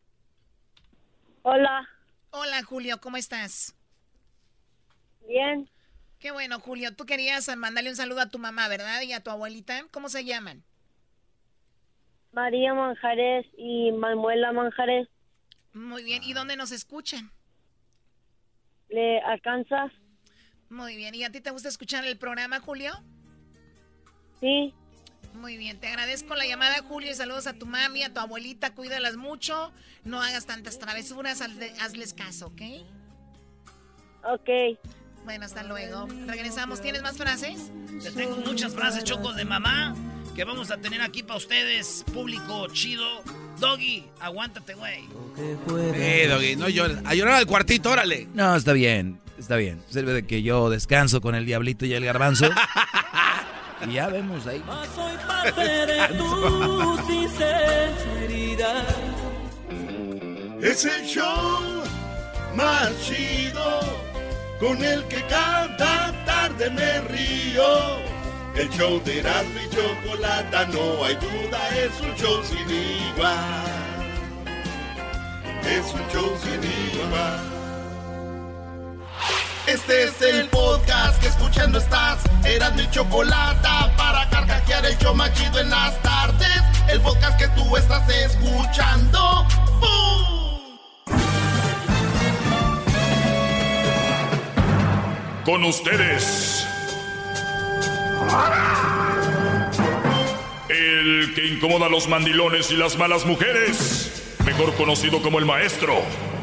Hola. Hola, Julio, ¿cómo estás? Bien. Qué bueno, Julio. Tú querías mandarle un saludo a tu mamá, ¿verdad? Y a tu abuelita. ¿Cómo se llaman? María Manjares y Manuela Manjares. Muy bien. ¿Y dónde nos escuchan? ¿Le alcanzas? Muy bien. ¿Y a ti te gusta escuchar el programa, Julio? Sí. Muy bien. Te agradezco la llamada, Julio, y saludos a tu mami, a tu abuelita. Cuídalas mucho. No hagas tantas travesuras. Hazles caso, ¿ok? Ok. Bueno, hasta luego. Regresamos. ¿Tienes más frases? Te tengo muchas frases, Chocos, de mamá que vamos a tener aquí para ustedes. Público chido. Doggy, aguántate, güey. Doggy, no llores. A llorar al cuartito, órale. No, está bien, está bien. Sirve de que yo descanso con el diablito y el garbanzo. Y ya vemos ahí. Soy parte de tu sinceridad. Es el show más chido con el que cada tarde me río. El show de Erasmo y Chocolata, no hay duda, es un show sin igual. Es un show sin igual. Este es el podcast que escuchando estás. Erasmo y Chocolata, para carcajear el show más chido en las tardes. El podcast que tú estás escuchando. ¡Bum! Con ustedes, el que incomoda a los mandilones y las malas mujeres, mejor conocido como el maestro.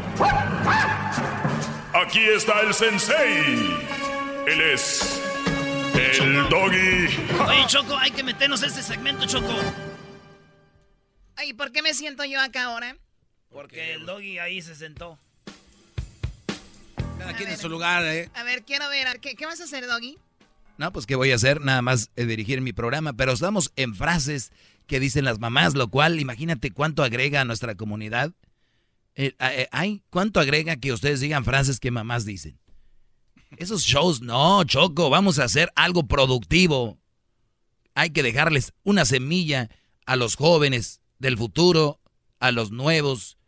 Aquí está el sensei. Él es el Doggy. Oye, Choco, hay que meternos en este segmento, Choco. Ay, ¿por qué me siento yo acá ahora? Porque el Doggy ahí se sentó. Cada quien en su lugar, ¿eh? A ver, quiero ver. ¿Qué vas a hacer, Doggy? No, pues ¿qué voy a hacer? Nada más dirigir mi programa, pero estamos en frases que dicen las mamás, lo cual, imagínate cuánto agrega a nuestra comunidad. ¿Cuánto agrega que ustedes digan frases que mamás dicen? Esos shows, no, Choco, vamos a hacer algo productivo. Hay que dejarles una semilla a los jóvenes del futuro, a los nuevos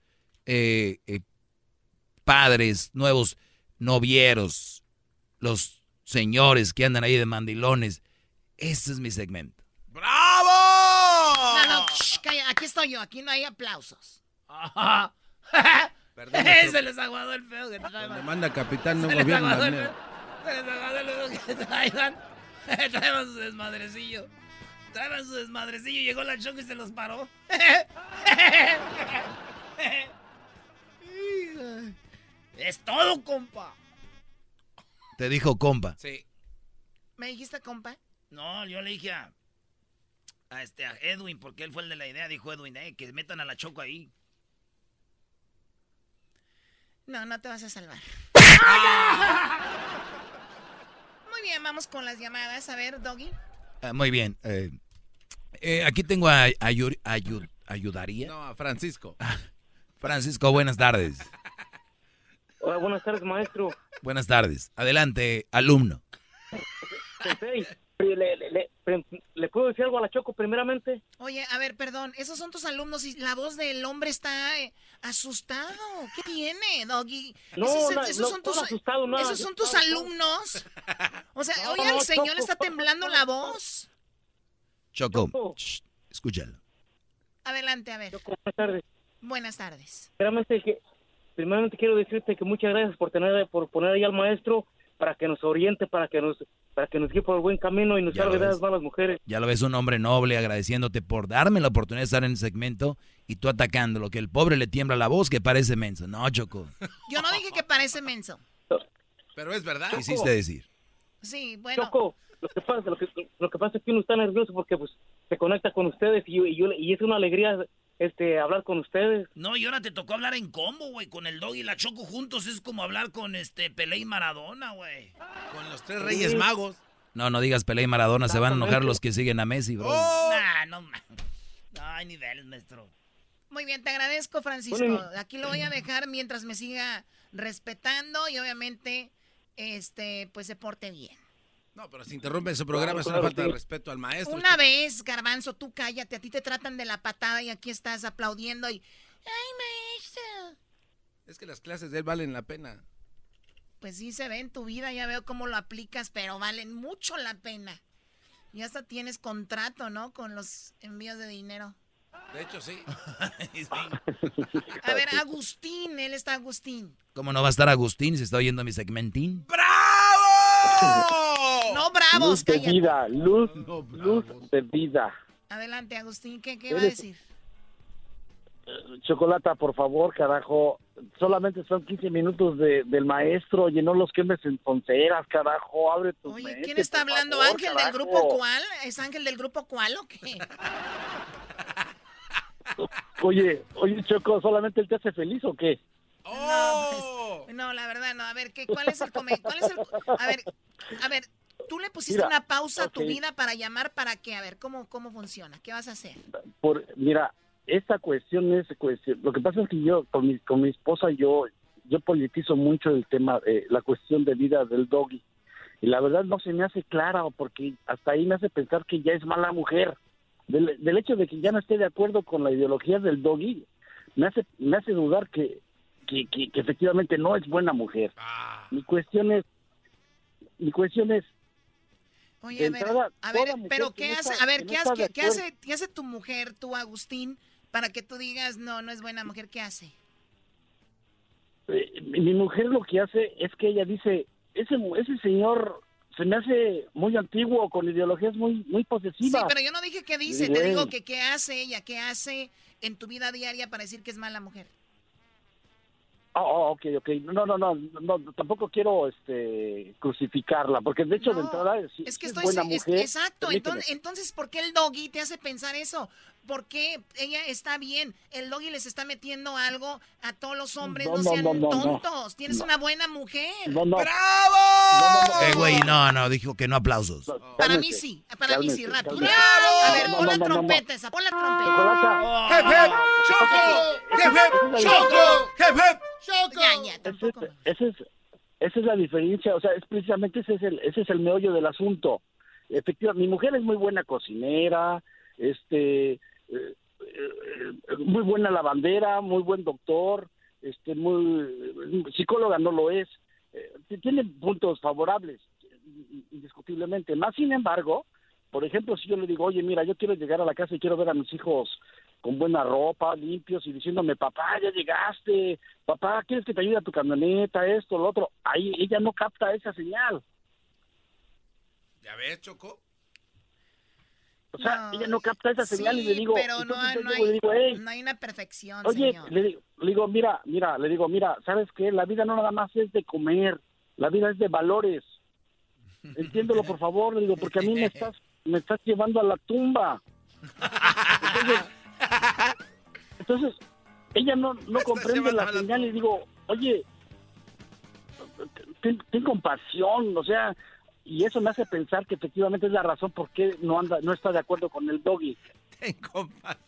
padres, nuevos novieros, los señores que andan ahí de mandilones. Ese es mi segmento. ¡Bravo! No, calla, aquí estoy yo, aquí no hay aplausos. Perdón, se les aguadó el feo que traigan. Le manda capitán, no Se les gobierna. aguadó el feo. Se les aguadó el feo que traigan. Traían su desmadrecillo. Traían su desmadrecillo. Llegó la Choco y se los paró. Es todo, compa. ¿Te dijo compa? Sí. ¿Me dijiste compa? No, yo le dije a Edwin, porque él fue el de la idea. Dijo Edwin, que metan a la Choco ahí. No te vas a salvar. Muy bien, vamos con las llamadas. A ver, Doggy. Muy bien. Aquí tengo a Ayudaría. No, a Francisco. Francisco, buenas tardes. Hola, buenas tardes, maestro. Buenas tardes. Adelante, alumno. Sensei, ¿le puedo decir algo a la Choco primeramente? Oye, a ver, perdón, esos son tus alumnos y la voz del hombre está asustado. ¿Qué tiene, Doggy? Esos son tus alumnos. O sea, oye, al señor le está temblando la voz. Choco, escúchalo. Adelante, a ver. Choco, buenas tardes. Buenas tardes. Primeramente quiero decirte que muchas gracias por poner ahí al maestro para que nos oriente, para que nos guíe por el buen camino y nos salve de las malas mujeres. Ya lo ves, un hombre noble agradeciéndote por darme la oportunidad de estar en el segmento y tú atacándolo, que el pobre le tiembla la voz que parece menso. No, Choco. Yo no dije que parece menso. Pero es verdad. Quisiste decir. Sí, bueno. Choco, lo que pasa es que uno está nervioso porque pues se conecta con ustedes y es una alegría hablar con ustedes. No, y ahora te tocó hablar en combo, güey, con el Doggy y la Choco juntos. Es como hablar con Pelé y Maradona, güey. Con los tres Reyes Magos. No digas Pelé y Maradona, se van a enojar los que siguen a Messi, bro. No hay niveles, maestro. Muy bien, te agradezco, Francisco. Bueno, aquí lo voy a dejar mientras me siga respetando y obviamente, pues se porte bien. No, pero si interrumpe su programa es una falta de respeto al maestro. Una vez, Garbanzo, tú cállate. A ti te tratan de la patada y aquí estás aplaudiendo y... ¡Ay, maestro! Es que las clases de él valen la pena. Pues sí se ve en tu vida, ya veo cómo lo aplicas, pero valen mucho la pena. Y hasta tienes contrato, ¿no? Con los envíos de dinero. De hecho, sí. A ver, Agustín, él está Agustín. ¿Cómo no va a estar Agustín si está oyendo mi segmentín? ¡Bravo! No, bravos, luz de vida, luz de vida. Adelante, Agustín, ¿qué va a decir? Chocolata, por favor, carajo. Solamente son 15 minutos del maestro. Oye, no los quemes en tonteras, carajo. Abre tu mente. Oye, ¿quién está hablando? Favor, ¿Ángel carajo. del grupo cuál? ¿Es Ángel del grupo cuál o qué? Oye, Choco, ¿solamente él te hace feliz o qué? No, la verdad no. A ver, ¿cuál es el A ver, tú le pusiste una pausa a tu vida para llamar, ¿para qué? A ver, ¿cómo funciona? ¿Qué vas a hacer? Mira, esta cuestión es lo que pasa es que yo con mi esposa yo politizo mucho el tema, la cuestión de vida del Doggy. y la verdad no se me hace clara, porque hasta ahí me hace pensar que ya es mala mujer. Del hecho de que ya no esté de acuerdo con la ideología del Doggy, me hace dudar que efectivamente no es buena mujer. Mi cuestión es oye, a ver, pero ¿qué hace? A ver, ¿qué hace tu mujer, tú, Agustín, para que tú digas no es buena mujer? ¿Qué hace? Mi mujer lo que hace es que ella dice, ese señor se me hace muy antiguo, con ideologías muy posesivas. Sí, pero yo no dije qué dice, te digo que qué hace ella, qué hace en tu vida diaria para decir que es mala mujer. Ok. No, tampoco quiero crucificarla, porque de hecho de entrada es que es buena mujer. Exacto, entonces ¿por qué el Doggy te hace pensar eso? ¿Por qué ella está bien? El Doggy les está metiendo algo a todos los hombres, no sean tontos. Tienes una buena mujer. ¡Bravo! Güey, no, dijo que no aplausos. Para mí sí, rápido. ¡Bravo! A ver, pon la trompeta esa, pon la trompeta. ¡Hep, hep! ¡Choco! ¡Hep, hep! ¡Choco! ¡Hep, hep! ¡Choco! Ya, tampoco. Esa es la diferencia, o sea, es precisamente ese es el meollo del asunto. Efectivamente, mi mujer es muy buena cocinera, muy buena lavandera, muy buen doctor, muy psicóloga no lo es, tiene puntos favorables, indiscutiblemente. Más sin embargo, por ejemplo, si yo le digo, oye, mira, yo quiero llegar a la casa y quiero ver a mis hijos con buena ropa, limpios, y diciéndome, papá, ya llegaste, papá, ¿quieres que te ayude a tu camioneta, esto, lo otro? Ahí ella no capta esa señal. ¿Ya ves, Choco? O sea, ella no capta esa señal y le digo... pero no hay una perfección, oye, señor. le digo, mira, ¿sabes qué? La vida no nada más es de comer, la vida es de valores. Entiéndelo, por favor, le digo, porque a mí me estás llevando a la tumba. Entonces ella no comprende la señal y digo, oye, ten compasión, o sea, y eso me hace pensar que efectivamente es la razón por qué no está de acuerdo con el Doggy. Ten compasión.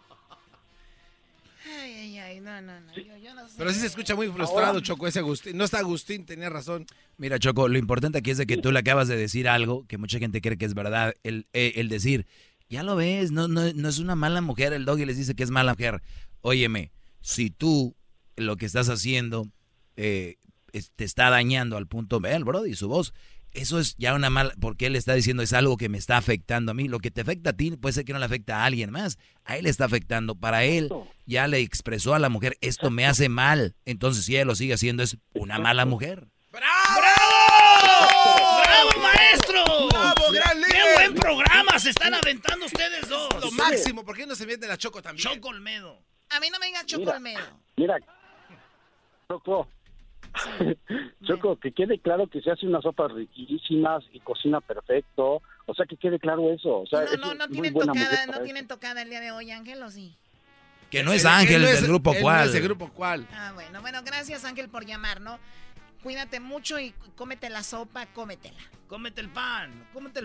Ay, no. Sí. Yo no sé. Pero sí se escucha muy frustrado, Choco, ese Agustín. No está Agustín, tenía razón. Mira, Choco, lo importante aquí es de que tú le acabas de decir algo que mucha gente cree que es verdad. El decir, ya lo ves, no es una mala mujer. El Doggy les dice que es mala mujer. Óyeme, si tú lo que estás haciendo te está dañando al punto, ve el Brody, su voz, eso es ya una mala, porque él está diciendo es algo que me está afectando a mí. Lo que te afecta a ti puede ser que no le afecta a alguien más. A él le está afectando. Para él ya le expresó a la mujer, esto me hace mal. Entonces si ella lo sigue haciendo es una mala mujer. ¡Bravo! ¡Bravo! ¡Bravo, maestro! ¡Bravo, gran líder! ¡Qué buen programa se están aventando ustedes dos! Lo máximo, ¿por qué no se mete la Choco también? Choco Olmedo. A mí no me digas Choco Olmedo. Mira, Choco. Choco, que quede claro que se hace unas sopas riquísimas y cocina perfecto, o sea, que quede claro eso. O sea, no tienen tocada, no tienen tocada el día de hoy, Ángel, ¿o sí? Que no es Ángel del grupo cuál. No es del grupo cuál. Bueno, gracias Ángel por llamar, ¿no? Cuídate mucho y cómete la sopa, cómetela. Cómete el pan. Cómetelo.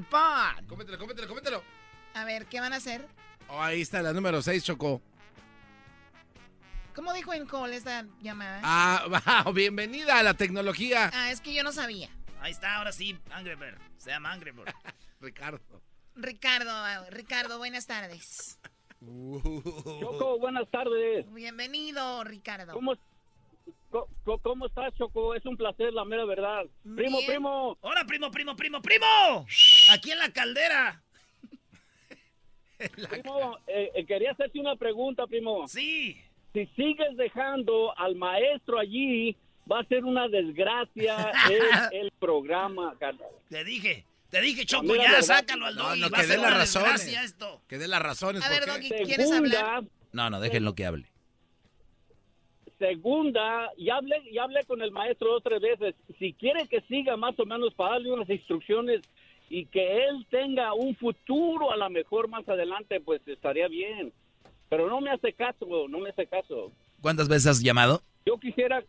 A ver, ¿qué van a hacer? Oh, ahí está la número 6, Choco. ¿Cómo dijo en call esta llamada? Bienvenida a la tecnología. Es que yo no sabía. Ahí está, ahora sí, Angry Bird. Se llama Angry Bird. Ricardo, buenas tardes. Choco, buenas tardes. Bienvenido, Ricardo. ¿Cómo estás, Choco? Es un placer, la mera verdad. Primo. ¡Hola, primo! Aquí en la caldera. Primo, quería hacerte una pregunta, primo. Sí. Si sigues dejando al maestro allí, va a ser una desgracia el programa, carnal. Te dije, Choco, ya, sácalo al Doggy. No, que dé las razones. Que dé las razones. A ver, Doggy, ¿quieres hablar? No, déjenlo que hable. Segunda, y hablé con el maestro 2 o 3 veces. Si quiere que siga más o menos para darle unas instrucciones y que él tenga un futuro a lo mejor más adelante, pues estaría bien. Pero no me hace caso. ¿Cuántas veces has llamado? Yo quisiera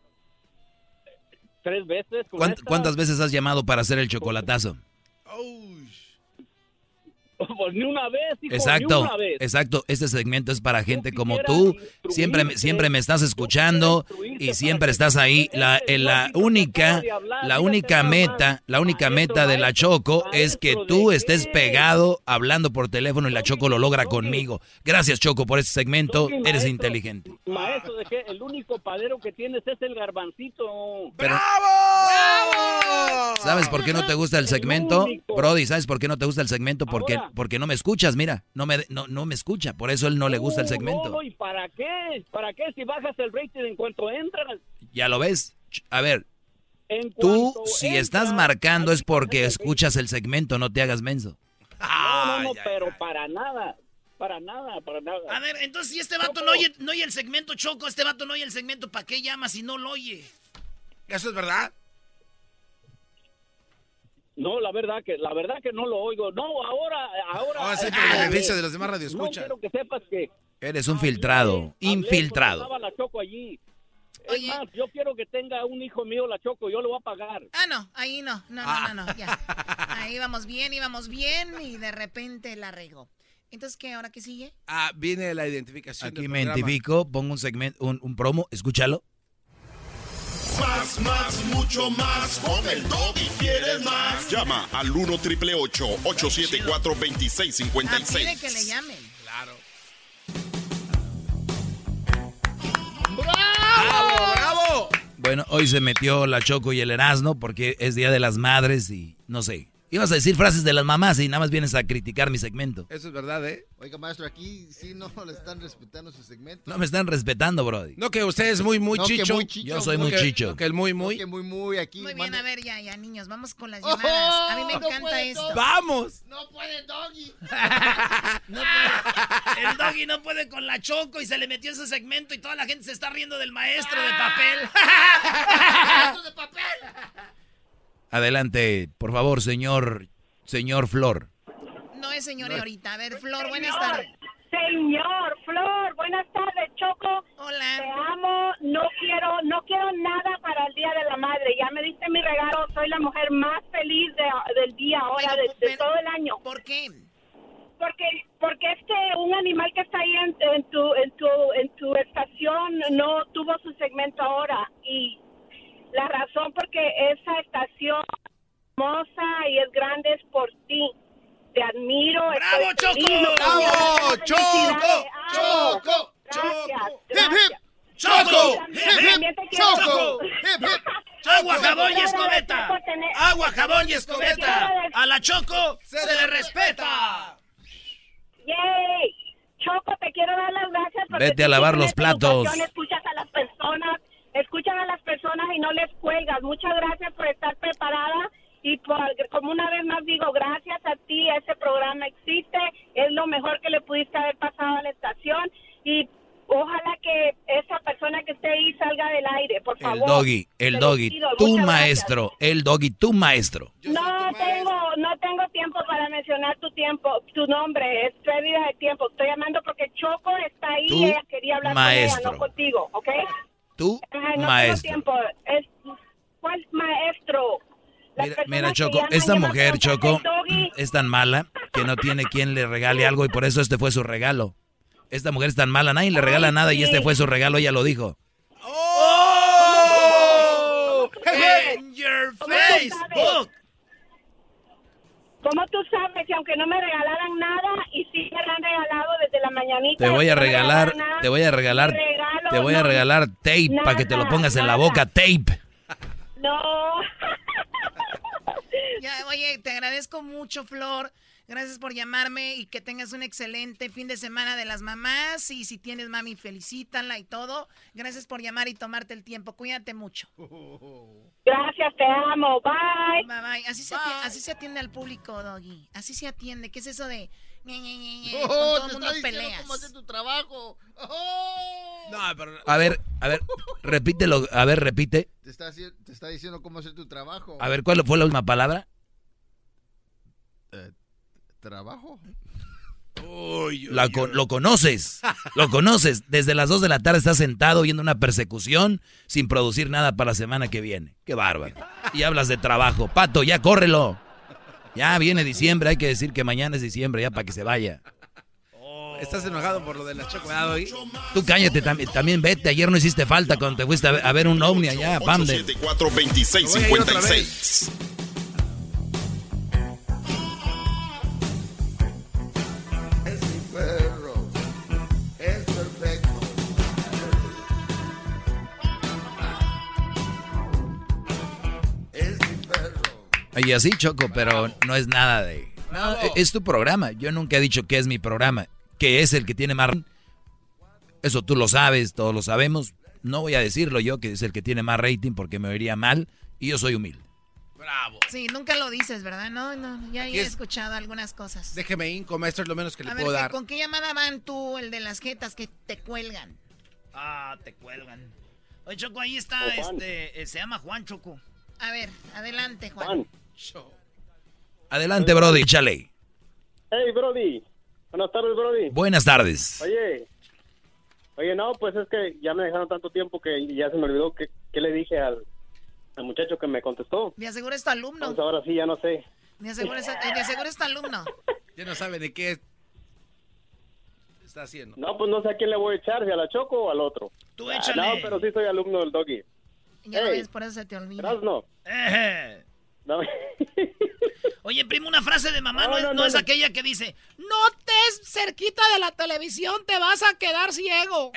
3 veces. ¿Cuántas veces has llamado para hacer el chocolatazo? Pues ni una vez, hijo, Exacto, ni una vez. exacto. Este segmento es para gente como tú. Siempre me estás escuchando y siempre estás ahí. La única meta de la Choco es que tú estés pegado hablando por teléfono y la Choco lo logra conmigo. Gracias, Choco, por este segmento. Eres inteligente. Maestro, de que el único padero que tienes es el garbancito. ¡Bravo! ¿Sabes por qué no te gusta el segmento? Brody, ¿sabes por qué no te gusta el segmento? Porque no me escuchas, mira, no me escucha, por eso él no le gusta el segmento. No, ¿y para qué? ¿Para qué si bajas el rating en cuanto entras? Ya lo ves. A ver, tú si estás marcando es porque escuchas el segmento, no te hagas menso. No, pero para nada. A ver, entonces si este vato no oye el segmento, Choco, este vato no oye el segmento, ¿para qué llama si no lo oye? ¿Eso es verdad? No, la verdad que no lo oigo. No, ahora. Siempre en beneficio de los demás radioescuchas. No quiero que sepas que eres un filtrado, infiltrado. Estaba la Choco allí. Es más, yo quiero que tenga un hijo mío la Choco, yo le voy a pagar. No, ahí no, ya. Ahí íbamos bien y de repente la regó. Entonces, ¿qué? ¿Ahora qué sigue? Viene la identificación. Aquí me identifico, pongo un segmento, un promo, escúchalo. Más, mucho más. Con el Doggy quieres más. Llama al 1-888-874-2656. Pide que le llamen. Claro. ¡Bravo! Bueno, hoy se metió la Choco y el Erasmo porque es Día de las Madres y no sé. Ibas a decir frases de las mamás y nada más vienes a criticar mi segmento. Eso es verdad, ¿eh? Oiga, maestro, aquí sí no le están respetando su segmento. No me están respetando, brody. No, que usted es muy chicho. Yo soy muy chicho. Que el muy. Que muy aquí. Muy bien, a ver, ya, niños, vamos con las llamadas. A mí me encanta esto. ¡Vamos! ¡No puede, Doggy! No puede. El Doggy no puede con la Choco y se le metió ese segmento y toda la gente se está riendo del maestro de papel. ¡Maestro de papel! Adelante, por favor, señor Flor. No es señor ahorita. A ver, Flor, buenas tardes. Señor Flor, buenas tardes, Choco. Hola. Te amo, no quiero nada para el Día de la Madre. Ya me diste mi regalo, soy la mujer más feliz del día ahora, de todo el año. ¿Por qué? Porque es que un animal que está ahí en tu estación no tuvo su segmento ahora, y la razón porque esa estación es hermosa y es grande es por ti. Te admiro. ¡Bravo, Choco! ¡Bravo, Choco! Gracias. ¡Choco! ¡Choco! ¡Agua, jabón y escobeta! ¡Agua, jabón y escobeta! ¡A la Choco se le respeta! ¡Yay! Choco, te quiero dar las gracias porque vete a lavar los platos. Escuchas a las personas y no les cuelgas. Muchas gracias por estar preparada y como una vez más digo, gracias a ti ese programa existe, es lo mejor que le pudiste haber pasado a la estación y ojalá que esa persona que esté ahí salga del aire, por favor. El Doggy, tu maestro, el Doggy, tu maestro. No tengo tiempo para mencionar tu nombre, es pérdida de tiempo. Estoy llamando porque Choco está ahí y ella quería hablar con ella, no contigo, ¿ok? Tu no maestro. Tengo tiempo. ¿Cuál maestro? Mira, Choco, esta mujer, Choco, es tan mala que no tiene quien le regale algo y por eso este fue su regalo. Esta mujer es tan mala, nadie le regala nada y este fue su regalo, ella lo dijo. ¡Oh! ¡In your Facebook! ¿Cómo tú sabes que aunque no me regalaran nada y sí me han regalado desde la mañanita? Te voy a regalar tape para que te lo pongas en la boca, tape. No. Ya, oye, te agradezco mucho, Flor. Gracias por llamarme y que tengas un excelente fin de semana de las mamás. Y si tienes mami, felicítala y todo. Gracias por llamar y tomarte el tiempo. Cuídate mucho. Gracias, te amo. Bye. Bye, bye. Así se atiende al público, Doggy. Así se atiende. ¿Qué es eso de...? Con todo el mundo peleas. ¿Cómo hacer tu trabajo? No, pero... A ver, repítelo. A ver, repite. Te está diciendo cómo hacer tu trabajo. A ver, ¿cuál fue la última palabra? ¿Trabajo? Lo conoces. Lo conoces. Desde las 2 de la tarde estás sentado viendo una persecución sin producir nada para la semana que viene. Qué bárbaro. Y hablas de trabajo. Pato, ya córrelo. Ya viene diciembre, hay que decir que mañana es diciembre, ya para que se vaya. ¿Estás enojado por lo de la chocolate hoy? Tú cállate, también vete. Ayer no hiciste falta cuando te fuiste a ver un ovni allá, Pamde. 874-2656. Es mi perro, es perfecto. Es mi perro. Y así, Choco, pero no es nada de... No, es tu programa. Yo nunca he dicho que es mi programa. Que es el que tiene más... Eso tú lo sabes, todos lo sabemos. No voy a decirlo yo que es el que tiene más rating porque me oiría mal. Y yo soy humilde. Bravo. Sí, nunca lo dices, ¿verdad? No, ya he escuchado algunas cosas. Déjeme inco, maestro, es lo menos que le a puedo ver, dar. ¿Con qué llamada van tú, el de las jetas que te cuelgan? Te cuelgan. Oye, Choco, ahí está, se llama Juan, Choco. A ver, adelante, Juan. Adelante, Brody, échale. Hey, Brody. Buenas tardes, Brody. Buenas tardes. Oye, no, pues es que ya me dejaron tanto tiempo que ya se me olvidó qué le dije al muchacho que me contestó. Me aseguro es tu alumno. Pues ahora sí, ya no sé. Me aseguro es tu alumno. Ya no sabe de qué está haciendo. No, pues no sé a quién le voy a echar, si a la Choco o al otro. Tú échale. No, pero sí soy alumno del Doggy. Ya lo ves, por eso se te olvida. No. Oye, primo, una frase de mamá no es aquella que dice: no estés cerquita de la televisión, te vas a quedar ciego.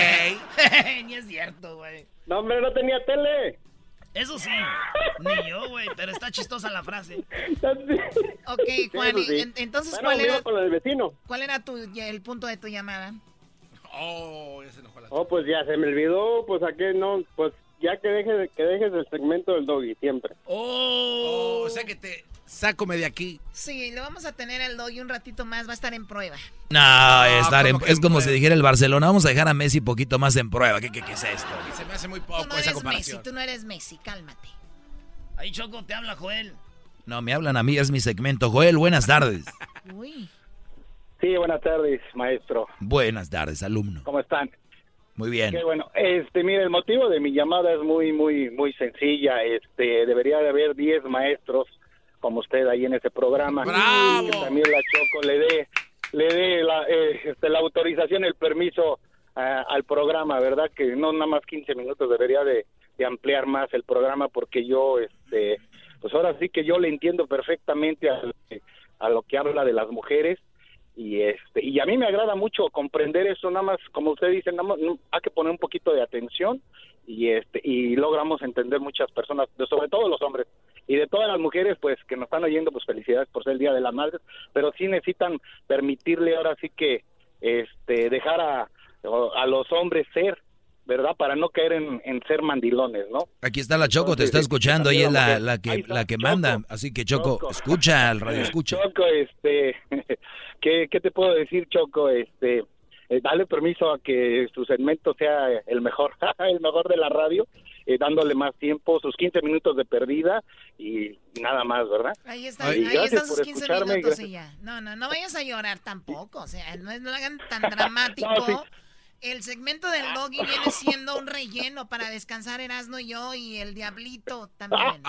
Ni es cierto, güey. No, hombre, no tenía tele. Eso sí, ni yo, güey, pero está chistosa la frase. Ok, Juan, sí. Entonces, bueno, ¿cuál era? Con el vecino. ¿Cuál era el punto de tu llamada? Ya se enojó la pues ya se me olvidó, pues a qué no, pues ya que dejes el segmento del Doggy, siempre. O sea que te sácome de aquí. Sí, lo vamos a tener el Doggy un ratito más, va a estar en prueba. No, es como si dijera el Barcelona, vamos a dejar a Messi poquito más en prueba. ¿Qué es esto? Se me hace muy poco tú no esa eres comparación. Messi, tú no eres Messi, cálmate. Ahí, Choco, te habla Joel. No, me hablan a mí, es mi segmento. Joel, buenas tardes. Uy. Sí, buenas tardes, maestro. Buenas tardes, alumno. ¿Cómo están? Muy bien. Qué bueno. Mire, el motivo de mi llamada es muy, muy, muy sencilla. Debería de haber 10 maestros como usted ahí en ese programa. ¡Bravo! Que también la Choco le dé la autorización, el permiso al programa, ¿verdad? Que no nada más 15 minutos, debería de ampliar más el programa porque yo, pues ahora sí que yo le entiendo perfectamente a lo que habla de las mujeres. Y a mí me agrada mucho comprender eso, nada más, como usted dice, nada más, hay que poner un poquito de atención y logramos entender muchas personas, sobre todo los hombres y de todas las mujeres, pues, que nos están oyendo, pues, felicidades por ser el Día de las Madres, pero sí necesitan permitirle ahora sí que dejar a los hombres ser, ¿verdad? Para no caer en ser mandilones, ¿no? Aquí está la Choco, te está escuchando, ella es la que manda, así que Choco, escucha al radio, escucha. Choco, ¿qué te puedo decir, Choco? Dale permiso a que su segmento sea el mejor, el mejor de la radio, dándole más tiempo, sus 15 minutos de perdida y nada más, ¿verdad? Ahí están sus 15 minutos y ya. No vayas a llorar tampoco, o sea, no lo hagan tan dramático. No, sí. El segmento del Doggy viene siendo un relleno para descansar Erasmo y yo y el Diablito también.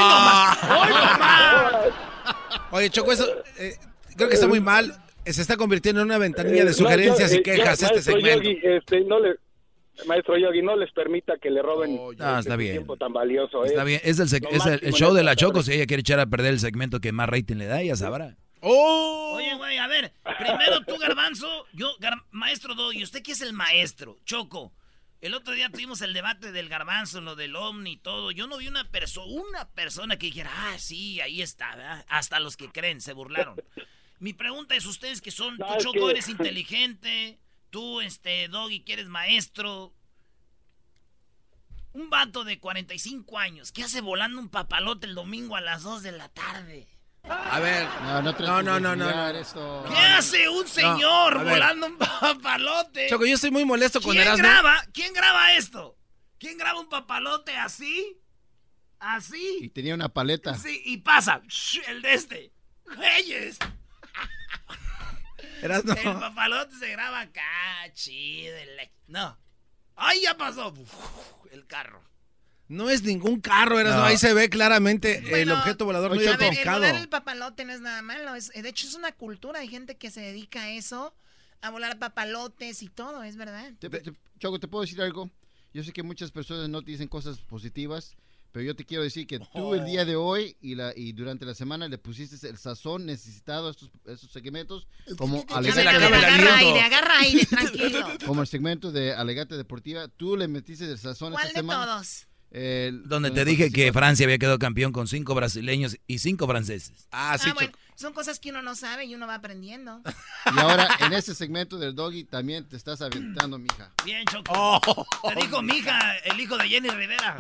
Oye, Choco, eso creo que está muy mal. Se está convirtiendo en una ventanilla de sugerencias y quejas este segmento. Yogi, maestro Yogi, no les permita que le roben está bien. Tiempo tan valioso. Está bien, es el show de la Choco. Si ella quiere echar a perder el segmento que más rating le da, ya sabrá. Oye, güey, a ver, primero tú, Garbanzo, maestro Doggy, ¿usted qué es el maestro? Choco, el otro día tuvimos el debate del Garbanzo, lo del Omni y todo. Yo no vi una persona que dijera, sí, ahí está, ¿verdad? Hasta los que creen, se burlaron. Mi pregunta es, ustedes que son, tú, Choco, eres inteligente, tú, Doggy, que eres maestro. Un vato de 45 años, ¿qué hace volando un papalote el domingo a las 2 de la tarde? A ver, no. ¿Qué hace un señor volando un papalote? Choco, yo estoy muy molesto con Erasmo. ¿Quién graba esto? ¿Quién graba un papalote así? ¿Así? Y tenía una paleta. Sí, y pasa, el de ¡Güeyes! Erasmo. El papalote se graba acá, chido. No. ¡Ay, ya pasó! El carro. No es ningún carro, Erasmo. Ahí se ve claramente el objeto volador no identificado. El papalote no es nada malo. De hecho, es una cultura. Hay gente que se dedica a eso, a volar papalotes y todo, es verdad. Choco, ¿te puedo decir algo? Yo sé que muchas personas no te dicen cosas positivas, pero yo te quiero decir que tú el día de hoy y durante la semana le pusiste el sazón necesitado a estos segmentos, como agarra aire, tranquilo. Como el segmento de Alegate Deportiva, tú le metiste el sazón esta semana. ¿Cuál de todos? Donde te dije que Francia había quedado campeón con 5 brasileños y 5 franceses. Sí, bueno, son cosas que uno no sabe y uno va aprendiendo. Y ahora, en ese segmento del Doggy, también te estás aventando, mija. Bien, Choco. Te dijo mija, el hijo de Jenny Rivera.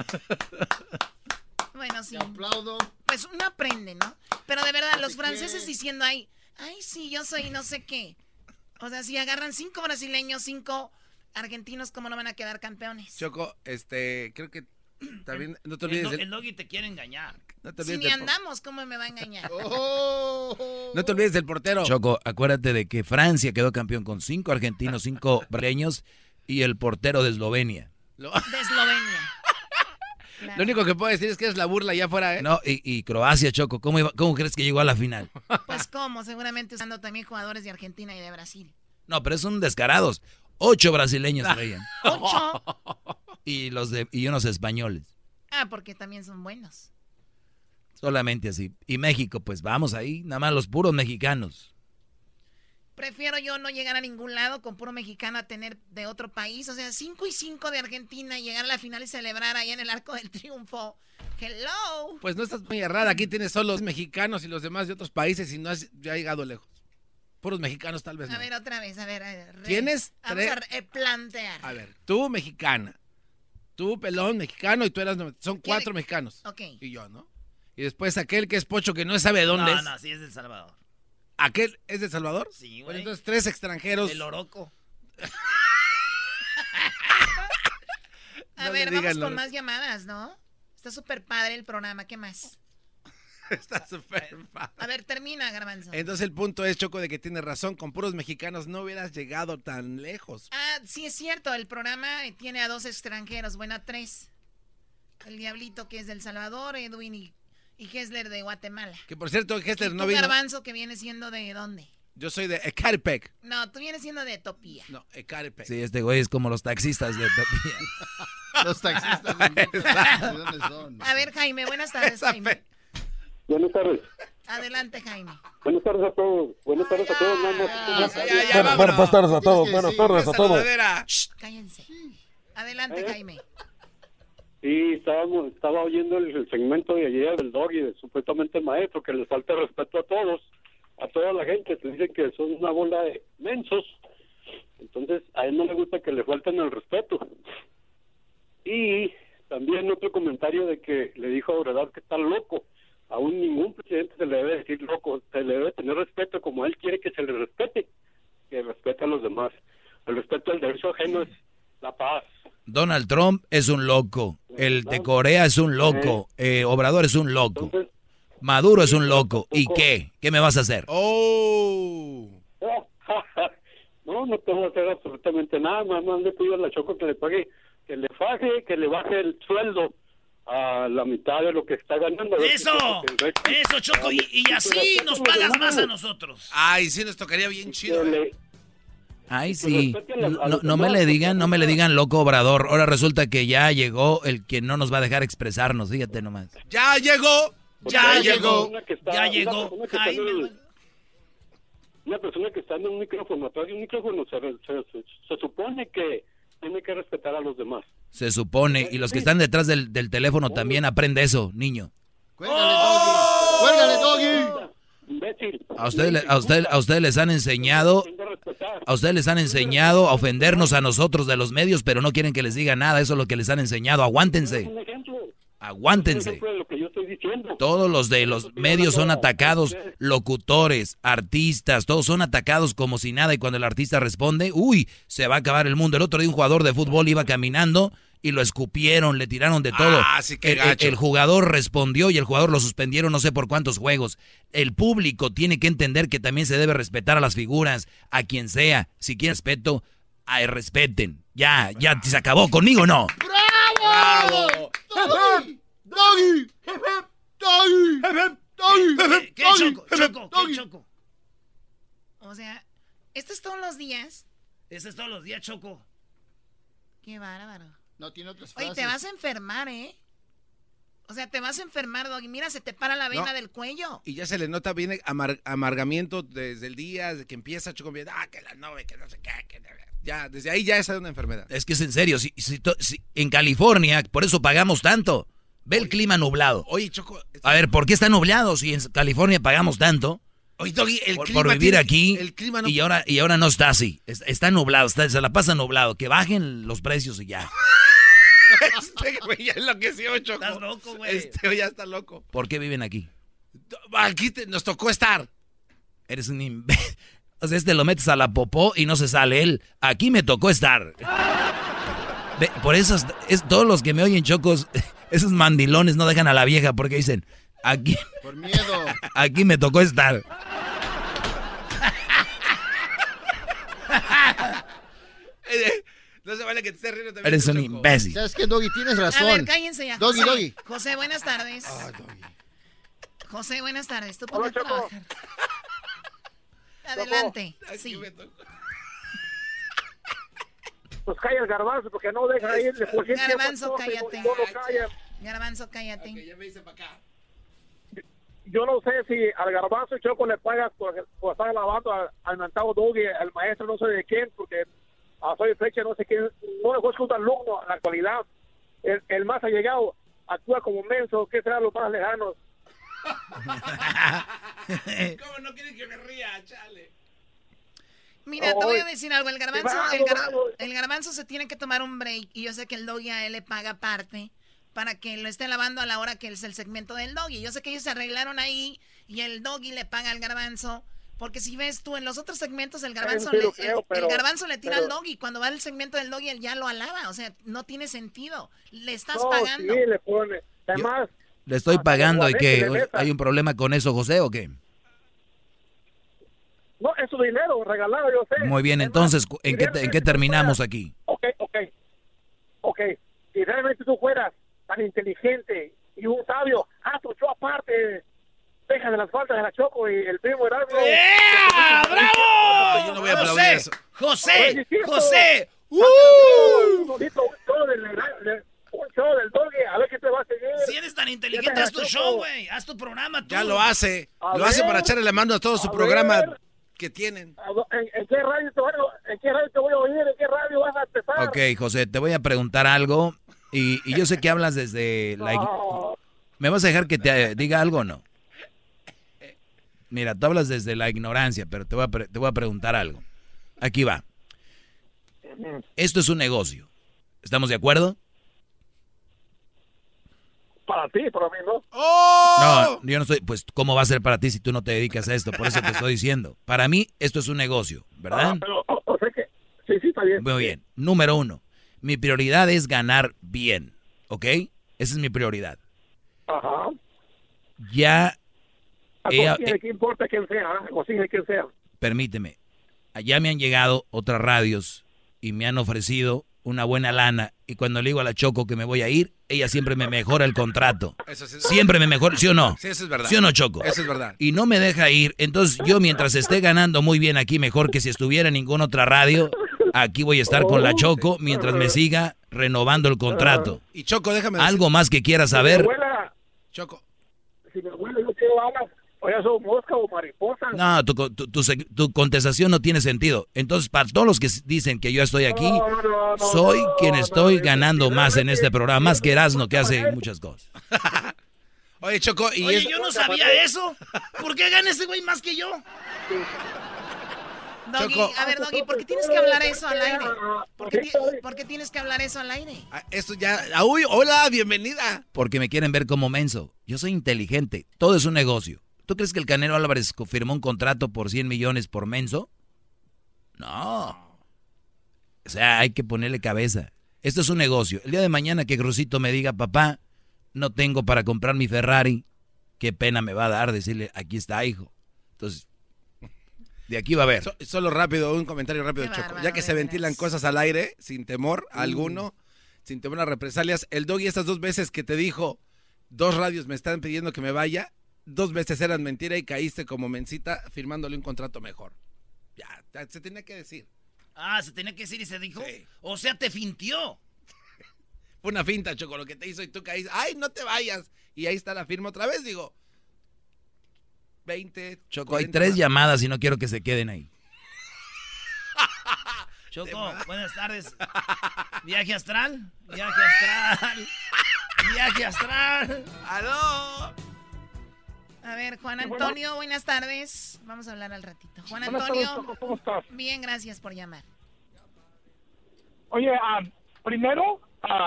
Bueno, sí. Te aplaudo. Pues uno aprende, ¿no? Pero de verdad, los franceses diciendo ay, sí, yo soy no sé qué. O sea, si agarran 5 brasileños, 5 argentinos, ¿cómo no van a quedar campeones? Choco, creo que también no te olvides. El Doggy te quiere engañar. No te si ni andamos, ¿cómo me va a engañar? No te olvides del portero. Choco, acuérdate de que Francia quedó campeón con 5 argentinos, 5 brasileños y el portero de Eslovenia. De Eslovenia. Claro. Lo único que puedo decir es que es la burla allá afuera, ¿eh? No, y Croacia, Choco, ¿cómo crees que llegó a la final? Pues cómo, seguramente usando también jugadores de Argentina y de Brasil. No, pero son descarados. 8 brasileños traían. 8. Y unos españoles. Porque también son buenos. Solamente así. Y México, pues vamos ahí, nada más los puros mexicanos. Prefiero yo no llegar a ningún lado con puro mexicano a tener de otro país. O sea, 5-5 de Argentina y llegar a la final y celebrar ahí en el Arco del Triunfo. ¡Hello! Pues no estás muy errada. Aquí tienes solo los mexicanos y los demás de otros países y no has ya llegado lejos. Puros mexicanos tal vez no. A ver, otra vez, a ver. ¿Tienes? Vamos a plantear. A ver, tú mexicana. Tú pelón mexicano y tú eras... Son 4 mexicanos. Ok. Y yo, ¿no? Y después aquel que es pocho que no sabe dónde es. No, sí es de El Salvador. ¿Aquel es de El Salvador? Sí, güey. Bueno, entonces 3 extranjeros. El Oroco. A ver, vamos con más llamadas, ¿no? Está súper padre el programa, ¿qué más? Está súper padre. A ver, termina, Garbanzo. Entonces el punto es, Choco, de que tienes razón. Con puros mexicanos no hubieras llegado tan lejos. Sí es cierto, el programa tiene a 2 extranjeros, bueno, a 3. El Diablito, que es de El Salvador, Edwin y Hessler de Guatemala. Que por cierto, Hessler no vino. Garbanzo, que viene siendo de ¿dónde? Yo soy de Ecatepec. No, tú vienes siendo de Etiopía. No, Ecatepec. Sí, este güey es como los taxistas de Etiopía. Los taxistas ¿de dónde son? A ver, Jaime, buenas tardes, Jaime. Buenas tardes. Adelante, Jaime. Buenas tardes a todos. Buenas tardes a todos. Buenas tardes a todos. Buenas tardes a todos. Cállense. Adelante, Jaime. Sí, estaba oyendo el segmento de ayer del Doggy, de supuestamente el maestro, que les falta respeto a todos, a toda la gente, que dicen que son una bola de mensos. Entonces, a él no le gusta que le falten el respeto. Y también otro comentario de que le dijo a Obrador que está loco. Aún ningún presidente se le debe decir loco, se le debe tener respeto como él quiere que se le respete, que respete a los demás. El respeto al derecho ajeno es la paz. Donald Trump es un loco, el de Corea es un loco, Obrador es un loco, entonces, Maduro es un loco. ¿Y qué? ¿Qué me vas a hacer? No te voy a hacer absolutamente nada, más le pido a la Choco que le pague, que le baje el sueldo a la mitad de lo que está ganando. Eso, Choco, y así nos pagas más a nosotros. Ay, sí, nos tocaría bien chido. Ay, sí, no me le digan loco Obrador. Ahora resulta que ya llegó el que no nos va a dejar expresarnos, fíjate nomás. Ya llegó, Jaime. Una persona que está en un micrófono, atrás de un micrófono, se supone que tiene que respetar a los demás. Se supone, y los que están detrás del teléfono también aprende eso, niño. ¡Cuélgale, Doggy! Imbécil. A ustedes les han enseñado a ofendernos a nosotros de los medios, pero no quieren que les diga nada. Eso es lo que les han enseñado. Aguántense. Todos los de los medios son atacados, locutores, artistas, todos son atacados como si nada, y cuando el artista responde, se va a acabar el mundo. El otro día un jugador de fútbol iba caminando y lo escupieron, le tiraron de todo. Sí, el jugador respondió y el jugador lo suspendieron no sé por cuántos juegos. El público tiene que entender que también se debe respetar a las figuras, a quien sea. Si quieren respeto, respeten. Ya se acabó conmigo, ¿no? ¡Bravo! ¡Bravo! ¡Doggy! ¡Doggy! ¡Doggy! ¿Qué, Choco? ¿Qué, Choco? O sea, ¿esto es todos los días? Esto es todos los días, Choco. Qué bárbaro. No tiene otras frases. Oye, te vas a enfermar, ¿eh? O sea, te vas a enfermar, Doggy. Mira, se te para la vena del cuello. Y ya se le nota bien amargamiento desde el día de que empieza Choco. Que la novia, que no sé qué. Ya, desde ahí ya es una enfermedad. Es que es en serio. Si en California, por eso pagamos tanto. Ve el clima nublado. Oye, Choco. A ver, ¿por qué está nublado si en California pagamos tanto? Oye, Doggy, el clima por vivir aquí el clima no... y ahora no está así. Está nublado, se la pasa nublado. Que bajen los precios y ya. Este güey ya enloqueció, Choco. Estás loco, güey. Este güey ya está loco. ¿Por qué viven aquí? Aquí nos tocó estar. Eres un imbécil. O sea, lo metes a la popó y no se sale él. Aquí me tocó estar. Por eso todos los que me oyen, Chocos, esos mandilones no dejan a la vieja porque dicen, aquí... Por miedo. Aquí me tocó estar. No se vale que te estés riendo también. Eres un imbécil. ¿Sabes qué, Doggy? Tienes razón. A ver, cállense ya. Doggy. José, buenas tardes. Doggy. José, buenas tardes. ¿Tú puedes trabajar? Adelante. Sí. Pues calla el Garbanzo, porque no deja ir. Garbanzo, cállate. Garbanzo, cállate. Okay, ya me hice para acá. Yo no sé si al Garbanzo Choco le pagas por estar lavando al mentado Doggy, al maestro no sé de quién, porque hasta hoy fecha no sé quién, no le gusta un alumno en la actualidad. El más allegado actúa como menso, ¿qué será los más lejanos? ¿Cómo no quieren que me ría, chale? Mira, te voy a decir algo, el Garbanzo se tiene que tomar un break y yo sé que el Doggy a él le paga aparte para que lo esté lavando a la hora que es el segmento del Doggy. Yo sé que ellos se arreglaron ahí y el Doggy le paga al Garbanzo. Porque si ves tú en los otros segmentos, el Garbanzo le tira al Doggy. Cuando va el segmento del Doggy, él ya lo alaba. O sea, no tiene sentido. Le estás pagando. Sí, le pone. Además, le estoy pagando. ¿Y qué? ¿Hay un problema con eso, José, o qué? No, es su dinero, regalado, yo sé. Muy bien, entonces, ¿en qué terminamos aquí? Ok. Si realmente tú fueras tan inteligente y un sabio, tu show aparte... Deja de las faltas de la Choco y el primo Erasmo. ¡Bravo! Yo no voy a aplaudir eso. ¡José! Un show del Doggy, a ver qué te va a seguir. Si eres tan inteligente, haz tu show, güey. Haz tu programa tú. Ya lo hace. Lo hace para echarle la mano a todo su programa que tienen. ¿En qué radio te voy a oír? ¿En qué radio vas a empezar? Ok, José, te voy a preguntar algo. Y yo sé que hablas desde la... ¿Me vas a dejar que te diga algo o no? Mira, tú hablas desde la ignorancia, pero te voy a preguntar algo. Aquí va. Esto es un negocio. ¿Estamos de acuerdo? Para ti, para mí, ¿no? No, yo no estoy... Pues, ¿cómo va a ser para ti si tú no te dedicas a esto? Por eso te estoy diciendo. Para mí, esto es un negocio, ¿verdad? Pero, o sea que... Sí, está bien. Muy bien. Número 1. Mi prioridad es ganar bien, ¿ok? Esa es mi prioridad. Ajá. Ya... ¿Qué importa quién sea? Consigue quién sea. Permíteme. Allá me han llegado otras radios y me han ofrecido una buena lana. Y cuando le digo a la Choco que me voy a ir, ella siempre me mejora el contrato. Siempre me mejora, ¿sí o no? Sí, eso es verdad. ¿Sí o no, Choco? Eso es verdad. Y no me deja ir. Entonces yo, mientras esté ganando muy bien aquí, mejor que si estuviera en ninguna otra radio, aquí voy a estar con la Choco mientras me siga renovando el contrato. Y Choco, déjame decir. ¿Algo más que quieras saber? Choco. Si me abuela, yo quiero alas. O ya son mosca o mariposa. No, tu contestación no tiene sentido. Entonces, para todos los que dicen que yo estoy aquí, soy quien estoy ganando más en este programa, más que Erasmo, que hace muchas cosas. Oye, Choco, yo no sabía eso. ¿Por qué gana ese güey más que yo? Doggy, a ver, Doggy, ¿por qué tienes que hablar eso al aire? ¿Por qué tienes que hablar eso al aire? Esto ya... Uy, hola, bienvenida. Porque me quieren ver como menso. Yo soy inteligente. Todo es un negocio. ¿Tú crees que el Canelo Álvarez firmó un contrato por 100 millones por menso? No. O sea, hay que ponerle cabeza. Esto es un negocio. El día de mañana que Crucito me diga, papá, no tengo para comprar mi Ferrari, qué pena me va a dar decirle, aquí está, hijo. Entonces, de aquí va a haber. Solo rápido, un comentario rápido, Choco. Ya que se ventilan cosas al aire, sin temor alguno, sin temor a represalias. El Doggy, estas 2 veces que te dijo, 2 radios me están pidiendo que me vaya, 2 veces eran mentira y caíste como mencita firmándole un contrato mejor. Ya, se tenía que decir. Ah, se tenía que decir y se dijo. Sí. O sea, te fintió. Fue una finta, Choco, lo que te hizo y tú caíste. ¡Ay, no te vayas! Y ahí está la firma otra vez, digo. 20, Choco, hay 3 llamadas y no quiero que se queden ahí. Choco, buenas tardes. ¿Viaje astral? Viaje astral. Viaje astral. ¡Aló! A ver, Juan Antonio, buenas tardes. Vamos a hablar al ratito. Juan Antonio. Buenas tardes, ¿cómo estás? Bien, gracias por llamar. Oye, primero,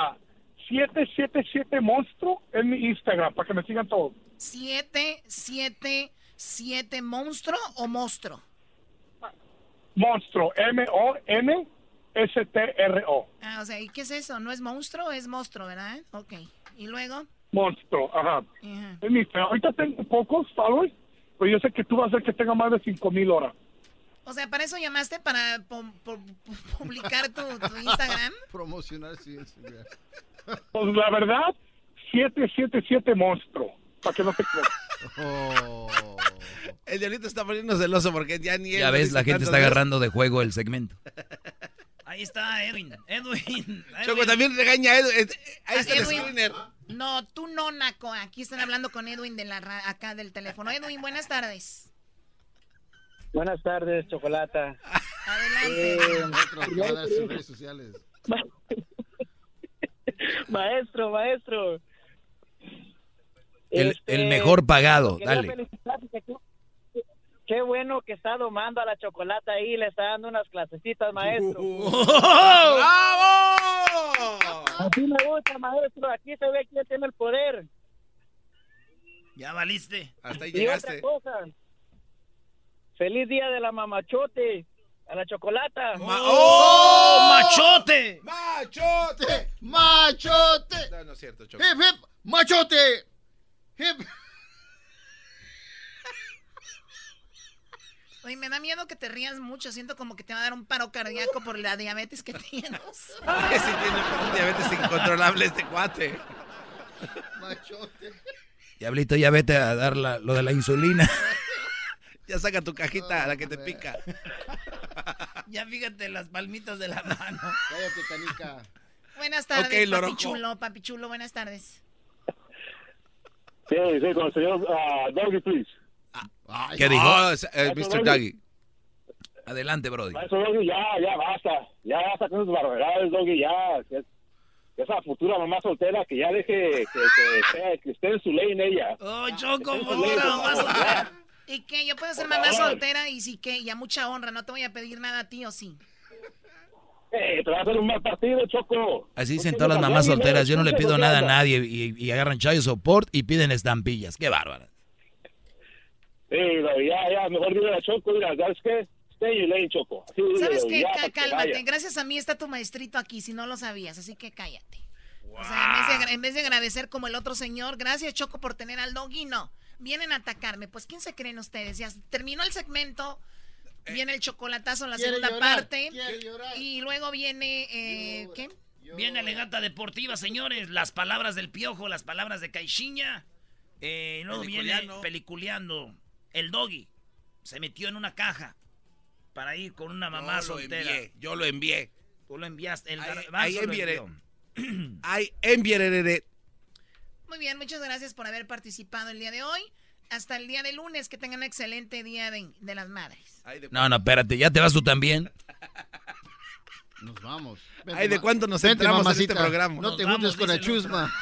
777 Monstruo en mi Instagram, para que me sigan todos. 777 Monstruo o Monstruo. Monstruo, MONSTRO. O sea, ¿y qué es eso? ¿No es monstruo? Es monstruo, ¿verdad? Ok. ¿Y luego? Monstruo, ajá. Ahorita tengo pocos followers, pero yo sé que tú vas a hacer que tenga más de 5,000 horas. O sea, ¿para eso llamaste? ¿Para publicar tu Instagram? Promocionar, sí. Instagram. Pues la verdad, 777 Monstruo, para que no te creas. El diablito está poniendo celoso porque ya ni él... Ya ves, la gente está agarrando de juego el segmento. Ahí está Edwin. Choco, también regaña a Edwin. Ahí está Edwin. el screener. No, tú no, Naco. Aquí están hablando con Edwin acá del teléfono. Edwin, buenas tardes. Buenas tardes, Chocolata. Adelante. Sus redes sociales. Maestro. El mejor pagado, dale. Qué bueno que está domando a la Chocolata ahí, le está dando unas clasecitas, maestro. ¡Bravo! Así me gusta, maestro, aquí se ve quién tiene el poder. Ya valiste. Hasta ahí llegaste. Y otra cosa, feliz día de la mamachote, a la Chocolata. ¡Machote! ¡Machote! ¡Machote! No es cierto, Choco. ¡Hip, hip! ¡Machote! ¡Hip! Oye, me da miedo que te rías mucho. Siento como que te va a dar un paro cardíaco por la diabetes que tienes. Sí tiene diabetes incontrolable este cuate. Machote. Diablito, ya vete a dar lo de la insulina. Ya saca tu cajita, la que te pica. Ya fíjate las palmitas de la mano. Cállate, canica. Buenas tardes, okay, papi chulo, buenas tardes. Sí, con el señor Doggy, please. ¿Qué dijo? Mr. Doggy. Adelante, Brody. Maestro Doggy, ya basta. Ya basta con esas barbaridades, Doggy, ya. Esa futura mamá soltera que ya deje que esté en su ley en ella. ¡Oh, Choco, mamá soltera! ¿Y qué? Yo puedo ser mamá soltera y sí que, y a mucha honra. No te voy a pedir nada a ti, ¿o sí? Te va a hacer un mal partido, Choco. Así dicen todas las mamás solteras. Yo no le pido nada a nadie y agarran chayo support y piden estampillas. ¡Qué bárbara! Sí, ya, mejor dile a Choco, mira, ¿sabes qué? Stay in lane, Choco. ¿Sabes qué? Cálmate. Gracias a mí está tu maestrito aquí, si no lo sabías, así que cállate. Wow. O sea, en vez de agradecer como el otro señor, gracias, Choco, por tener al Doggy, no. Vienen a atacarme. Pues, ¿quién se creen ustedes? Ya terminó el segmento, viene el chocolatazo en la segunda parte. Y luego viene, ¿qué? Viene Eleganta Deportiva, señores. Las palabras del Piojo, las palabras de Caixinha. Luego viene Peliculeando. El Doggy se metió en una caja para ir con una mamá soltera. Yo lo envié. Tú lo enviaste. Ahí enviaré. Ahí enviaré. Muy bien, muchas gracias por haber participado el día de hoy. Hasta el día de lunes, que tengan un excelente día de las madres. No, espérate, ¿ya te vas tú también? Nos vamos. Ay, ¿de cuánto nos entramos en este programa? No te juntes con la chusma.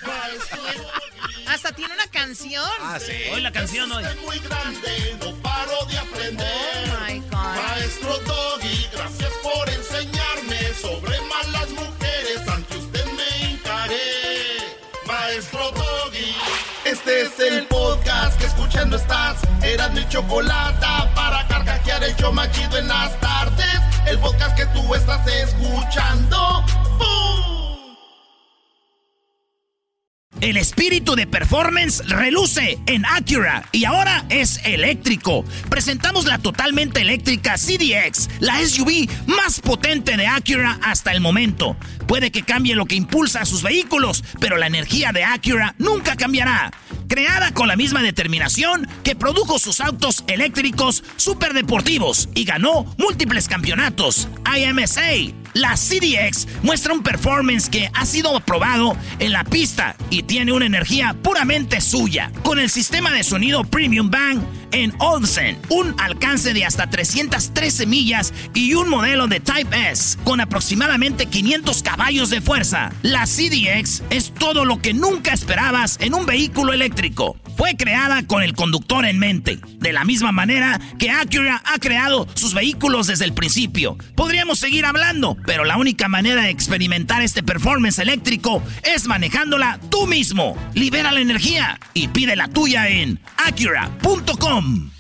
Hasta tiene una canción. Sí. Hoy la canción hoy. Muy grande, no paro de aprender. Oh my God. Maestro Doggy, gracias por enseñarme sobre malas mujeres. Ante usted me hincaré. Maestro Doggy. Este es el podcast que escuchando estás. Eran mi Chocolata para carcajear el show más chido en las tardes. El podcast que tú estás escuchando. ¡Bum! El espíritu de performance reluce en Acura y ahora es eléctrico. Presentamos la totalmente eléctrica CDX, la SUV más potente de Acura hasta el momento. Puede que cambie lo que impulsa a sus vehículos, pero la energía de Acura nunca cambiará. Creada con la misma determinación que produjo sus autos eléctricos superdeportivos y ganó múltiples campeonatos. IMSA. La CDX muestra un performance que ha sido aprobado en la pista y tiene una energía puramente suya. Con el sistema de sonido Premium Bang en Olsen, un alcance de hasta 313 millas y un modelo de Type S con aproximadamente 500 caballos de fuerza. La CDX es todo lo que nunca esperabas en un vehículo eléctrico. Fue creada con el conductor en mente, de la misma manera que Acura ha creado sus vehículos desde el principio. Podríamos seguir hablando, pero la única manera de experimentar este performance eléctrico es manejándola tú mismo. Libera la energía y pide la tuya en Acura.com.